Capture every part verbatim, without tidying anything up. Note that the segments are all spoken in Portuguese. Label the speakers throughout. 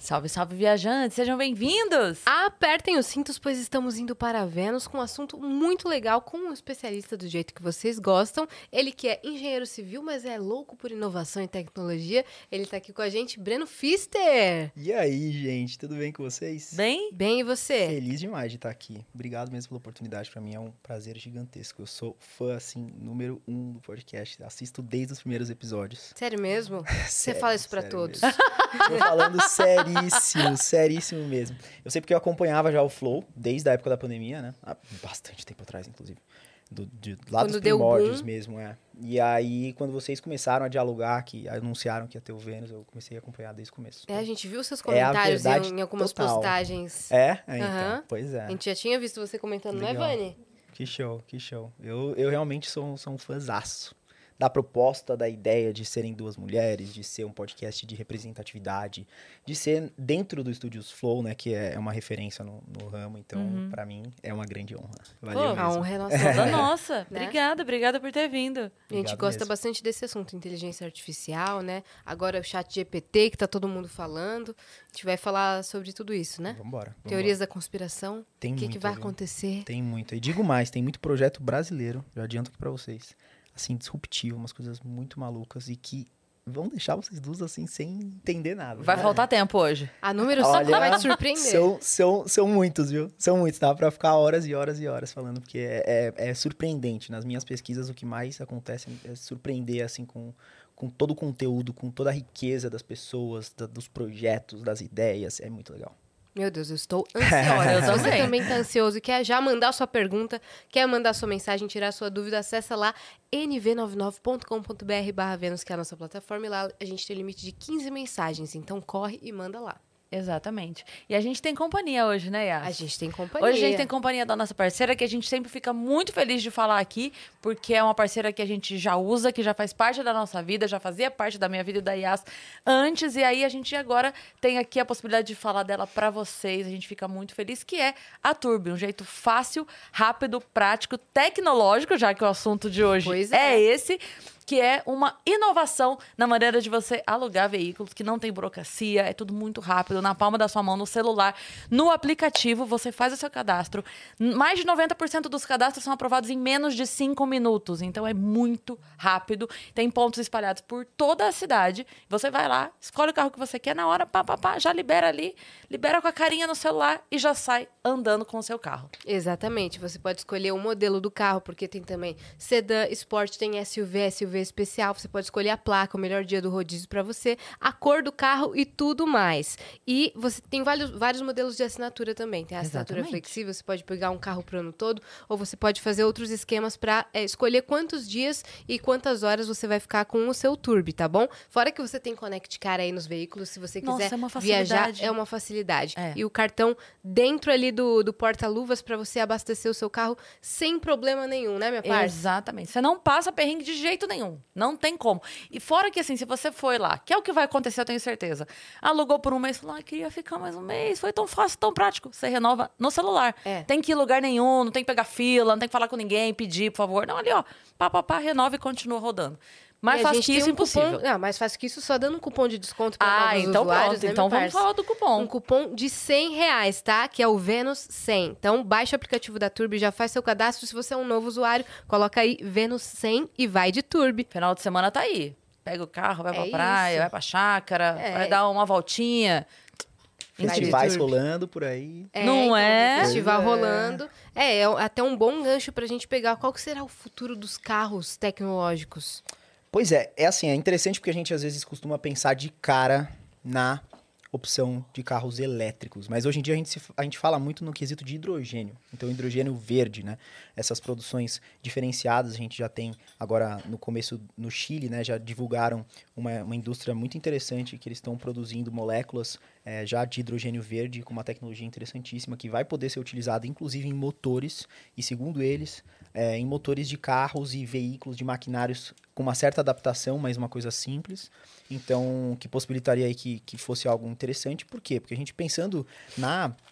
Speaker 1: Salve, salve, viajantes! Sejam bem-vindos!
Speaker 2: Apertem os cintos, pois estamos indo para Vênus com um assunto muito legal, com um especialista do jeito que vocês gostam. Ele que é engenheiro civil, mas é louco por inovação e tecnologia. Ele tá aqui com a gente, Breno Pfister.
Speaker 3: E aí, gente, tudo bem com vocês?
Speaker 1: Bem?
Speaker 2: Bem, e você?
Speaker 3: Feliz demais de estar aqui. Obrigado mesmo pela oportunidade, pra mim é um prazer gigantesco. Eu sou fã, assim, número um do podcast. Assisto desde os primeiros episódios.
Speaker 2: Sério mesmo? Você
Speaker 3: Sério,
Speaker 2: fala isso pra
Speaker 3: sério
Speaker 2: todos?
Speaker 3: mesmo. Tô falando seríssimo, seríssimo mesmo. Eu sei porque eu acompanhava já o Flow, desde a época da pandemia, né? Há bastante tempo atrás, inclusive. Do, de, lá
Speaker 2: Quando
Speaker 3: dos
Speaker 2: deu
Speaker 3: primórdios
Speaker 2: boom.
Speaker 3: mesmo, é. E aí, quando vocês começaram a dialogar, que anunciaram que ia ter o Vênus, eu comecei a acompanhar desde o começo.
Speaker 2: É, a gente viu seus
Speaker 3: É a
Speaker 2: comentários
Speaker 3: verdade
Speaker 2: em, em algumas
Speaker 3: total.
Speaker 2: postagens.
Speaker 3: É? É, então.
Speaker 2: Aham.
Speaker 3: Pois é.
Speaker 2: A gente já tinha visto você comentando,
Speaker 3: Legal.
Speaker 2: não é, Vani?
Speaker 3: Que show, que show. Eu, eu realmente sou, sou um fãzaço da proposta, da ideia de serem duas mulheres, de ser um podcast de representatividade, de ser dentro do Estúdios Flow, né, que é uma referência no, no ramo. Então,
Speaker 1: Uhum.
Speaker 3: pra mim, é uma grande honra. Valeu
Speaker 1: Pô,
Speaker 3: mesmo.
Speaker 2: A honra é nossa.
Speaker 1: Toda nossa.
Speaker 2: Né?
Speaker 1: Obrigada, obrigada por ter vindo.
Speaker 2: A gente
Speaker 3: Obrigado
Speaker 2: gosta
Speaker 3: mesmo.
Speaker 2: bastante desse assunto, inteligência artificial, né? Agora o chat G P T, que tá todo mundo falando. A gente vai falar sobre tudo isso, né?
Speaker 3: Vambora. vambora.
Speaker 2: Teorias da conspiração.
Speaker 3: Tem
Speaker 2: O que, que
Speaker 3: muito,
Speaker 2: vai
Speaker 3: viu?
Speaker 2: acontecer?
Speaker 3: Tem muito. E digo mais, tem muito projeto brasileiro, já adianto aqui pra vocês. Assim, disruptivo, umas coisas muito malucas e que vão deixar vocês duas, assim, sem entender nada.
Speaker 1: Vai
Speaker 3: né?
Speaker 1: faltar tempo hoje.
Speaker 2: A número
Speaker 3: Olha,
Speaker 2: cinco vai te surpreender.
Speaker 3: São, são, são muitos, viu? São muitos. Dá pra ficar horas e horas e horas falando, porque é, é, é surpreendente. Nas minhas pesquisas, o que mais acontece é surpreender, assim, com, com todo o conteúdo, com toda a riqueza das pessoas, da- dos projetos, das ideias. É muito legal.
Speaker 2: Meu Deus, eu estou ansiosa.
Speaker 1: Eu
Speaker 2: Se você
Speaker 1: também.
Speaker 2: também tá ansioso e quer já mandar sua pergunta, quer mandar sua mensagem, tirar sua dúvida, acessa lá n v noventa e nove ponto com ponto b r barra Vênus, que é a nossa plataforma, e lá a gente tem limite de quinze mensagens. Então corre e manda lá.
Speaker 1: Exatamente. E a gente tem companhia hoje, né, Yas?
Speaker 2: A gente tem companhia.
Speaker 1: Hoje a gente tem companhia da nossa parceira, que a gente sempre fica muito feliz de falar aqui, porque é uma parceira que a gente já usa, que já faz parte da nossa vida, já fazia parte da minha vida e da Yas antes, e aí a gente agora tem aqui a possibilidade de falar dela pra vocês, a gente fica muito feliz, que é a Turbi, um jeito fácil, rápido, prático, tecnológico, já que o assunto de hoje
Speaker 2: Pois
Speaker 1: é
Speaker 2: é.
Speaker 1: esse, que é uma inovação na maneira de você alugar veículos, que não tem burocracia, é tudo muito rápido, na palma da sua mão, no celular, no aplicativo, você faz o seu cadastro. Mais de noventa por cento dos cadastros são aprovados em menos de cinco minutos, então é muito rápido. Tem pontos espalhados por toda a cidade. Você vai lá, escolhe o carro que você quer na hora, pá, pá, pá, já libera ali, libera com a carinha no celular e já sai andando com o seu carro.
Speaker 2: Exatamente. Você pode escolher o modelo do carro, porque tem também sedã, Sport, tem S U V, S U V especial. Você pode escolher a placa, o melhor dia do rodízio para você, a cor do carro e tudo mais. E você tem vários, vários modelos de assinatura também. Tem a assinatura
Speaker 1: Exatamente.
Speaker 2: flexível, você pode pegar um carro pro ano todo, ou você pode fazer outros esquemas para escolher quantos dias e quantas horas você vai ficar com o seu Turbi, tá bom? Fora que você tem Connect Car aí nos veículos, se você
Speaker 1: Nossa,
Speaker 2: quiser
Speaker 1: é uma
Speaker 2: viajar,
Speaker 1: facilidade.
Speaker 2: é uma facilidade.
Speaker 1: É.
Speaker 2: E o cartão dentro ali do, do porta-luvas para você abastecer o seu carro sem problema nenhum, né, minha parça?
Speaker 1: Exatamente. Você não passa perrengue de jeito nenhum. Não tem como. E fora que, assim, se você foi lá, que é o que vai acontecer, eu tenho certeza. Alugou por um mês, falou, ah, queria ficar mais um mês, foi tão fácil, tão prático. Você renova no celular.
Speaker 2: É.
Speaker 1: Tem que ir em lugar nenhum, não tem que pegar fila, não tem que falar com ninguém, pedir, por favor. Não, ali, ó, pá, pá, pá, renova e continua rodando. Mais
Speaker 2: E a
Speaker 1: fácil
Speaker 2: gente
Speaker 1: que
Speaker 2: tem
Speaker 1: isso,
Speaker 2: um cupom-
Speaker 1: impossível.
Speaker 2: Não, mais fácil que isso, só dando um cupom de desconto para
Speaker 1: Ah,
Speaker 2: novos
Speaker 1: então
Speaker 2: usuários,
Speaker 1: pronto.
Speaker 2: né,
Speaker 1: Então
Speaker 2: minha
Speaker 1: vamos
Speaker 2: parça?
Speaker 1: falar do cupom.
Speaker 2: Um cupom de cem reais, tá? Que é o Vênus cem. Então, baixa o aplicativo da Turbi, já faz seu cadastro. Se você é um novo usuário, coloca aí Vênus cem e vai de Turbi.
Speaker 1: Final de semana tá aí. Pega o carro, vai
Speaker 2: É
Speaker 1: pra praia,
Speaker 2: isso.
Speaker 1: vai pra chácara,
Speaker 2: É.
Speaker 1: vai dar uma voltinha.
Speaker 2: Vai de
Speaker 3: Festivais
Speaker 2: Turbi.
Speaker 3: rolando por aí.
Speaker 1: Não
Speaker 2: então,
Speaker 1: é?
Speaker 2: tem Festival
Speaker 3: Pois é.
Speaker 2: rolando. É, é até um bom gancho pra gente pegar qual que será o futuro dos carros tecnológicos.
Speaker 3: Pois é, é assim, é interessante porque a gente às vezes costuma pensar de cara na opção de carros elétricos, mas hoje em dia a gente, se, a gente fala muito no quesito de hidrogênio, então hidrogênio verde, né? Essas produções diferenciadas, a gente já tem agora no começo no Chile, né? Já divulgaram uma, uma indústria muito interessante que eles estão produzindo moléculas é, já de hidrogênio verde com uma tecnologia interessantíssima que vai poder ser utilizada inclusive em motores e, segundo eles, é, em motores de carros e veículos, de maquinários com uma certa adaptação, mas uma coisa simples. Então, que possibilitaria aí que, que fosse algo interessante. Por quê? Porque a gente pensando na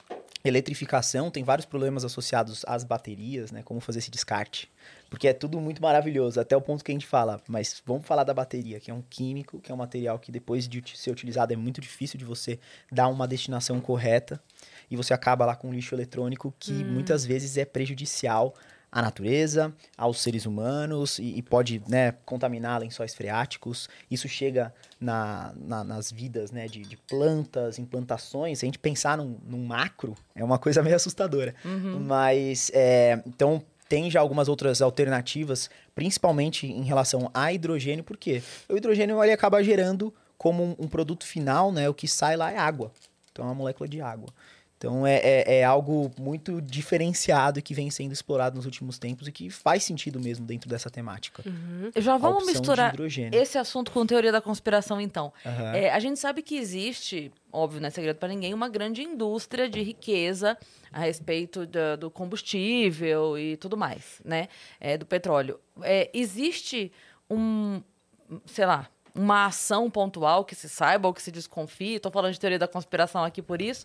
Speaker 3: eletrificação tem vários problemas associados às baterias, né? Como fazer esse descarte. Porque é tudo muito maravilhoso, até o ponto que a gente fala. Mas vamos falar da bateria, que é um químico, que é um material que depois de ser utilizado é muito difícil de você dar uma destinação correta. E você acaba lá com um lixo eletrônico que hum. muitas vezes é prejudicial à natureza, aos seres humanos e, e pode, né, contaminar lençóis freáticos. Isso chega na, na, nas vidas, né, de, de plantas, implantações. Se a gente pensar num, num macro, é uma coisa meio assustadora. Uhum. Mas, é, então, tem já algumas outras alternativas, principalmente em relação a hidrogênio. Por quê? O hidrogênio ele acaba gerando como um, um produto final, né, o que sai lá é água. Então, é uma molécula de água. Então, é, é, é algo muito diferenciado e que vem sendo explorado nos últimos tempos e que faz sentido mesmo dentro dessa temática.
Speaker 1: Uhum. Já vamos misturar esse assunto com teoria da conspiração, então. Uhum. É, a gente sabe que existe, óbvio, não é segredo para ninguém, uma grande indústria de riqueza a respeito do, do combustível e tudo mais, né? É, do petróleo. É, existe um, sei lá, uma ação pontual que se saiba ou que se desconfie, estou falando de teoria da conspiração aqui por isso,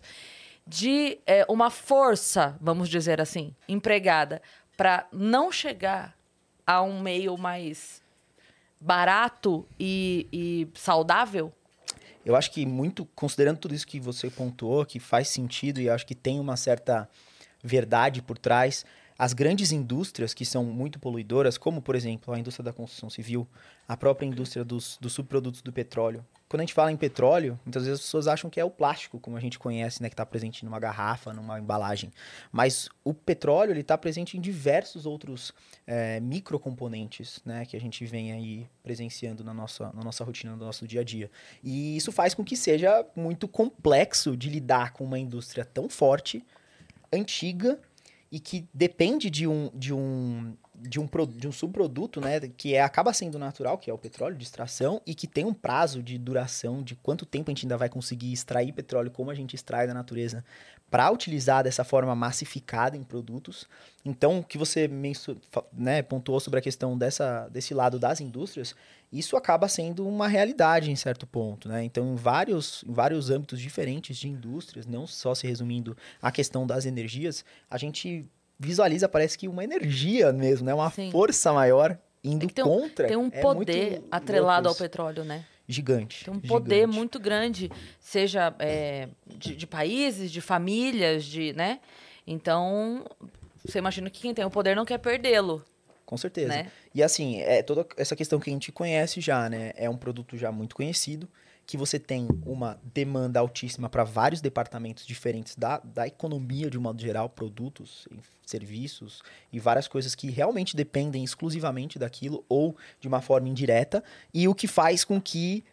Speaker 1: de é, uma força, vamos dizer assim, empregada para não chegar a um meio mais barato e, e saudável?
Speaker 3: Eu acho que muito, considerando tudo isso que você pontuou, que faz sentido e acho que tem uma certa verdade por trás, as grandes indústrias que são muito poluidoras, como, por exemplo, a indústria da construção civil, a própria indústria dos, dos subprodutos do petróleo. Quando a gente fala em petróleo, muitas vezes as pessoas acham que é o plástico, como a gente conhece, né, que está presente numa garrafa, numa embalagem. Mas o petróleo ele está presente em diversos outros é, microcomponentes, né, que a gente vem aí presenciando na nossa, na nossa rotina, no nosso dia a dia. E isso faz com que seja muito complexo de lidar com uma indústria tão forte, antiga, e que depende de um, de um, de um, de um subproduto, né, que é, acaba sendo natural, que é o petróleo de extração, e que tem um prazo de duração de quanto tempo a gente ainda vai conseguir extrair petróleo, como a gente extrai da natureza, para utilizar dessa forma massificada em produtos. Então, o que você mensu, né, pontuou sobre a questão dessa, desse lado das indústrias, isso acaba sendo uma realidade em certo ponto, né? Então, em vários, em vários âmbitos diferentes de indústrias, não só se resumindo à questão das energias, a gente visualiza, parece que uma energia mesmo, né? Uma Sim. força maior indo é tem
Speaker 1: contra.
Speaker 3: Um,
Speaker 1: tem um é poder atrelado ao petróleo, né?
Speaker 3: Gigante.
Speaker 1: Tem um poder
Speaker 3: gigante.
Speaker 1: muito grande, seja é, de, de países, de famílias, de, né? Então, você imagina que quem tem o poder não quer perdê-lo.
Speaker 3: Com certeza.
Speaker 1: Né?
Speaker 3: E assim, é toda essa questão que a gente conhece já, né? É um produto já muito conhecido, que você tem uma demanda altíssima para vários departamentos diferentes da, da economia, de um modo geral, produtos, serviços e várias coisas que realmente dependem exclusivamente daquilo ou de uma forma indireta, e o que faz com que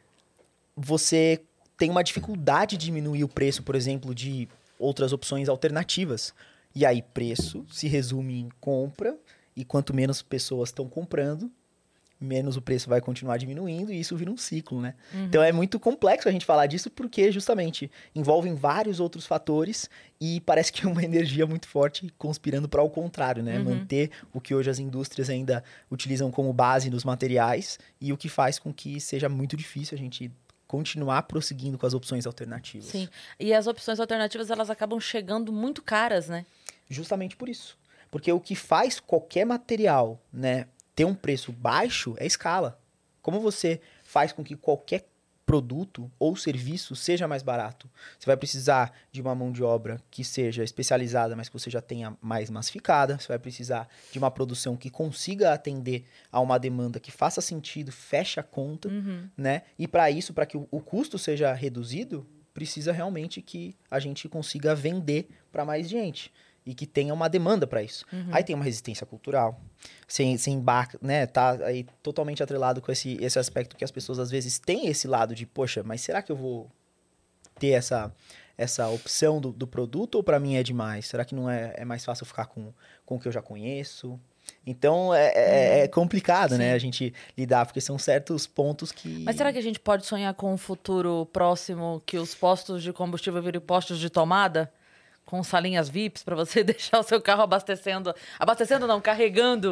Speaker 3: você tenha uma dificuldade de diminuir o preço, por exemplo, de outras opções alternativas. E aí, preço se resume em compra, e quanto menos pessoas estão comprando, menos o preço vai continuar diminuindo, e isso vira um ciclo, né? Uhum. Então é muito complexo a gente falar disso, porque justamente envolvem vários outros fatores e parece que é uma energia muito forte conspirando para o contrário, né? Uhum. Manter o que hoje as indústrias ainda utilizam como base nos materiais, e o que faz com que seja muito difícil a gente continuar prosseguindo com as opções alternativas.
Speaker 1: Sim, e as opções alternativas, elas acabam chegando muito caras, né?
Speaker 3: Justamente por isso. Porque o que faz qualquer material, né, ter um preço baixo é escala. Como você faz com que qualquer produto ou serviço seja mais barato? Você vai precisar de uma mão de obra que seja especializada, mas que você já tenha mais massificada. Você vai precisar de uma produção que consiga atender a uma demanda que faça sentido, feche a conta, uhum. né? E para isso, para que o, o custo seja reduzido, precisa realmente que a gente consiga vender para mais gente. E que tenha uma demanda para isso. Uhum. Aí tem uma resistência cultural. Você, você embarca, né? Tá aí totalmente atrelado com esse, esse aspecto que as pessoas às vezes têm esse lado de, poxa, mas será que eu vou ter essa, essa opção do, do produto ou para mim é demais? Será que não é, é mais fácil ficar com, com o que eu já conheço? Então é, é, é complicado, Sim. né? A gente lidar, porque são certos pontos que...
Speaker 1: Mas será que a gente pode sonhar com um futuro próximo que os postos de combustível virem postos de tomada? Com salinhas V I Ps para você deixar o seu carro abastecendo... Abastecendo não, carregando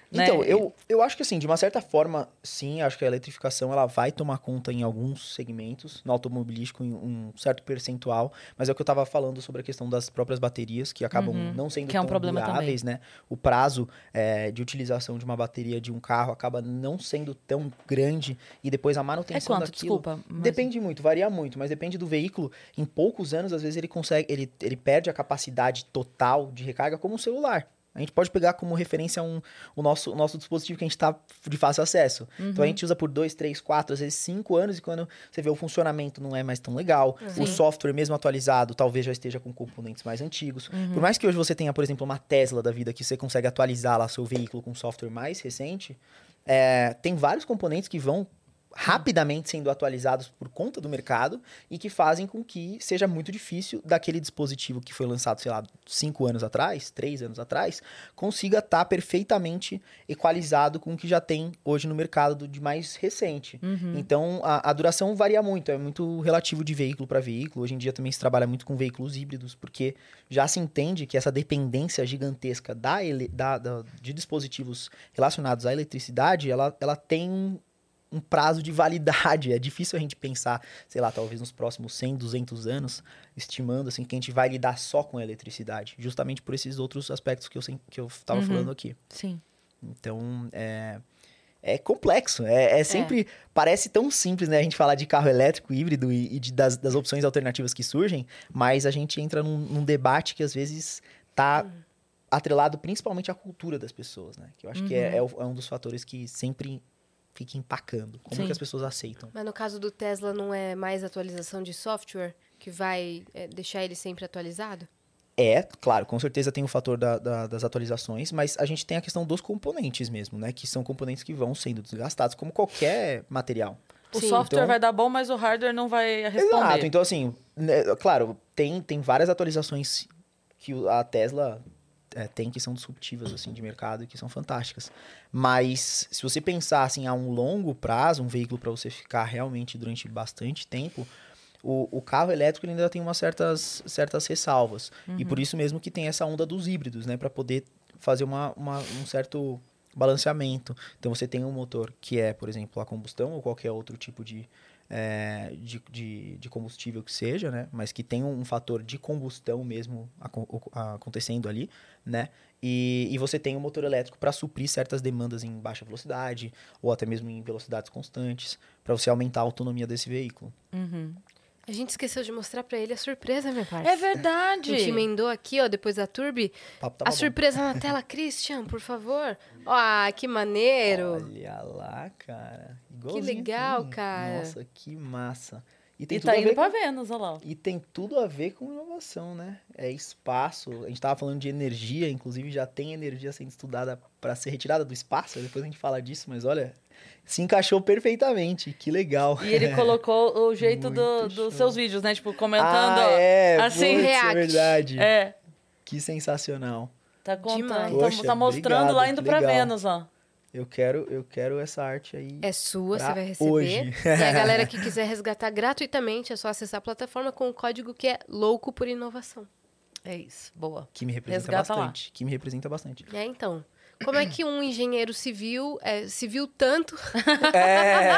Speaker 1: né?
Speaker 3: Então, eu, eu acho que assim, de uma certa forma, sim, acho que a eletrificação ela vai tomar conta em alguns segmentos, no automobilístico em um certo percentual, mas é o que eu estava falando sobre a questão das próprias baterias, que acabam
Speaker 1: Uhum,
Speaker 3: não sendo
Speaker 1: que é um
Speaker 3: tão
Speaker 1: problema
Speaker 3: duráveis, né? O prazo é, de utilização de uma bateria de um carro acaba não sendo tão grande e depois a
Speaker 1: É
Speaker 3: manutenção
Speaker 1: quanto?
Speaker 3: daquilo...
Speaker 1: Desculpa. mas-
Speaker 3: Depende muito, varia muito, mas depende do veículo. Em poucos anos, às vezes, ele consegue, ele, ele perde a capacidade total de recarga como um celular. A gente pode pegar como referência um, o, nosso, o nosso dispositivo que a gente está de fácil acesso.
Speaker 1: Uhum.
Speaker 3: Então a gente usa por dois, três, quatro, às vezes cinco anos, e quando você vê o funcionamento não é mais tão legal.
Speaker 2: Sim.
Speaker 3: O software, mesmo atualizado, talvez já esteja com componentes mais antigos.
Speaker 1: Uhum.
Speaker 3: Por mais que hoje você tenha, por exemplo, uma Tesla da vida que você consegue atualizar lá seu veículo com software mais recente, é, tem vários componentes que vão rapidamente sendo atualizados por conta do mercado e que fazem com que seja muito difícil daquele dispositivo que foi lançado, sei lá, cinco anos atrás, três anos atrás, consiga estar perfeitamente equalizado com o que já tem hoje no mercado do, de mais recente.
Speaker 1: Uhum.
Speaker 3: Então, a, a duração varia muito, é muito relativo de veículo para veículo. Hoje em dia também se trabalha muito com veículos híbridos, porque já se entende que essa dependência gigantesca da, ele, da, da, de dispositivos relacionados à eletricidade, ela, ela tem um um prazo de validade. É difícil a gente pensar, sei lá, talvez nos próximos cem, duzentos anos, estimando assim que a gente vai lidar só com a eletricidade, justamente por esses outros aspectos que eu sem- que eu estava
Speaker 1: Uhum.
Speaker 3: falando aqui.
Speaker 1: Sim.
Speaker 3: Então, é, é complexo. É, é sempre... Parece tão simples, né? A gente falar de carro elétrico, híbrido e, e de, das, das opções alternativas que surgem, mas a gente entra num, num debate que às vezes tá
Speaker 2: Hum.
Speaker 3: atrelado principalmente à cultura das pessoas, né? Que eu acho que é,
Speaker 1: Uhum.
Speaker 3: é o- é um dos fatores que sempre fica empacando. Como
Speaker 1: Sim.
Speaker 3: que as pessoas aceitam.
Speaker 2: Mas no caso do Tesla, não é mais atualização de software que vai é, deixar ele sempre atualizado?
Speaker 3: É, claro, com certeza tem o fator da- da- das atualizações, mas a gente tem a questão dos componentes mesmo, né? Que são componentes que vão sendo desgastados, como qualquer material.
Speaker 1: O
Speaker 2: Sim.
Speaker 1: software
Speaker 3: Então-
Speaker 1: vai dar bom, mas o hardware não vai responder.
Speaker 3: Exato, então assim, né, claro, tem, tem várias atualizações que o- a Tesla é, tem que são disruptivas, assim, de mercado e que são fantásticas. Mas se você pensar, assim, a um longo prazo, um veículo para você ficar realmente durante bastante tempo, o, o carro elétrico ele ainda tem umas certas, certas ressalvas. E por isso mesmo que tem essa onda dos híbridos, né? Para poder fazer uma, uma- um certo balanceamento. Então você tem um motor que é, por exemplo, a combustão ou qualquer outro tipo de, é, de, de, de combustível que seja, né? Mas que tem um fator de combustão mesmo acon- o- acontecendo ali, né? E, e você tem um motor elétrico para suprir certas demandas em baixa velocidade ou até mesmo em velocidades constantes, para você aumentar a autonomia desse veículo.
Speaker 1: Uhum.
Speaker 2: A gente esqueceu de mostrar pra ele a surpresa, minha parte.
Speaker 1: É
Speaker 2: A
Speaker 1: verdade.
Speaker 2: gente emendou aqui, ó, depois da Turbi.
Speaker 3: O papo
Speaker 2: A
Speaker 3: tava bom.
Speaker 2: surpresa na tela, Christian, por favor. Ó, ah, que maneiro.
Speaker 3: Olha lá, cara.
Speaker 2: Que
Speaker 3: Igualzinho
Speaker 2: legal,
Speaker 3: aqui.
Speaker 2: cara.
Speaker 3: Nossa, que massa. E tem
Speaker 1: E
Speaker 3: tudo
Speaker 1: tá
Speaker 3: a
Speaker 1: indo
Speaker 3: ver
Speaker 1: pra
Speaker 3: com...
Speaker 1: Vênus, olha lá.
Speaker 3: E tem tudo a ver com inovação, né? É espaço. A gente tava falando de energia, inclusive já tem energia sendo estudada para ser retirada do espaço. Depois a gente fala disso, mas olha, se encaixou perfeitamente. Que legal.
Speaker 1: E ele colocou o jeito do-
Speaker 3: Muito show.
Speaker 1: dos seus vídeos, né? Tipo, comentando.
Speaker 3: Ah, é,
Speaker 1: assim,
Speaker 3: putz,
Speaker 2: react.
Speaker 3: é verdade.
Speaker 1: É.
Speaker 3: Que sensacional.
Speaker 1: Tá contando.
Speaker 2: Demais.
Speaker 1: Tá,
Speaker 3: Poxa,
Speaker 1: tá mostrando
Speaker 3: obrigado,
Speaker 1: lá indo
Speaker 3: que
Speaker 1: pra
Speaker 3: legal.
Speaker 1: Vênus, ó.
Speaker 3: Eu quero, eu quero essa arte aí.
Speaker 2: É sua,
Speaker 3: pra
Speaker 2: você vai receber.
Speaker 3: hoje.
Speaker 2: E a galera que quiser resgatar gratuitamente, é só acessar a plataforma com o código que é Louco por Inovação.
Speaker 1: É isso. Boa.
Speaker 3: Que me representa
Speaker 1: Resgata lá.
Speaker 3: bastante. Que me representa bastante.
Speaker 2: É, então. Como é que um engenheiro civil é, se viu tanto,
Speaker 3: É.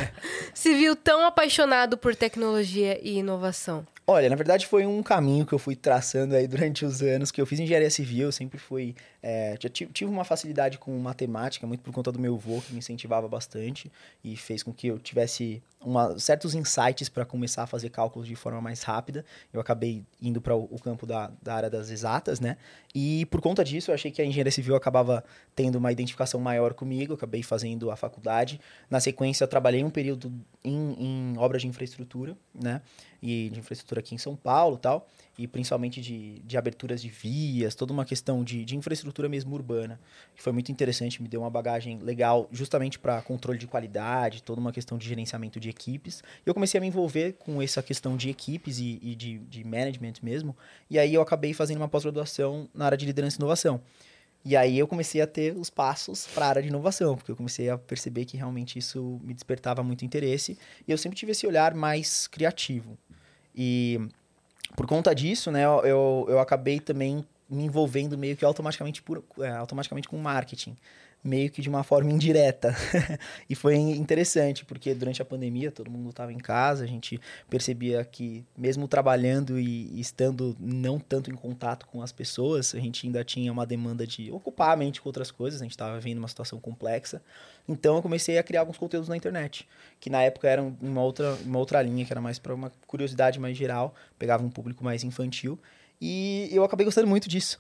Speaker 2: se viu tão apaixonado por tecnologia e inovação?
Speaker 3: Olha, na verdade foi um caminho que eu fui traçando aí durante os anos que eu fiz engenharia civil, eu sempre fui, é, já tive, tive uma facilidade com matemática, muito por conta do meu avô, que me incentivava bastante e fez com que eu tivesse uma, certos insights para começar a fazer cálculos de forma mais rápida. Eu acabei indo para o, o campo da, da área das exatas, né? E por conta disso eu achei que a engenharia civil acabava tendo uma identificação maior comigo, eu acabei fazendo a faculdade. Na sequência eu trabalhei um período em, em obras de infraestrutura, né? E de infraestrutura aqui em São Paulo e tal, e principalmente de, de aberturas de vias, toda uma questão de, de infraestrutura mesmo urbana, que foi muito interessante, me deu uma bagagem legal justamente para controle de qualidade, toda uma questão de gerenciamento de equipes. E eu comecei a me envolver com essa questão de equipes e, e de, de management mesmo, e aí eu acabei fazendo uma pós-graduação na área de liderança e inovação. E aí eu comecei a ter os passos para a área de inovação, porque eu comecei a perceber que realmente isso me despertava muito interesse, e eu sempre tive esse olhar mais criativo. E por conta disso, né, eu, eu acabei também me envolvendo meio que automaticamente, por, é, automaticamente com marketing. Meio que de uma forma indireta. E foi interessante, porque durante a pandemia todo mundo estava em casa, a gente percebia que mesmo trabalhando e, e estando não tanto em contato com as pessoas, a gente ainda tinha uma demanda de ocupar a mente com outras coisas, a gente estava vivendo uma situação complexa. Então eu comecei a criar alguns conteúdos na internet, que na época eram uma outra, uma outra linha, que era mais para uma curiosidade mais geral, pegava um público mais infantil, e eu acabei gostando muito disso.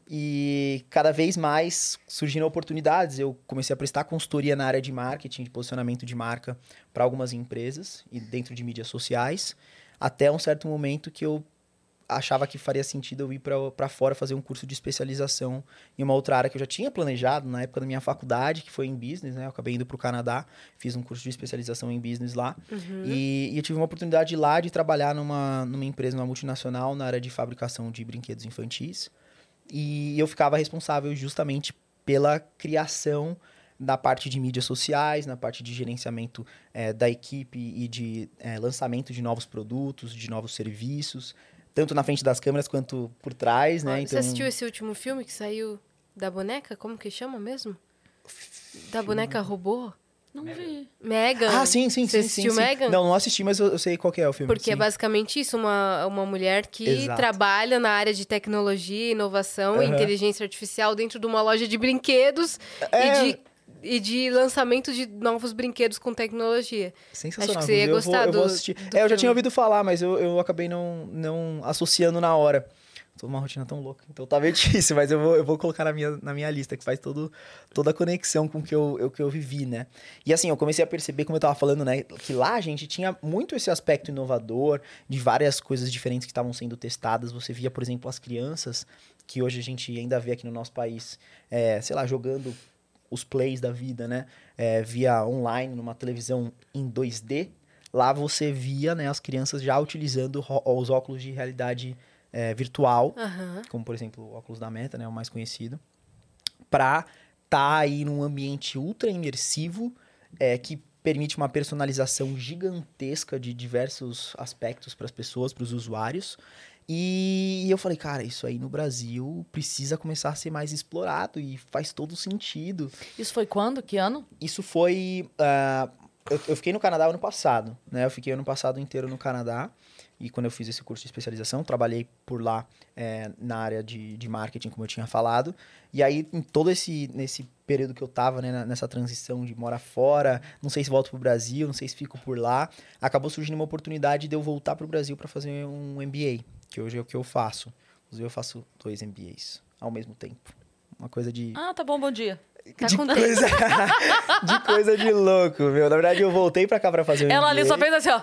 Speaker 3: E cada vez mais surgiram oportunidades. Eu comecei a prestar consultoria na área de marketing, de posicionamento de marca para algumas empresas e dentro de mídias sociais, até um certo momento que eu achava que faria sentido eu ir para fora fazer um curso de especialização em uma outra área que eu já tinha planejado na época da minha faculdade, que foi em business, né? Eu acabei indo para o Canadá, fiz um curso de especialização em business lá.
Speaker 2: Uhum.
Speaker 3: E, e eu tive uma oportunidade lá de trabalhar numa, numa empresa, numa multinacional, na área de fabricação de brinquedos infantis. E eu ficava responsável justamente pela criação da parte de mídias sociais, na parte de gerenciamento é, da equipe e de é, lançamento de novos produtos, de novos serviços, tanto na frente das câmeras quanto por trás, né?
Speaker 2: Você
Speaker 3: Então...
Speaker 2: assistiu esse último filme que saiu da boneca? Como que chama mesmo? Da boneca robô?
Speaker 1: Não vi.
Speaker 2: Megan.
Speaker 3: Ah, sim, sim,
Speaker 2: Você
Speaker 3: sim.
Speaker 2: assistiu
Speaker 3: sim, sim.
Speaker 2: Megan?
Speaker 3: Não, não assisti, mas eu, eu sei qual que é o filme.
Speaker 2: Porque
Speaker 3: sim.
Speaker 2: é basicamente isso, uma, uma mulher que
Speaker 3: Exato.
Speaker 2: trabalha na área de tecnologia, inovação
Speaker 3: Uhum.
Speaker 2: e inteligência artificial dentro de uma loja de brinquedos
Speaker 3: É...
Speaker 2: e, de, e de lançamento de novos brinquedos com tecnologia.
Speaker 3: Sensacional.
Speaker 2: Acho que você ia
Speaker 3: eu
Speaker 2: gostar
Speaker 3: vou, eu
Speaker 2: do,
Speaker 3: vou assistir.
Speaker 2: do
Speaker 3: É, eu já
Speaker 2: filme.
Speaker 3: tinha ouvido falar, mas eu, eu acabei não, não associando na hora. Tô numa rotina tão louca, então tá meio difícil, mas eu vou, eu vou colocar na minha, na minha lista, que faz todo, toda a conexão com o que eu, eu, que eu vivi, né? E assim, eu comecei a perceber, como eu tava falando, né, que lá a gente tinha muito esse aspecto inovador, de várias coisas diferentes que estavam sendo testadas. Você via, por exemplo, as crianças, que hoje a gente ainda vê aqui no nosso país, é, sei lá, jogando os plays da vida, né? É, via online, numa televisão em dois D. Lá você via, né, as crianças já utilizando os óculos de realidade É, virtual,
Speaker 2: Aham.
Speaker 3: como por exemplo o óculos da Meta, né, o mais conhecido, para estar aí num ambiente ultra imersivo, é, que permite uma personalização gigantesca de diversos aspectos para as pessoas, para os usuários. E eu falei, cara, isso aí no Brasil precisa começar a ser mais explorado e faz todo sentido.
Speaker 1: Isso foi quando? Que ano?
Speaker 3: Isso foi... Uh, eu, eu fiquei no Canadá ano passado, né? Eu fiquei ano passado inteiro no Canadá. E quando eu fiz esse curso de especialização, trabalhei por lá é, na área de, de marketing, como eu tinha falado. E aí, em todo esse nesse período que eu tava, né, nessa transição de morar fora, não sei se volto pro Brasil, não sei se fico por lá, acabou surgindo uma oportunidade de eu voltar pro Brasil para fazer um M B A, que hoje é o que eu faço. Inclusive, eu faço dois M B As ao mesmo tempo. Uma coisa de...
Speaker 1: Ah, tá bom, bom dia.
Speaker 2: Tá
Speaker 3: de,
Speaker 2: contente.
Speaker 3: coisa, de coisa de louco, meu. Na verdade, eu voltei pra cá pra fazer o
Speaker 1: Ela
Speaker 3: M B A.
Speaker 1: ali só fez assim, ó.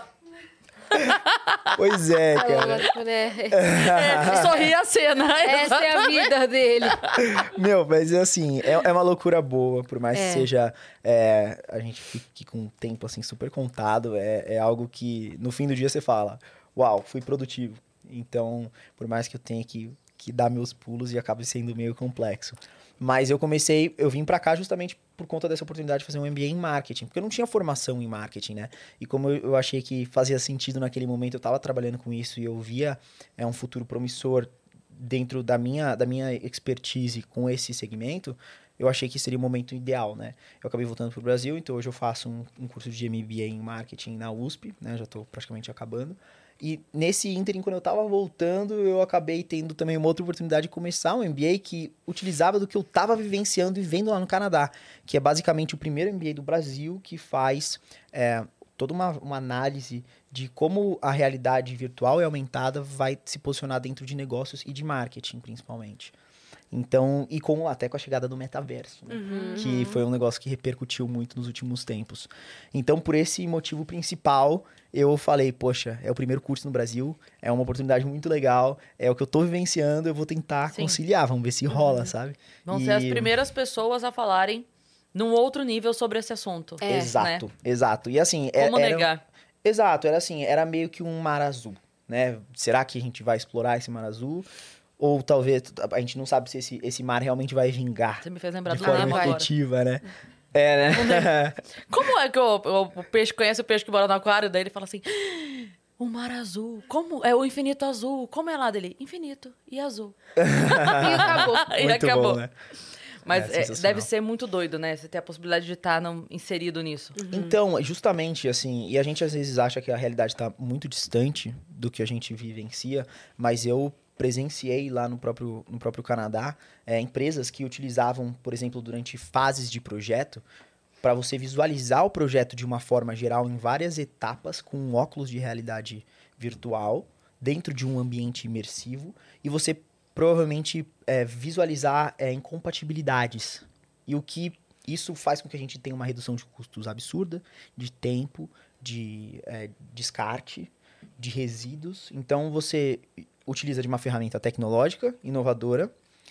Speaker 3: Pois é, cara.
Speaker 1: É, sorri a cena.
Speaker 2: Essa é a vida dele.
Speaker 3: Meu, mas assim, é, é uma loucura boa, por mais
Speaker 2: É.
Speaker 3: que seja... é, a gente fique com um tempo, assim, super contado. É, é algo que, no fim do dia, você fala... Uau, fui produtivo. Então, por mais que eu tenha que, que dar meus pulos e acabe sendo meio complexo. Mas eu comecei... Eu vim pra cá justamente por conta dessa oportunidade de fazer um M B A em marketing. Porque eu não tinha formação em marketing, né? E como eu, eu achei que fazia sentido naquele momento, eu tava trabalhando com isso e eu via é, um futuro promissor dentro da minha, da minha expertise com esse segmento, eu achei que seria o momento ideal, né? Eu acabei voltando pro Brasil, então hoje eu faço um, um curso de M B A em marketing na U S P, né? Já tô praticamente acabando. E nesse ínterim, quando eu tava voltando, eu acabei tendo também uma outra oportunidade de começar um M B A que utilizava do que eu tava vivenciando e vendo lá no Canadá, que é basicamente o primeiro M B A do Brasil que faz é, toda uma, uma análise de como a realidade virtual e aumentada vai se posicionar dentro de negócios e de marketing, principalmente. Então, e com, até com a chegada do metaverso, né?
Speaker 2: Uhum.
Speaker 3: Que foi um negócio que repercutiu muito nos últimos tempos. Então, por esse motivo principal, eu falei, poxa, é o primeiro curso no Brasil, é uma oportunidade muito legal, é o que eu tô vivenciando, eu vou tentar
Speaker 1: Sim.
Speaker 3: conciliar, vamos ver se rola, sabe?
Speaker 1: Vão
Speaker 3: E-
Speaker 1: ser as primeiras pessoas a falarem num outro nível sobre esse assunto.
Speaker 2: É,
Speaker 3: Exato,
Speaker 1: né?
Speaker 3: exato. E assim... é-
Speaker 1: Como
Speaker 3: era-
Speaker 1: negar?
Speaker 3: Exato, era assim, era meio que um mar azul, né? Será que a gente vai explorar esse mar azul? Ou talvez, a gente não sabe se esse, esse mar realmente vai vingar
Speaker 1: Você me fez lembrar
Speaker 3: de
Speaker 1: do
Speaker 3: forma
Speaker 1: Nemo agora.
Speaker 3: efetiva, né? É, né?
Speaker 1: Como é que o, o- o peixe conhece o peixe que mora no aquário? Daí ele fala assim... O o mar azul, como é o infinito azul, como é lá dele? Infinito e azul.
Speaker 2: E acabou.
Speaker 1: E
Speaker 3: Muito
Speaker 1: acabou.
Speaker 3: bom, né?
Speaker 1: Mas
Speaker 3: É,
Speaker 1: é,
Speaker 3: sensacional.
Speaker 1: deve ser muito doido, né? Você ter a possibilidade de estar no- inserido nisso.
Speaker 3: Então, justamente, assim, e a gente às vezes acha que a realidade está muito distante do que a gente vivencia, mas eu presenciei lá no próprio, no próprio Canadá é, empresas que utilizavam, por exemplo, durante fases de projeto, para você visualizar o projeto de uma forma geral em várias etapas, com um óculos de realidade virtual, dentro de um ambiente imersivo, e você provavelmente é, visualizar é, incompatibilidades. E o que isso faz com que a gente tenha uma redução de custos absurda, de tempo, de é, descarte, de resíduos. Então, você utiliza de uma ferramenta tecnológica, inovadora,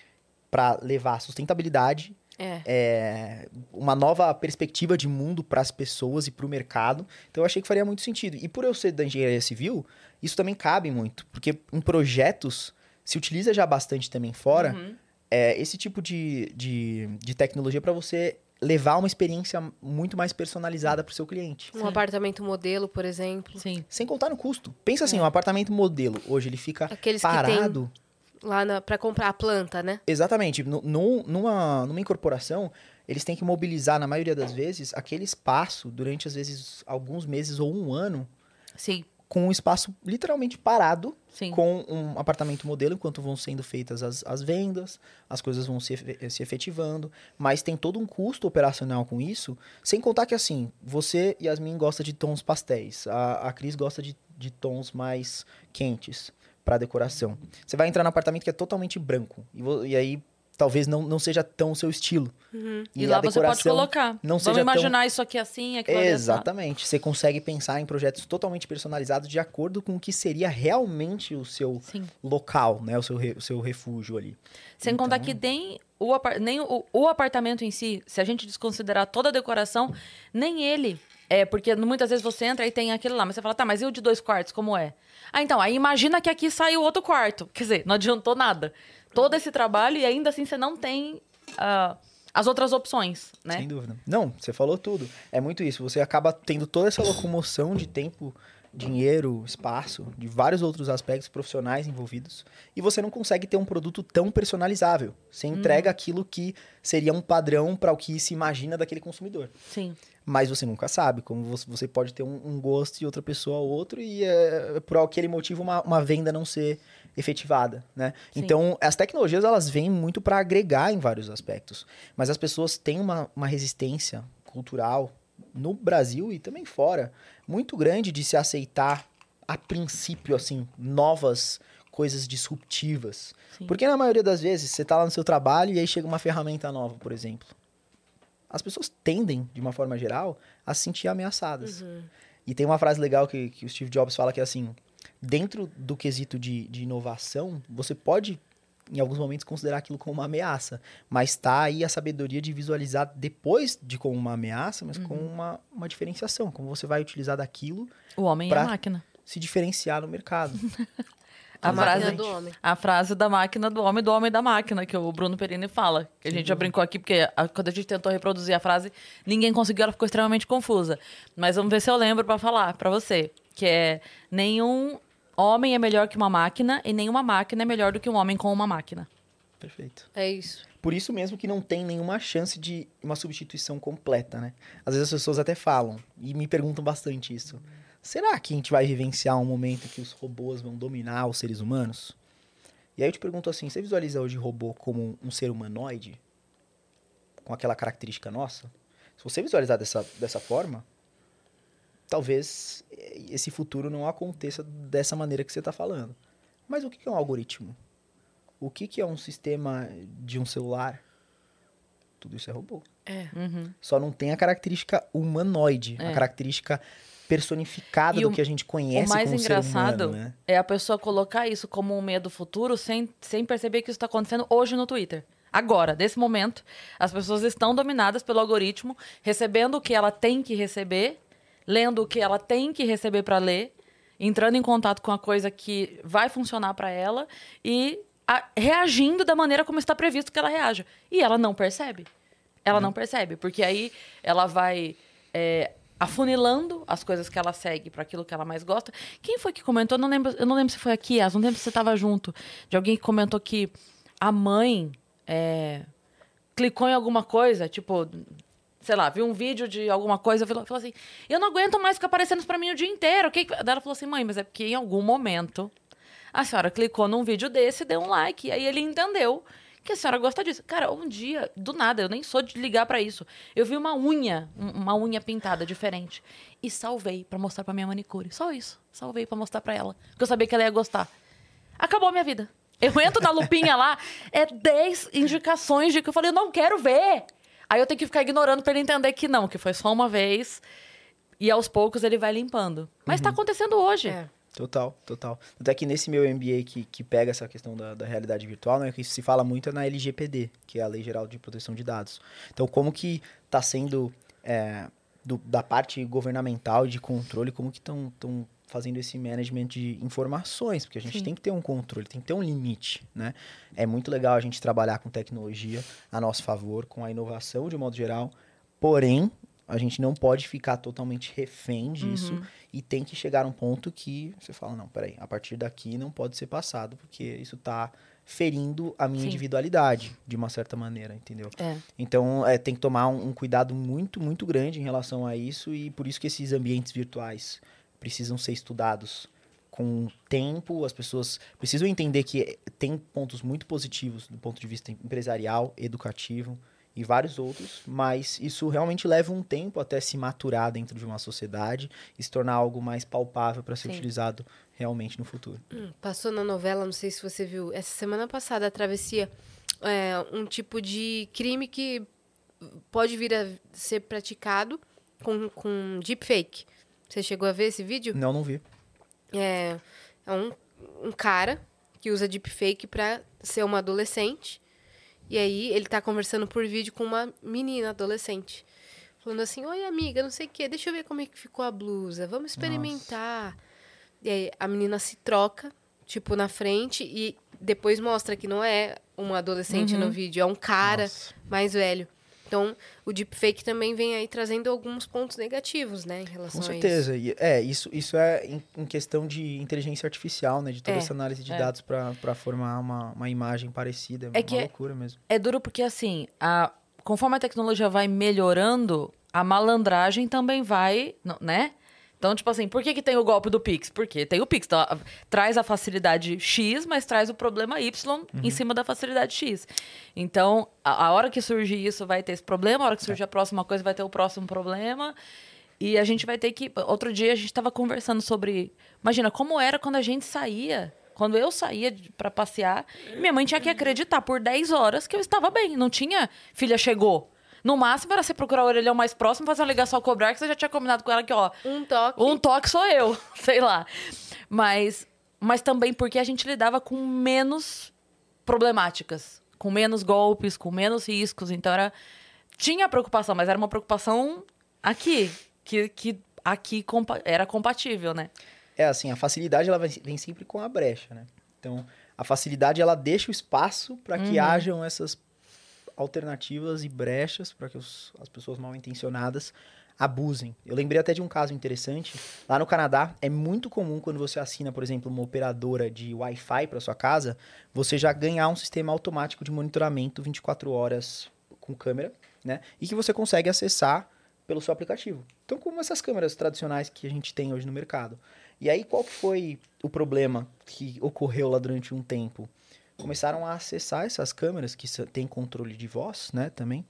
Speaker 3: para levar sustentabilidade,
Speaker 2: É.
Speaker 3: é, uma nova perspectiva de mundo para as pessoas e para o mercado. Então, eu achei que faria muito sentido. E por eu ser da engenharia civil, isso também cabe muito, porque em projetos se utiliza já bastante também fora
Speaker 1: Uhum.
Speaker 3: é, esse tipo de, de, de tecnologia para você levar uma experiência muito mais personalizada para o seu cliente.
Speaker 2: Um apartamento modelo, por exemplo.
Speaker 1: Sim.
Speaker 3: Sem contar no custo. Pensa assim, um apartamento modelo, hoje ele fica
Speaker 2: Aqueles que
Speaker 3: parado...
Speaker 2: Lá na, pra comprar a planta, né?
Speaker 3: Exatamente. No, no- numa, numa incorporação, eles têm que mobilizar, na maioria das vezes, aquele espaço durante, às vezes, alguns meses ou um ano,
Speaker 1: Sim.
Speaker 3: com um espaço literalmente parado,
Speaker 1: Sim.
Speaker 3: com um apartamento modelo, enquanto vão sendo feitas as, as vendas, as coisas vão se, efe- se efetivando, mas tem todo um custo operacional com isso, sem contar que, assim, você, Yasmin, gosta de tons pastéis, a, a Cris gosta de, de tons mais quentes para decoração. Você vai entrar num apartamento que é totalmente branco, e, vo- e aí talvez não, não seja tão o seu estilo.
Speaker 2: Uhum.
Speaker 1: E,
Speaker 3: a
Speaker 1: lá você pode
Speaker 3: decoração
Speaker 1: colocar.
Speaker 3: não
Speaker 1: Vamos
Speaker 3: seja tão-
Speaker 1: imaginar isso aqui assim, aquilo ali assim.
Speaker 3: Exatamente. Você consegue pensar em projetos totalmente personalizados de acordo com o que seria realmente o seu
Speaker 1: Sim.
Speaker 3: local, né? O seu, re- o seu refúgio ali.
Speaker 1: Sem
Speaker 3: Então-
Speaker 1: contar que nem, o, apar- nem o, o apartamento em si, se a gente desconsiderar toda a decoração, nem ele. É, porque muitas vezes você entra e tem aquele lá, mas você fala, tá, mas e o de dois quartos, como é? Ah, então, aí imagina que aqui sai o outro quarto. Quer dizer, não adiantou nada. Todo esse trabalho e ainda assim você não tem ah, as outras opções, né?
Speaker 3: Sem dúvida. Não, você falou tudo. É muito isso. Você acaba tendo toda essa locomoção de tempo, dinheiro, espaço, de vários outros aspectos profissionais envolvidos, e você não consegue ter um produto tão personalizável. Você entrega aquilo que seria um padrão para o que se imagina daquele consumidor.
Speaker 1: Sim.
Speaker 3: Mas você nunca sabe, como você, você pode ter um, um gosto e outra pessoa outro, e é, por aquele motivo uma, uma venda não ser efetivada, né?
Speaker 1: Sim.
Speaker 3: Então, as tecnologias, elas vêm muito para agregar em vários aspectos, mas as pessoas têm uma, uma resistência cultural no Brasil e também fora, muito grande de se aceitar, a princípio, assim, novas coisas disruptivas.
Speaker 1: Sim.
Speaker 3: Porque na maioria das vezes, você tá lá no seu trabalho e aí chega uma ferramenta nova, por exemplo. As pessoas tendem, de uma forma geral, a se sentir ameaçadas. E tem uma frase legal que, que o Steve Jobs fala que é assim, dentro do quesito de, de inovação, você pode, em alguns momentos, considerar aquilo como uma ameaça, mas tá aí a sabedoria de visualizar depois de como uma ameaça, mas como uma, uma diferenciação, como você vai utilizar daquilo
Speaker 1: O homem
Speaker 3: Pra-
Speaker 1: e a máquina.
Speaker 3: se diferenciar no mercado.
Speaker 1: A
Speaker 2: A máquina
Speaker 1: frase,
Speaker 2: do homem.
Speaker 1: a frase da máquina do homem, do homem da máquina, que o Bruno Perini fala. Que a gente já brincou aqui, porque a- quando a gente tentou reproduzir a frase, ninguém conseguiu, ela ficou extremamente confusa. Mas vamos ver se eu lembro pra falar pra você. Que é, nenhum homem é melhor que uma máquina e nenhuma máquina é melhor do que um homem com uma máquina.
Speaker 3: Perfeito.
Speaker 2: É isso.
Speaker 3: Por isso mesmo que não tem nenhuma chance de uma substituição completa, né? Às vezes as pessoas até falam, e me perguntam bastante isso. Será que a gente vai vivenciar um momento que os robôs vão dominar os seres humanos? E aí eu te pergunto assim, você visualiza hoje robô como um ser humanoide? Com aquela característica nossa? Se você visualizar dessa, dessa forma, talvez esse futuro não aconteça dessa maneira que você está falando. Mas o que é um algoritmo? O que que é um sistema de um celular? Tudo isso é robô.
Speaker 2: É.
Speaker 1: Uhum.
Speaker 3: Só não tem a característica humanoide,
Speaker 1: É.
Speaker 3: a característica personificada
Speaker 1: E
Speaker 3: do
Speaker 1: o-
Speaker 3: que a gente conhece
Speaker 1: o mais
Speaker 3: como
Speaker 1: engraçado
Speaker 3: ser humano, né?
Speaker 1: é a pessoa colocar isso como um medo futuro sem, sem perceber que isso está acontecendo hoje no Twitter. Agora, nesse momento, as pessoas estão dominadas pelo algoritmo, recebendo o que ela tem que receber, lendo o que ela tem que receber para ler, entrando em contato com a coisa que vai funcionar para ela e a- reagindo da maneira como está previsto que ela reaja. E ela não percebe. Ela não percebe, porque aí ela vai é, afunilando as coisas que ela segue para aquilo que ela mais gosta. Quem foi que comentou? Eu não lembro, eu não lembro se foi aqui, Yas, não lembro se você estava junto, de alguém que comentou que a mãe é, clicou em alguma coisa, tipo, sei lá, viu um vídeo de alguma coisa, falou, falou assim, eu não aguento mais ficar aparecendo isso pra mim o dia inteiro. Que... Daí ela falou assim, mãe, mas é porque em algum momento a senhora clicou num vídeo desse e deu um like. E aí ele entendeu que a senhora gosta disso. Cara, um dia, do nada, eu nem sou de ligar pra isso. Eu vi uma unha, uma unha pintada diferente. E salvei pra mostrar pra minha manicure. Só isso. Salvei pra mostrar pra ela. Porque eu sabia que ela ia gostar. Acabou a minha vida. Eu entro na lupinha lá, é dez indicações de que eu falei, eu não quero ver. Aí eu tenho que ficar ignorando pra ele entender que não, que foi só uma vez. E aos poucos ele vai limpando. Mas uhum. tá acontecendo hoje.
Speaker 2: É.
Speaker 3: Total, total. Até que nesse meu M B A que, que pega essa questão da, da realidade virtual, né, que se fala muito é na L G P D, que é a Lei Geral de Proteção de Dados. Então, como que está sendo, é, do, da parte governamental de controle, como que estão fazendo esse management de informações? Porque a gente Sim. tem que ter um controle, tem que ter um limite, né? É muito legal a gente trabalhar com tecnologia a nosso favor, com a inovação de modo geral, porém, a gente não pode ficar totalmente refém disso uhum. e tem que chegar a um ponto que você fala, não, peraí, a partir daqui não pode ser passado, porque isso está ferindo a minha Sim. individualidade, de uma certa maneira, entendeu?
Speaker 1: É.
Speaker 3: Então, é, tem que tomar um, um cuidado muito, muito grande em relação a isso e por isso que esses ambientes virtuais precisam ser estudados com tempo, as pessoas precisam entender que tem pontos muito positivos do ponto de vista empresarial, educativo, e vários outros, mas isso realmente leva um tempo até se maturar dentro de uma sociedade e se tornar algo mais palpável para ser Sim. utilizado realmente no futuro.
Speaker 2: Hum, passou na novela, não sei se você viu, essa semana passada, a Travessia, é, um tipo de crime que pode vir a ser praticado com, com deepfake. Você chegou a ver esse vídeo?
Speaker 3: Não, não vi.
Speaker 2: É, é um, um cara que usa deepfake para ser uma adolescente. E aí, ele tá conversando por vídeo com uma menina adolescente. Falando assim, oi, amiga, não sei o quê, deixa eu ver como é que ficou a blusa, vamos experimentar. Nossa. E aí, a menina se troca, tipo, na frente, e depois mostra que não é uma adolescente uhum. no vídeo, é um cara Nossa. mais velho. Então, o deepfake também vem aí trazendo alguns pontos negativos, né, em relação
Speaker 3: Com certeza. a isso. É, isso, isso é em, em questão de inteligência artificial, né, de toda é, essa análise de é. dados para formar uma, uma imagem parecida. É, é uma loucura mesmo.
Speaker 1: É duro porque, assim, a, conforme a tecnologia vai melhorando, a malandragem também vai, né? Então, tipo assim, por que, que tem o golpe do Pix? Porque tem o Pix. Então, a, traz a facilidade X, mas traz o problema Y uhum. em cima da facilidade X. Então, a, a hora que surgir isso, vai ter esse problema. A hora que surgir é. a próxima coisa, vai ter o próximo problema. E a gente vai ter que... Outro dia, a gente estava conversando sobre... Imagina, como era quando a gente saía... Quando eu saía para passear, minha mãe tinha que acreditar por dez horas que eu estava bem. Não tinha... Filha, chegou. No máximo era você procurar o orelhão mais próximo, fazer uma ligação a cobrar, que você já tinha combinado com ela que, ó...
Speaker 2: Um toque.
Speaker 1: Um toque sou eu, sei lá. Mas, mas também porque a gente lidava com menos problemáticas, com menos golpes, com menos riscos. Então, era... Tinha preocupação, mas era uma preocupação aqui, que, que aqui compa- era compatível, né?
Speaker 3: É, assim, a facilidade, ela vem sempre com a brecha, né? Então, a facilidade, ela deixa o espaço para que uhum. hajam essas alternativas e brechas para que os, as pessoas mal intencionadas abusem. Eu lembrei até de um caso interessante. Lá no Canadá, é muito comum quando você assina, por exemplo, uma operadora de Wi-Fi para sua casa, você já ganhar um sistema automático de monitoramento vinte e quatro horas com câmera, né? E que você consegue acessar pelo seu aplicativo. Então, como essas câmeras tradicionais que a gente tem hoje no mercado. E aí, qual que foi o problema que ocorreu lá durante um tempo? Começaram a acessar essas câmeras, que têm controle de voz, né, também,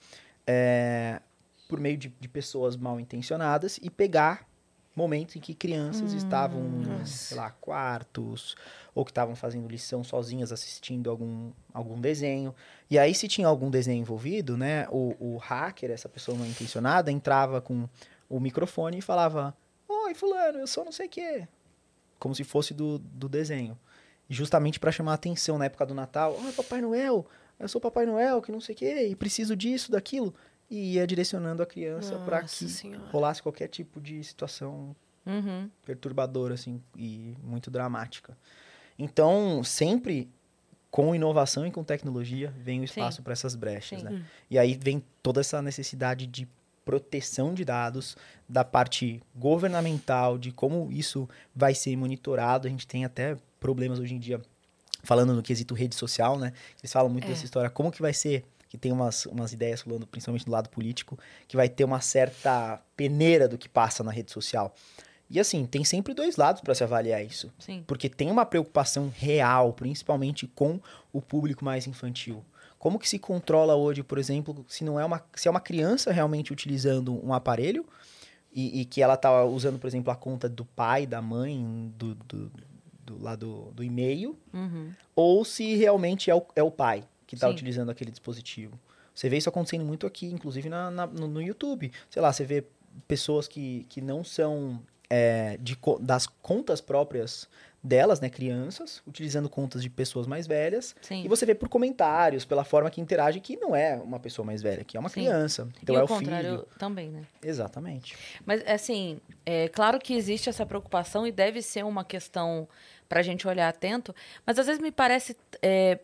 Speaker 3: é, por meio de, de pessoas mal intencionadas e pegar momentos em que crianças hum, estavam, nossa. sei lá, quartos, ou que estavam fazendo lição sozinhas, assistindo algum, algum desenho. E aí, se tinha algum desenho envolvido, né, o, o hacker, essa pessoa mal intencionada, entrava com o microfone e falava, oi, fulano, eu sou não sei o quê. Como se fosse do, do desenho. Justamente para chamar a atenção na época do Natal. Oh, Papai Noel, eu sou Papai Noel, que não sei o quê, e preciso disso, daquilo. E ia direcionando a criança para que senhora. rolasse qualquer tipo de situação uhum. perturbadora, assim, e muito dramática. Então, sempre com inovação e com tecnologia, vem o espaço para essas brechas, Sim. né? Hum. E aí vem toda essa necessidade de proteção de dados, da parte governamental, de como isso vai ser monitorado. A gente tem até problemas hoje em dia, falando no quesito rede social, né? Eles falam muito
Speaker 2: É.
Speaker 3: dessa história, como que vai ser, que tem umas, umas ideias falando, principalmente do lado político, que vai ter uma certa peneira do que passa na rede social. E assim, tem sempre dois lados para se avaliar isso.
Speaker 1: Sim.
Speaker 3: Porque tem uma preocupação real, principalmente com o público mais infantil. Como que se controla hoje, por exemplo, se não é uma, se é uma criança realmente utilizando um aparelho e, e que ela está usando, por exemplo, a conta do pai, da mãe, do, do, do lado do e-mail,
Speaker 1: Uhum.
Speaker 3: ou se realmente é o, é o pai que está
Speaker 1: Sim.
Speaker 3: utilizando aquele dispositivo. Você vê isso acontecendo muito aqui, inclusive na, na- no, no YouTube. Sei lá, você vê pessoas que, que não são é, de, co- das contas próprias delas, né, crianças, utilizando contas de pessoas mais velhas.
Speaker 1: Sim.
Speaker 3: E você vê por comentários, pela forma que interage, que não é uma pessoa mais velha, que é uma
Speaker 1: Sim.
Speaker 3: criança. Então
Speaker 1: e
Speaker 3: é
Speaker 1: o
Speaker 3: o
Speaker 1: contrário
Speaker 3: filho.
Speaker 1: também, né?
Speaker 3: Exatamente.
Speaker 1: Mas, assim, é claro que existe essa preocupação e deve ser uma questão para a gente olhar atento, mas às vezes me parece é,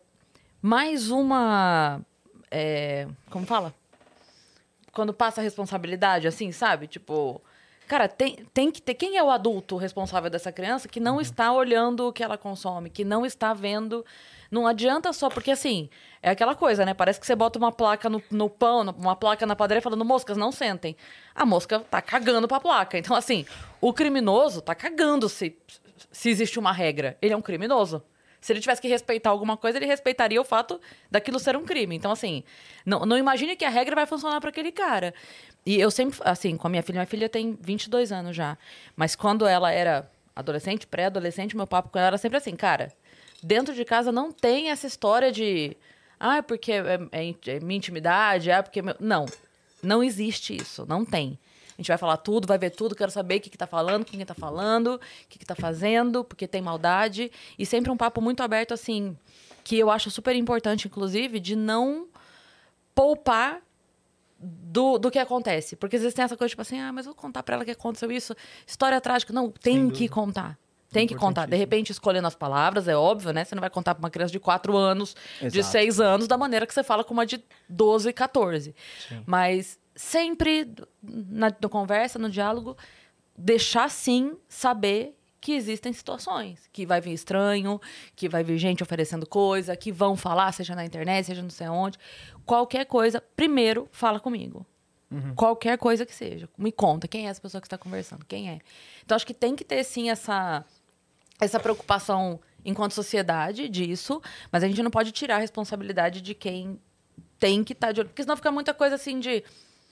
Speaker 1: mais uma... é, como fala? Quando passa a responsabilidade, assim, sabe? Tipo, cara, tem, tem que ter... Quem é o adulto responsável dessa criança que não está olhando o que ela consome, que não está vendo... Não adianta só, porque assim, é aquela coisa, né? Parece que você bota uma placa no, no pão, uma placa na padaria falando, moscas, não sentem. A mosca tá cagando pra placa. Então, assim, o criminoso tá cagando se, se existe uma regra. Ele é um criminoso. Se ele tivesse que respeitar alguma coisa, ele respeitaria o fato daquilo ser um crime. Então, assim, não, não imagine que a regra vai funcionar pra aquele cara. E eu sempre, assim, com a minha filha, minha filha tem vinte e dois anos já. Mas quando ela era adolescente, pré-adolescente, meu papo com ela era sempre assim, cara... Dentro de casa não tem essa história de... Ah, porque é, é, é minha intimidade, é porque... Meu... Não, não existe isso, não tem. A gente vai falar tudo, vai ver tudo, quero saber o que, que tá falando, com quem tá falando, o que, que tá fazendo, porque tem maldade. E sempre um papo muito aberto, assim, que eu acho super importante, inclusive, de não poupar do, do que acontece. Porque às vezes tem essa coisa, tipo assim, ah, mas eu vou contar pra ela que aconteceu isso. História trágica. Não, tem
Speaker 3: Sem
Speaker 1: que
Speaker 3: dúvida.
Speaker 1: contar. Tem que contar. De
Speaker 3: Importantíssimo.
Speaker 1: repente, escolhendo as palavras, é óbvio, né? Você não vai contar pra uma criança de quatro anos, de
Speaker 3: Exato.
Speaker 1: seis anos, da maneira que você fala com uma de doze, quatorze.
Speaker 3: Sim.
Speaker 1: Mas sempre, na, na conversa, no diálogo, deixar, sim, saber que existem situações. Que vai vir estranho, que vai vir gente oferecendo coisa, que vão falar, seja na internet, seja não sei onde. Qualquer coisa, primeiro, fala comigo. Qualquer coisa que seja. Me conta quem é essa pessoa que está conversando, quem é. Então, acho que tem que ter, sim, essa, essa preocupação enquanto sociedade disso, mas a gente não pode tirar a responsabilidade de quem tem que estar tá de olho. Porque senão fica muita coisa assim de...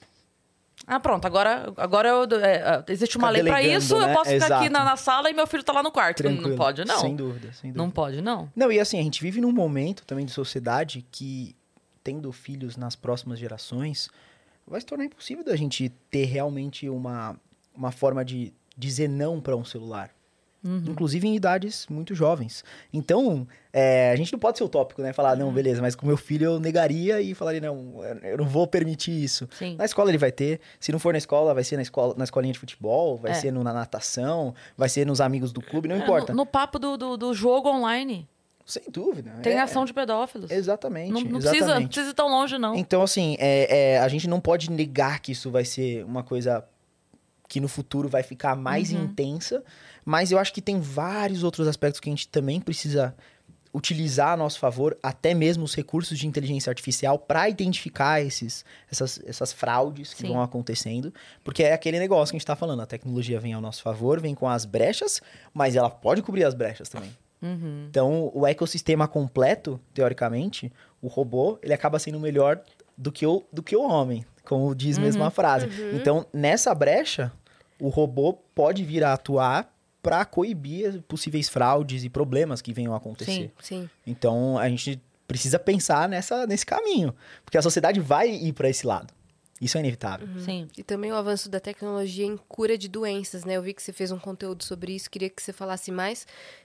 Speaker 1: Ah, pronto, agora, agora eu, é, existe uma
Speaker 3: Fica
Speaker 1: lei para
Speaker 3: delegando,
Speaker 1: isso,
Speaker 3: né?
Speaker 1: eu posso ficar
Speaker 3: Exato.
Speaker 1: aqui na, na sala e meu filho tá lá no quarto. Não,
Speaker 3: Tranquilo.
Speaker 1: não pode, não.
Speaker 3: Sem dúvida, sem dúvida.
Speaker 1: Não pode, não.
Speaker 3: Não, e assim, a gente vive num momento também de sociedade que, tendo filhos nas próximas gerações, vai se tornar impossível da gente ter realmente uma, uma forma de dizer não para um celular. Inclusive em idades muito jovens. Então, é, a gente não pode ser utópico, né? Falar, não, beleza, mas com meu filho eu negaria e falaria, não, eu não vou permitir isso.
Speaker 1: Sim.
Speaker 3: Na escola ele vai ter. Se não for na escola, vai ser na, escola, na escolinha de futebol, vai
Speaker 1: É.
Speaker 3: ser no- na natação, vai ser nos amigos do clube, não
Speaker 1: É,
Speaker 3: importa.
Speaker 1: No, no papo do, do, do jogo online,
Speaker 3: Sem dúvida.
Speaker 1: tem
Speaker 3: é,
Speaker 1: ação de pedófilos.
Speaker 3: Exatamente,
Speaker 1: Não, não precisa, não
Speaker 3: exatamente.
Speaker 1: precisa ir tão longe, não.
Speaker 3: Então, assim, é, é, a gente não pode negar que isso vai ser uma coisa que no futuro vai ficar mais
Speaker 1: Uhum.
Speaker 3: intensa, mas eu acho que tem vários outros aspectos que a gente também precisa utilizar a nosso favor, até mesmo os recursos de inteligência artificial, para identificar esses, essas, essas fraudes que
Speaker 1: Sim.
Speaker 3: vão acontecendo, porque é aquele negócio que a gente está falando, a tecnologia vem ao nosso favor, vem com as brechas, mas ela pode cobrir as brechas também.
Speaker 1: Uhum.
Speaker 3: Então, o ecossistema completo, teoricamente, o robô, ele acaba sendo melhor do que o, do que o homem, como diz mesmo a frase. Então, nessa brecha, o robô pode vir a atuar para coibir possíveis fraudes e problemas que venham a acontecer.
Speaker 1: Sim.
Speaker 2: Sim.
Speaker 3: Então, a gente precisa pensar nessa, nesse caminho, porque a sociedade vai ir para esse lado. Isso é inevitável.
Speaker 1: Sim.
Speaker 2: E também o avanço da tecnologia em cura de doenças, né? Eu vi que você fez um conteúdo sobre isso, queria que você falasse mais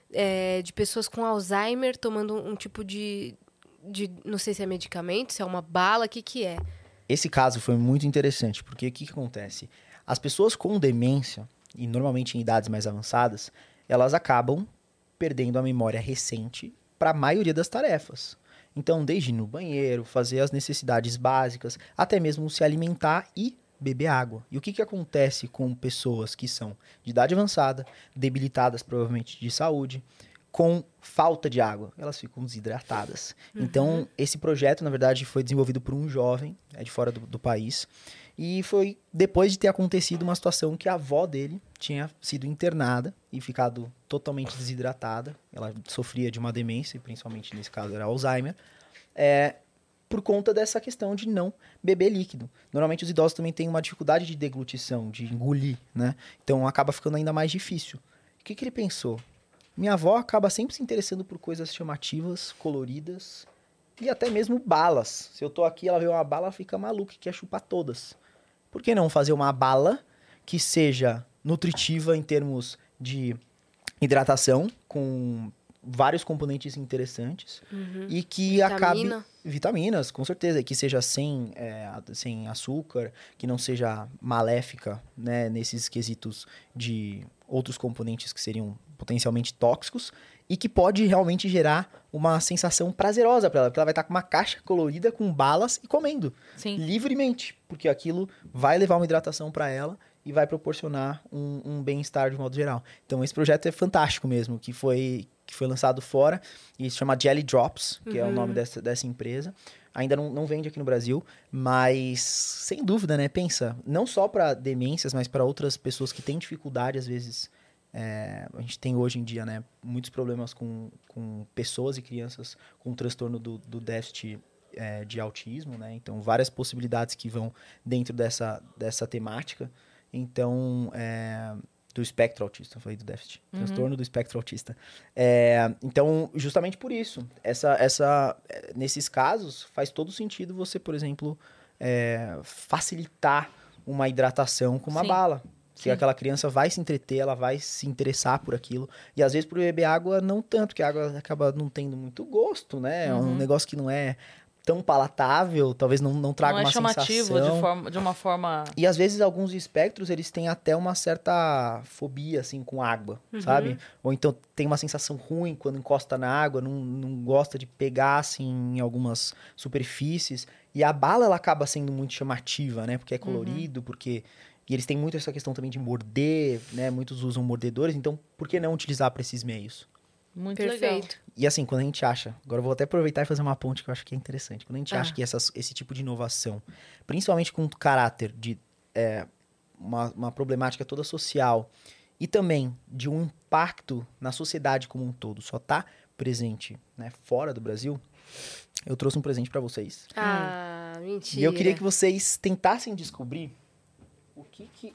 Speaker 2: é, de pessoas com Alzheimer tomando um, um tipo de, de, não sei se é medicamento, se é uma bala, o que que é?
Speaker 3: Esse caso foi muito interessante, porque o que, que acontece? As pessoas com demência, e normalmente em idades mais avançadas, elas acabam perdendo a memória recente para a maioria das tarefas. Então, desde ir no banheiro, fazer as necessidades básicas, até mesmo se alimentar e beber água. E o que, que acontece com pessoas que são de idade avançada, debilitadas provavelmente de saúde, com falta de água? Elas ficam desidratadas.
Speaker 2: Uhum.
Speaker 3: Então, esse projeto, na verdade, foi desenvolvido por um jovem, é de fora do, do país, e foi depois de ter acontecido uma situação que a avó dele tinha sido internada e ficado totalmente desidratada. Ela sofria de uma demência, principalmente nesse caso era Alzheimer, é, por conta dessa questão de não beber líquido. Normalmente os idosos também têm uma dificuldade de deglutição, de engolir, né? Então acaba ficando ainda mais difícil. O que, que ele pensou? Minha avó acaba sempre se interessando por coisas chamativas, coloridas e até mesmo balas. Se eu tô aqui, ela vê uma bala, ela fica maluca e quer chupar todas. Por que não fazer uma bala que seja nutritiva em termos de hidratação, com vários componentes interessantes,
Speaker 2: Uhum.
Speaker 3: e que
Speaker 2: Vitamina.
Speaker 3: acabe... Vitaminas, com certeza. Que seja sem, é, sem açúcar, que não seja maléfica, né, nesses quesitos de outros componentes que seriam potencialmente tóxicos, e que pode realmente gerar uma sensação prazerosa para ela, porque ela vai estar com uma caixa colorida com balas e comendo
Speaker 1: Sim.
Speaker 3: livremente, porque aquilo vai levar uma hidratação para ela e vai proporcionar um, um bem-estar de modo geral. Então esse projeto é fantástico mesmo, que foi, que foi lançado fora e se chama Jelly Drops, que
Speaker 2: Uhum.
Speaker 3: é o nome dessa, dessa empresa. Ainda não, não vende aqui no Brasil, mas sem dúvida, né? Pensa, não só para demências, mas para outras pessoas que têm dificuldade, às vezes. É, a gente tem hoje em dia, né, muitos problemas com, com pessoas e crianças com transtorno do, do déficit é, de autismo, né? Então, várias possibilidades que vão dentro dessa, dessa temática. Então, é, do espectro autista, eu falei do déficit.
Speaker 1: Uhum.
Speaker 3: Transtorno do espectro autista. É, então, justamente por isso, essa, essa, nesses casos, faz todo sentido você, por exemplo, é, facilitar uma hidratação com uma
Speaker 1: Sim.
Speaker 3: bala. Que
Speaker 1: Sim.
Speaker 3: aquela criança vai se entreter, ela vai se interessar por aquilo. E às vezes por beber água, não tanto, porque a água acaba não tendo muito gosto, né? É um
Speaker 1: Uhum.
Speaker 3: negócio que não é tão palatável, talvez não, não traga
Speaker 1: Não é
Speaker 3: uma
Speaker 1: chamativo
Speaker 3: sensação.
Speaker 1: de, forma, de uma forma...
Speaker 3: E às vezes alguns espectros, eles têm até uma certa fobia, assim, com água,
Speaker 2: Uhum.
Speaker 3: sabe? Ou então tem uma sensação ruim quando encosta na água, não, não gosta de pegar, assim, em algumas superfícies. E a bala, ela acaba sendo muito chamativa, né? Porque é colorido, porque... E eles têm muito essa questão também de morder, né? Muitos usam mordedores, então por que não utilizar para esses meios?
Speaker 1: Muito legal.
Speaker 2: Perfeito.
Speaker 3: E assim, quando a gente acha... Agora eu vou até aproveitar e fazer uma ponte que eu acho que é interessante. Quando a gente
Speaker 2: Ah.
Speaker 3: acha que essas, esse tipo de inovação, principalmente com caráter de é, uma, uma problemática toda social e também de um impacto na sociedade como um todo, só tá presente, né, fora do Brasil, eu trouxe um presente para vocês.
Speaker 2: Ah, mentira.
Speaker 3: E eu queria que vocês tentassem descobrir o que, que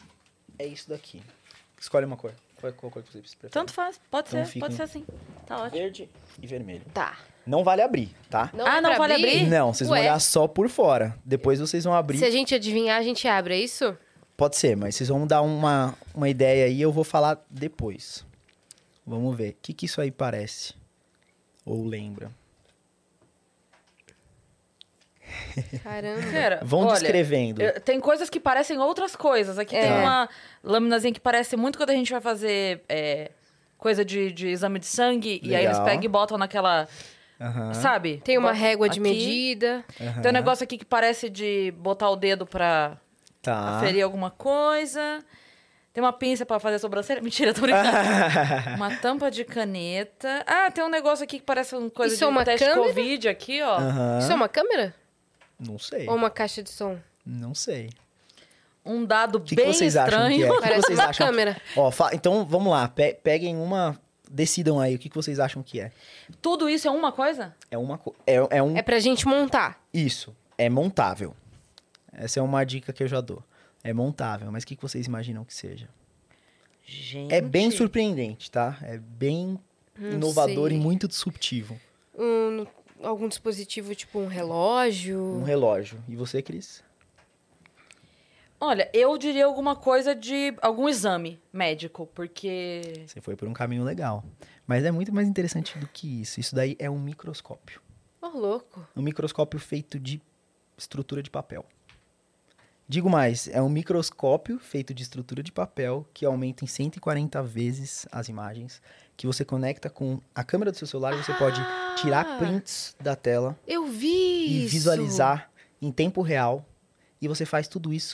Speaker 3: é isso daqui. Escolhe uma cor. Qual, qual cor que vocês preferem?
Speaker 1: Tanto faz. Pode
Speaker 3: Então
Speaker 1: ser.
Speaker 3: fica
Speaker 1: Pode
Speaker 3: um-
Speaker 1: ser assim. Tá ótimo.
Speaker 3: Verde e vermelho.
Speaker 2: Tá.
Speaker 3: Não vale abrir, tá?
Speaker 2: Não
Speaker 1: Ah,
Speaker 2: é
Speaker 1: não
Speaker 2: pra
Speaker 1: vale abrir?
Speaker 3: Não, vocês vão
Speaker 2: Ué?
Speaker 3: olhar só por fora. Depois vocês vão abrir.
Speaker 2: Se a gente adivinhar, a gente abre, é isso?
Speaker 3: Pode ser, mas vocês vão dar uma, uma ideia aí, eu vou falar depois. Vamos ver. O que, que isso aí parece? Ou lembra?
Speaker 2: Caramba.
Speaker 1: Cara,
Speaker 3: Vão
Speaker 1: olha,
Speaker 3: descrevendo.
Speaker 1: eu- tem coisas que parecem outras coisas. Aqui
Speaker 2: É.
Speaker 1: tem uma laminazinha que parece muito quando a gente vai fazer é, coisa de, de exame de sangue. E aí eles
Speaker 3: Legal.
Speaker 1: pegam e botam naquela...
Speaker 3: Aham,
Speaker 1: Sabe?
Speaker 2: Tem uma
Speaker 1: Bota
Speaker 2: régua de
Speaker 1: aqui.
Speaker 2: medida.
Speaker 3: aham.
Speaker 1: Tem um negócio aqui que parece de botar o dedo pra
Speaker 3: Tá.
Speaker 1: aferir alguma coisa. Tem uma pinça pra fazer a sobrancelha. Mentira, tô brincando. Uma tampa de caneta. Ah, tem um negócio aqui que parece uma coisa
Speaker 2: Isso é
Speaker 1: de
Speaker 2: uma
Speaker 1: teste
Speaker 2: câmera?
Speaker 1: Covid aqui, ó.
Speaker 3: Aham.
Speaker 2: Isso é uma câmera?
Speaker 3: Não sei.
Speaker 2: Ou uma caixa de som?
Speaker 3: Não sei.
Speaker 1: Um dado
Speaker 3: O que, que
Speaker 1: bem
Speaker 3: vocês acham
Speaker 1: estranho.
Speaker 3: que é? O que
Speaker 2: Parece
Speaker 3: vocês
Speaker 2: uma
Speaker 3: acham?
Speaker 2: câmera.
Speaker 3: Ó, fa- então vamos lá. Pe- peguem uma. Decidam aí o que, que vocês acham que é.
Speaker 1: Tudo isso é uma coisa?
Speaker 3: É uma co- é, é um
Speaker 2: É pra gente montar.
Speaker 3: Isso. É montável. Essa é uma dica que eu já dou. É montável, mas o que, que vocês imaginam que seja?
Speaker 1: Gente.
Speaker 3: É bem surpreendente, tá? É bem
Speaker 2: Não
Speaker 3: inovador
Speaker 2: sei.
Speaker 3: e muito disruptivo.
Speaker 2: Um, algum dispositivo, tipo um relógio.
Speaker 3: Um relógio. E você, Cris?
Speaker 1: Olha, eu diria alguma coisa de algum exame médico, porque
Speaker 3: Você foi por um caminho legal. Mas é muito mais interessante do que isso. Isso daí é um microscópio.
Speaker 2: Ô, louco.
Speaker 3: Um microscópio feito de estrutura de papel. Digo mais, é um microscópio feito de estrutura de papel que aumenta em cento e quarenta vezes as imagens, que você conecta com a câmera do seu celular e você pode tirar prints da tela
Speaker 2: Eu vi
Speaker 3: e
Speaker 2: isso.
Speaker 3: visualizar em tempo real. E você faz tudo isso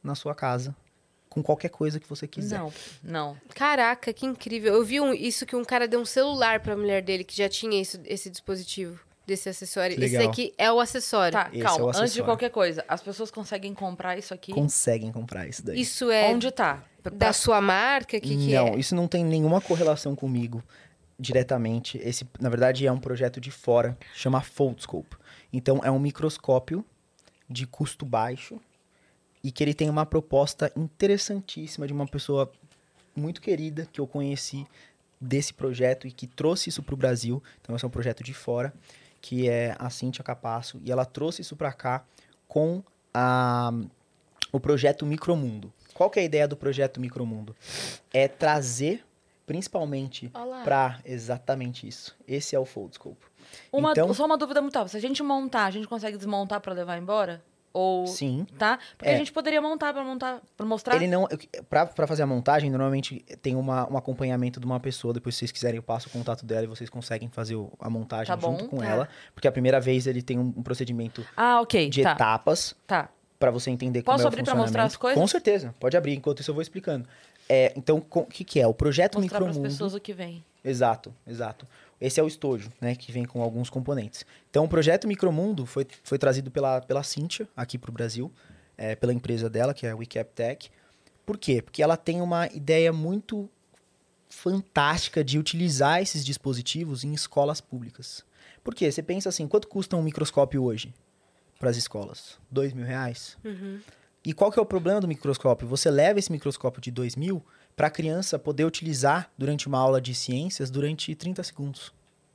Speaker 3: na sua casa com qualquer coisa que você quiser.
Speaker 1: Não, não.
Speaker 2: Caraca, que incrível. Eu vi um- isso que um cara deu um celular pra mulher dele que já tinha isso, esse dispositivo, desse acessório.
Speaker 3: Que
Speaker 2: Esse
Speaker 3: legal.
Speaker 2: aqui é o acessório.
Speaker 1: Tá,
Speaker 3: Esse
Speaker 1: calma.
Speaker 3: é o
Speaker 1: Antes de
Speaker 3: acessório.
Speaker 1: qualquer coisa, as pessoas conseguem comprar isso aqui?
Speaker 3: Conseguem comprar isso daí.
Speaker 2: Isso é
Speaker 1: Onde tá?
Speaker 2: da sua marca? Que que
Speaker 3: não,
Speaker 2: é?
Speaker 3: isso não tem nenhuma correlação comigo diretamente. Esse, na verdade, é um projeto de fora, chama Foldscope. Então, é um microscópio de custo baixo e que ele tem uma proposta interessantíssima de uma pessoa muito querida que eu conheci desse projeto e que trouxe isso para o Brasil. Então, esse é um projeto de fora, que é a Cíntia Capasso, e ela trouxe isso para cá com a, o projeto Micromundo. Qual que é a ideia do projeto Micromundo? É trazer, principalmente,
Speaker 2: Olá.
Speaker 3: para exatamente isso. Esse é o Foldscope.
Speaker 1: Uma,
Speaker 3: Então-
Speaker 1: Só uma dúvida muito rápida. Se a gente montar, a gente consegue desmontar pra levar embora? Ou...
Speaker 3: Sim.
Speaker 1: Tá? Porque
Speaker 3: É.
Speaker 1: a gente poderia montar pra montar, para mostrar.
Speaker 3: Ele não. Pra, pra fazer a montagem, normalmente tem uma, um acompanhamento de uma pessoa. Depois, se vocês quiserem, eu passo o contato dela e vocês conseguem fazer o- a montagem
Speaker 1: Tá bom,
Speaker 3: junto com
Speaker 1: tá.
Speaker 3: ela. Porque a primeira vez ele tem um, um procedimento
Speaker 1: Ah, ok.
Speaker 3: de
Speaker 1: tá.
Speaker 3: etapas
Speaker 1: Tá.
Speaker 3: pra você entender
Speaker 1: Posso
Speaker 3: como é o
Speaker 1: abrir pra mostrar as
Speaker 3: funcionamento.
Speaker 1: coisas?
Speaker 3: Com certeza, pode abrir. Enquanto isso, eu vou explicando. É, então, o que, que é? O projeto
Speaker 1: Mostrar pras
Speaker 3: Micromundo.
Speaker 1: pessoas o que vem.
Speaker 3: Exato, exato. Esse é o estojo, né, que vem com alguns componentes. Então, o projeto Micromundo foi, foi trazido pela, pela Cíntia aqui para o Brasil, é, pela empresa dela, que é a WeCapTech. Por quê? Porque ela tem uma ideia muito fantástica de utilizar esses dispositivos em escolas públicas. Por quê? Você pensa assim, quanto custa um microscópio hoje para as escolas? Dois mil reais?
Speaker 2: Uhum.
Speaker 3: E qual que é o problema do microscópio? Você leva esse microscópio de dois mil para a criança poder utilizar durante uma aula de ciências durante trinta segundos.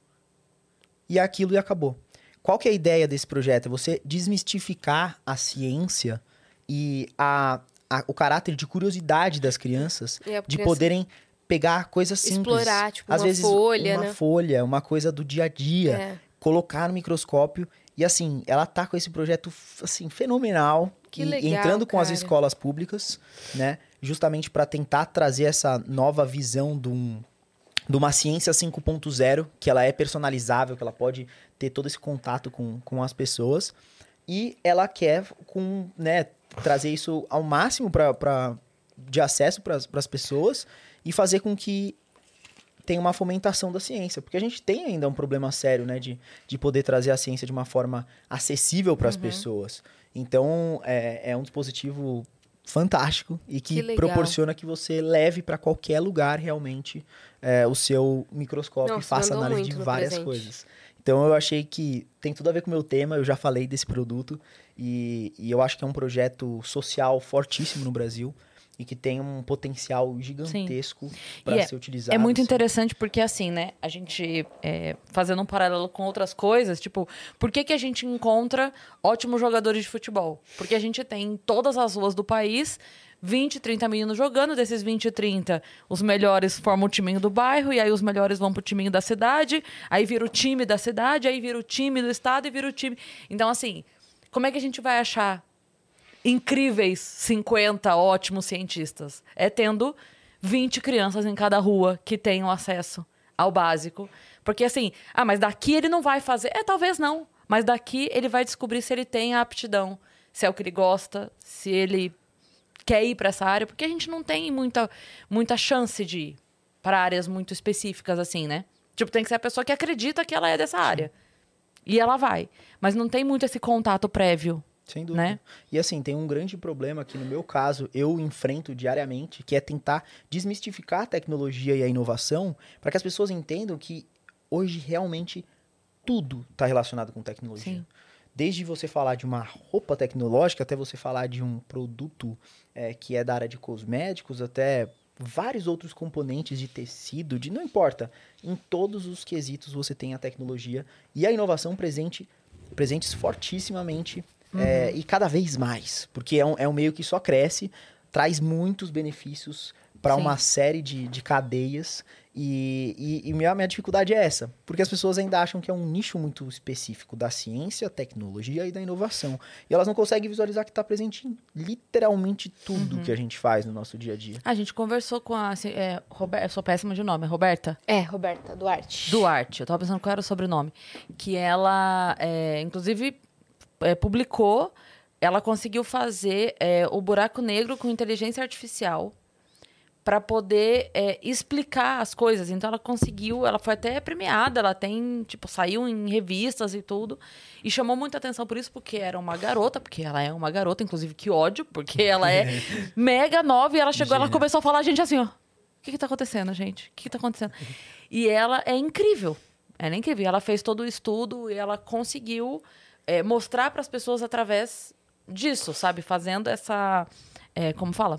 Speaker 3: E aquilo e acabou. Qual que é a ideia desse projeto? É você desmistificar a ciência e a, a- o caráter de curiosidade das crianças
Speaker 2: E a
Speaker 3: de
Speaker 2: criança
Speaker 3: poderem pegar coisas simples.
Speaker 2: explorar, tipo,
Speaker 3: Às
Speaker 2: uma
Speaker 3: vezes,
Speaker 2: folha,
Speaker 3: uma
Speaker 2: né?
Speaker 3: folha, uma coisa do dia a dia
Speaker 2: É.
Speaker 3: colocar no microscópio. E assim, ela tá com esse projeto assim fenomenal,
Speaker 2: Que
Speaker 3: e
Speaker 2: legal,
Speaker 3: entrando com as
Speaker 2: cara.
Speaker 3: escolas públicas, né, justamente para tentar trazer essa nova visão de, um, de uma ciência cinco ponto zero, que ela é personalizável, que ela pode ter todo esse contato com, com as pessoas. E ela quer com, né, trazer isso ao máximo pra, pra, de acesso para as pessoas e fazer com que tem uma fomentação da ciência, porque a gente tem ainda um problema sério, né, de, de poder trazer a ciência de uma forma acessível para as pessoas. Então, é, é um dispositivo fantástico e que,
Speaker 2: Que legal.
Speaker 3: proporciona que você leve para qualquer lugar realmente é, o seu microscópio
Speaker 2: Não,
Speaker 3: e
Speaker 2: você
Speaker 3: faça
Speaker 2: mandou
Speaker 3: análise de
Speaker 2: muito no
Speaker 3: várias
Speaker 2: presente.
Speaker 3: coisas. Então, eu achei que tem tudo a ver com o meu tema, eu já falei desse produto e, e eu acho que é um projeto social fortíssimo no Brasil e que tem um potencial gigantesco para
Speaker 1: E é-
Speaker 3: ser utilizado.
Speaker 1: É muito
Speaker 3: assim.
Speaker 1: interessante porque, assim, né? A gente, é, fazendo um paralelo com outras coisas, tipo, por que, que a gente encontra ótimos jogadores de futebol? Porque a gente tem em todas as ruas do país vinte, trinta meninos jogando. Desses vinte, trinta, os melhores formam o timinho do bairro, e aí os melhores vão pro timinho da cidade, aí vira o time da cidade, aí vira o time do estado e vira o time. Então, assim, como é que a gente vai achar incríveis cinquenta ótimos cientistas? É tendo vinte crianças em cada rua que tenham acesso ao básico. Porque assim, ah, mas daqui ele não vai fazer. É, talvez não. Mas daqui ele vai descobrir se ele tem a aptidão, se é o que ele gosta, se ele quer ir para essa área. Porque a gente não tem muita, muita chance de ir para áreas muito específicas assim, né? Tipo, tem que ser a pessoa que acredita que ela é dessa área. E ela vai. Mas não tem muito esse contato prévio.
Speaker 3: Sem dúvida.
Speaker 1: Né?
Speaker 3: E assim, tem um grande problema que no meu caso eu enfrento diariamente, que é tentar desmistificar a tecnologia e a inovação para que as pessoas entendam que hoje realmente tudo está relacionado com tecnologia.
Speaker 1: Sim.
Speaker 3: Desde você falar de uma roupa tecnológica até você falar de um produto é, que é da área de cosméticos, até vários outros componentes de tecido, de não importa. Em todos os quesitos você tem a tecnologia e a inovação presente, presentes fortissimamente é, e cada vez mais. Porque é um, é um meio que só cresce, traz muitos benefícios para
Speaker 1: Sim.
Speaker 3: uma série de, de cadeias. E, e, e minha, minha dificuldade é essa, porque as pessoas ainda acham que é um nicho muito específico da ciência, tecnologia e da inovação. E elas não conseguem visualizar que está presente em literalmente tudo
Speaker 1: Uhum.
Speaker 3: que a gente faz no nosso dia a dia.
Speaker 1: A gente conversou com a... assim, é, Roberta, eu sou péssima de nome, é Roberta?
Speaker 2: É, Roberta Duarte.
Speaker 1: Duarte, eu tava pensando qual era o sobrenome. Que ela, é, inclusive, é, publicou ela conseguiu fazer é, o buraco negro com inteligência artificial para poder é, explicar as coisas. Então, ela conseguiu... Ela foi até premiada. Ela tem... Tipo, saiu em revistas e tudo. E chamou muita atenção por isso, porque era uma garota. Porque ela é uma garota, inclusive, que ódio. Porque ela é mega nova. E ela chegou... Ela começou a falar, a gente, assim, ó... O que que tá acontecendo, gente? O que que tá acontecendo? E ela é incrível. Ela é incrível. Ela fez todo o estudo e ela conseguiu é, mostrar para as pessoas através disso, sabe? Fazendo essa... É, como fala?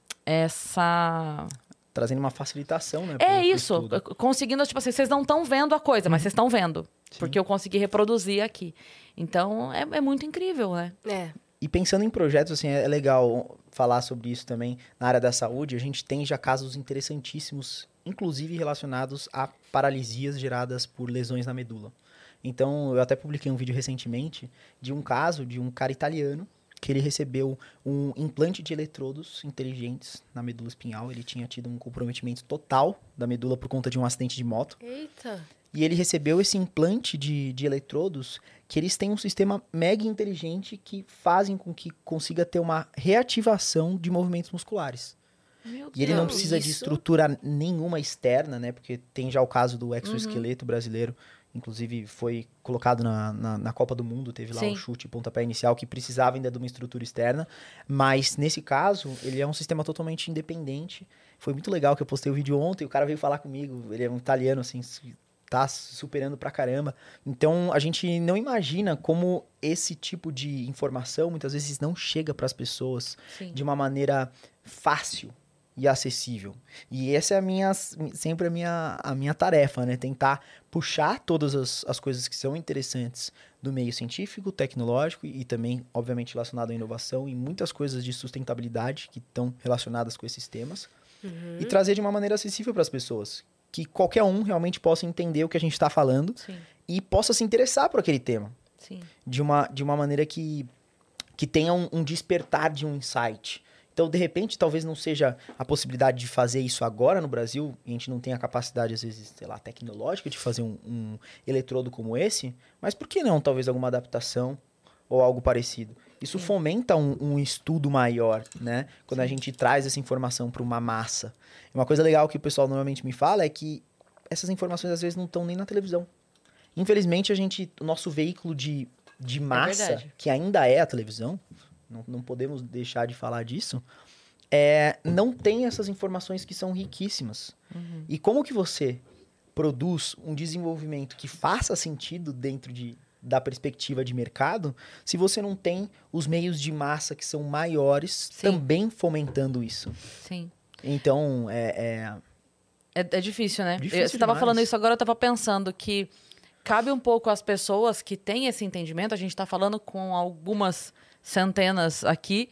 Speaker 1: Essa...
Speaker 3: Trazendo uma facilitação, né?
Speaker 1: É
Speaker 3: pro- pro
Speaker 1: isso.
Speaker 3: estudo.
Speaker 1: Conseguindo, tipo assim, vocês não estão vendo a coisa, mas vocês estão vendo.
Speaker 3: Sim.
Speaker 1: Porque eu consegui reproduzir aqui. Então, é, é muito incrível, né?
Speaker 2: É.
Speaker 3: E pensando em projetos, assim, é legal falar sobre isso também na área da saúde. A gente tem já casos interessantíssimos, inclusive relacionados a paralisias geradas por lesões na medula. Então, eu até publiquei um vídeo recentemente de um caso de um cara italiano que ele recebeu um implante de eletrodos inteligentes na medula espinhal. Ele tinha tido um comprometimento total da medula por conta de um acidente de moto.
Speaker 2: Eita.
Speaker 3: E ele recebeu esse implante de, de eletrodos que eles têm um sistema mega inteligente que fazem com que consiga ter uma reativação de movimentos musculares.
Speaker 1: Meu
Speaker 3: E ele não
Speaker 2: Deus,
Speaker 3: precisa de
Speaker 2: isso-
Speaker 3: estrutura nenhuma externa, né? Porque tem já o caso
Speaker 1: Uhum.
Speaker 3: do exoesqueleto brasileiro. Inclusive, foi colocado na, na, na Copa do Mundo. Teve lá
Speaker 1: Sim.
Speaker 3: o chute e pontapé inicial que precisava ainda de uma estrutura externa. Mas, nesse caso, ele é um sistema totalmente independente. Foi muito legal que eu postei o vídeo ontem. O cara veio falar comigo. Ele é um italiano, assim, tá superando pra caramba. Então, a gente não imagina como esse tipo de informação, muitas vezes, não chega pras pessoas
Speaker 1: Sim.
Speaker 3: de uma maneira fácil e acessível. E essa é a minha, sempre a minha, a minha tarefa, né? Tentar puxar todas as, as coisas que são interessantes do meio científico, tecnológico e também, obviamente, relacionado à inovação e muitas coisas de sustentabilidade que estão relacionadas com esses temas
Speaker 2: Uhum.
Speaker 3: e trazer de uma maneira acessível para as pessoas. Que qualquer um realmente possa entender o que a gente está falando
Speaker 1: Sim,
Speaker 3: e possa se interessar por aquele tema
Speaker 1: sim.
Speaker 3: de uma, de uma maneira que, que tenha um, um despertar de um insight. Então, de repente, talvez não seja a possibilidade de fazer isso agora no Brasil, e a gente não tem a capacidade, às vezes, sei lá, tecnológica de fazer um, um eletrodo como esse, mas por que não, talvez, alguma adaptação ou algo parecido? Isso fomenta um, um estudo maior, né? Quando a gente traz essa informação para uma massa. Uma coisa legal que o pessoal normalmente me fala é que essas informações, às vezes, não estão nem na televisão. Infelizmente, a gente, o nosso veículo de, de massa,
Speaker 1: verdade.
Speaker 3: que ainda é a televisão, não, não podemos deixar de falar disso, é, não tem essas informações que são riquíssimas.
Speaker 1: Uhum.
Speaker 3: E como que você produz um desenvolvimento que faça sentido dentro de, da perspectiva de mercado, se você não tem os meios de massa que são maiores
Speaker 1: Sim.
Speaker 3: também fomentando isso?
Speaker 1: Sim.
Speaker 3: Então, é... é
Speaker 1: É, é difícil, né?
Speaker 3: Difícil
Speaker 1: Eu- Você estava
Speaker 3: demais.
Speaker 1: falando isso agora, eu estava pensando que cabe um pouco às pessoas que têm esse entendimento. A gente está falando com algumas centenas aqui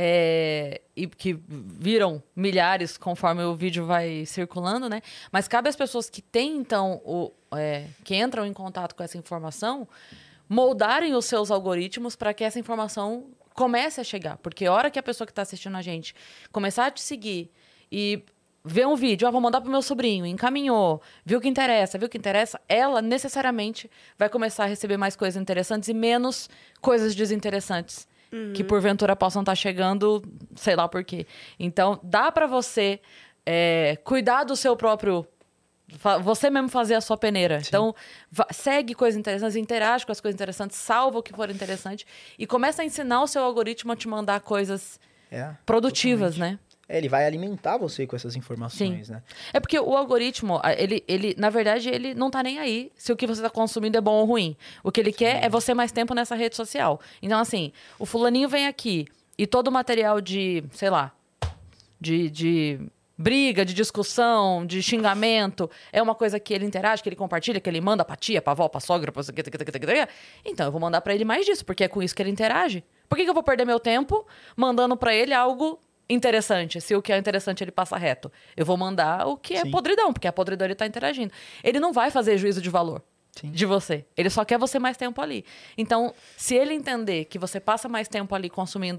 Speaker 1: é, e que viram milhares conforme o vídeo vai circulando, né? Mas cabe às pessoas que têm, então, o, é, que entram em contato com essa informação, moldarem os seus algoritmos para que essa informação comece a chegar. Porque a hora que a pessoa que está assistindo a gente começar a te seguir e ver um vídeo, ah, vou mandar pro meu sobrinho, encaminhou, viu o que interessa, viu o que interessa, ela necessariamente vai começar a receber mais coisas interessantes e menos coisas desinteressantes. Que porventura possam estar chegando, sei lá por quê. Então, dá pra você é, cuidar do seu próprio... fa- Você mesmo fazer a sua peneira. Então, va- segue coisas interessantes, interage com as coisas interessantes, salva o que for interessante e começa a ensinar o seu algoritmo a te mandar coisas
Speaker 3: é
Speaker 1: produtivas,
Speaker 3: totalmente.
Speaker 1: né?
Speaker 3: É, ele vai alimentar você com essas informações,
Speaker 1: Sim.
Speaker 3: né?
Speaker 1: É porque o algoritmo, a- ele, ele, na verdade, ele não tá nem aí se o que você tá consumindo é bom ou ruim. O que ele quer é você mais tempo nessa rede social. Então, assim, o fulaninho vem aqui e todo o material de, sei lá, de, de briga, de discussão, de xingamento, é uma coisa que ele interage, que ele compartilha, que ele manda pra tia, pra avó, pra sogra, pra... Então, eu vou mandar pra ele mais disso, porque é com isso que ele interage. Por que, que eu vou perder meu tempo mandando pra ele algo interessante, se o que é interessante ele passa reto? Eu vou mandar o que é
Speaker 3: Sim.
Speaker 1: podridão, porque a podridão ele tá interagindo. Ele não vai fazer juízo de valor
Speaker 3: Sim.
Speaker 1: de você. Ele só quer você mais tempo ali. Então, se ele entender que você passa mais tempo ali consumindo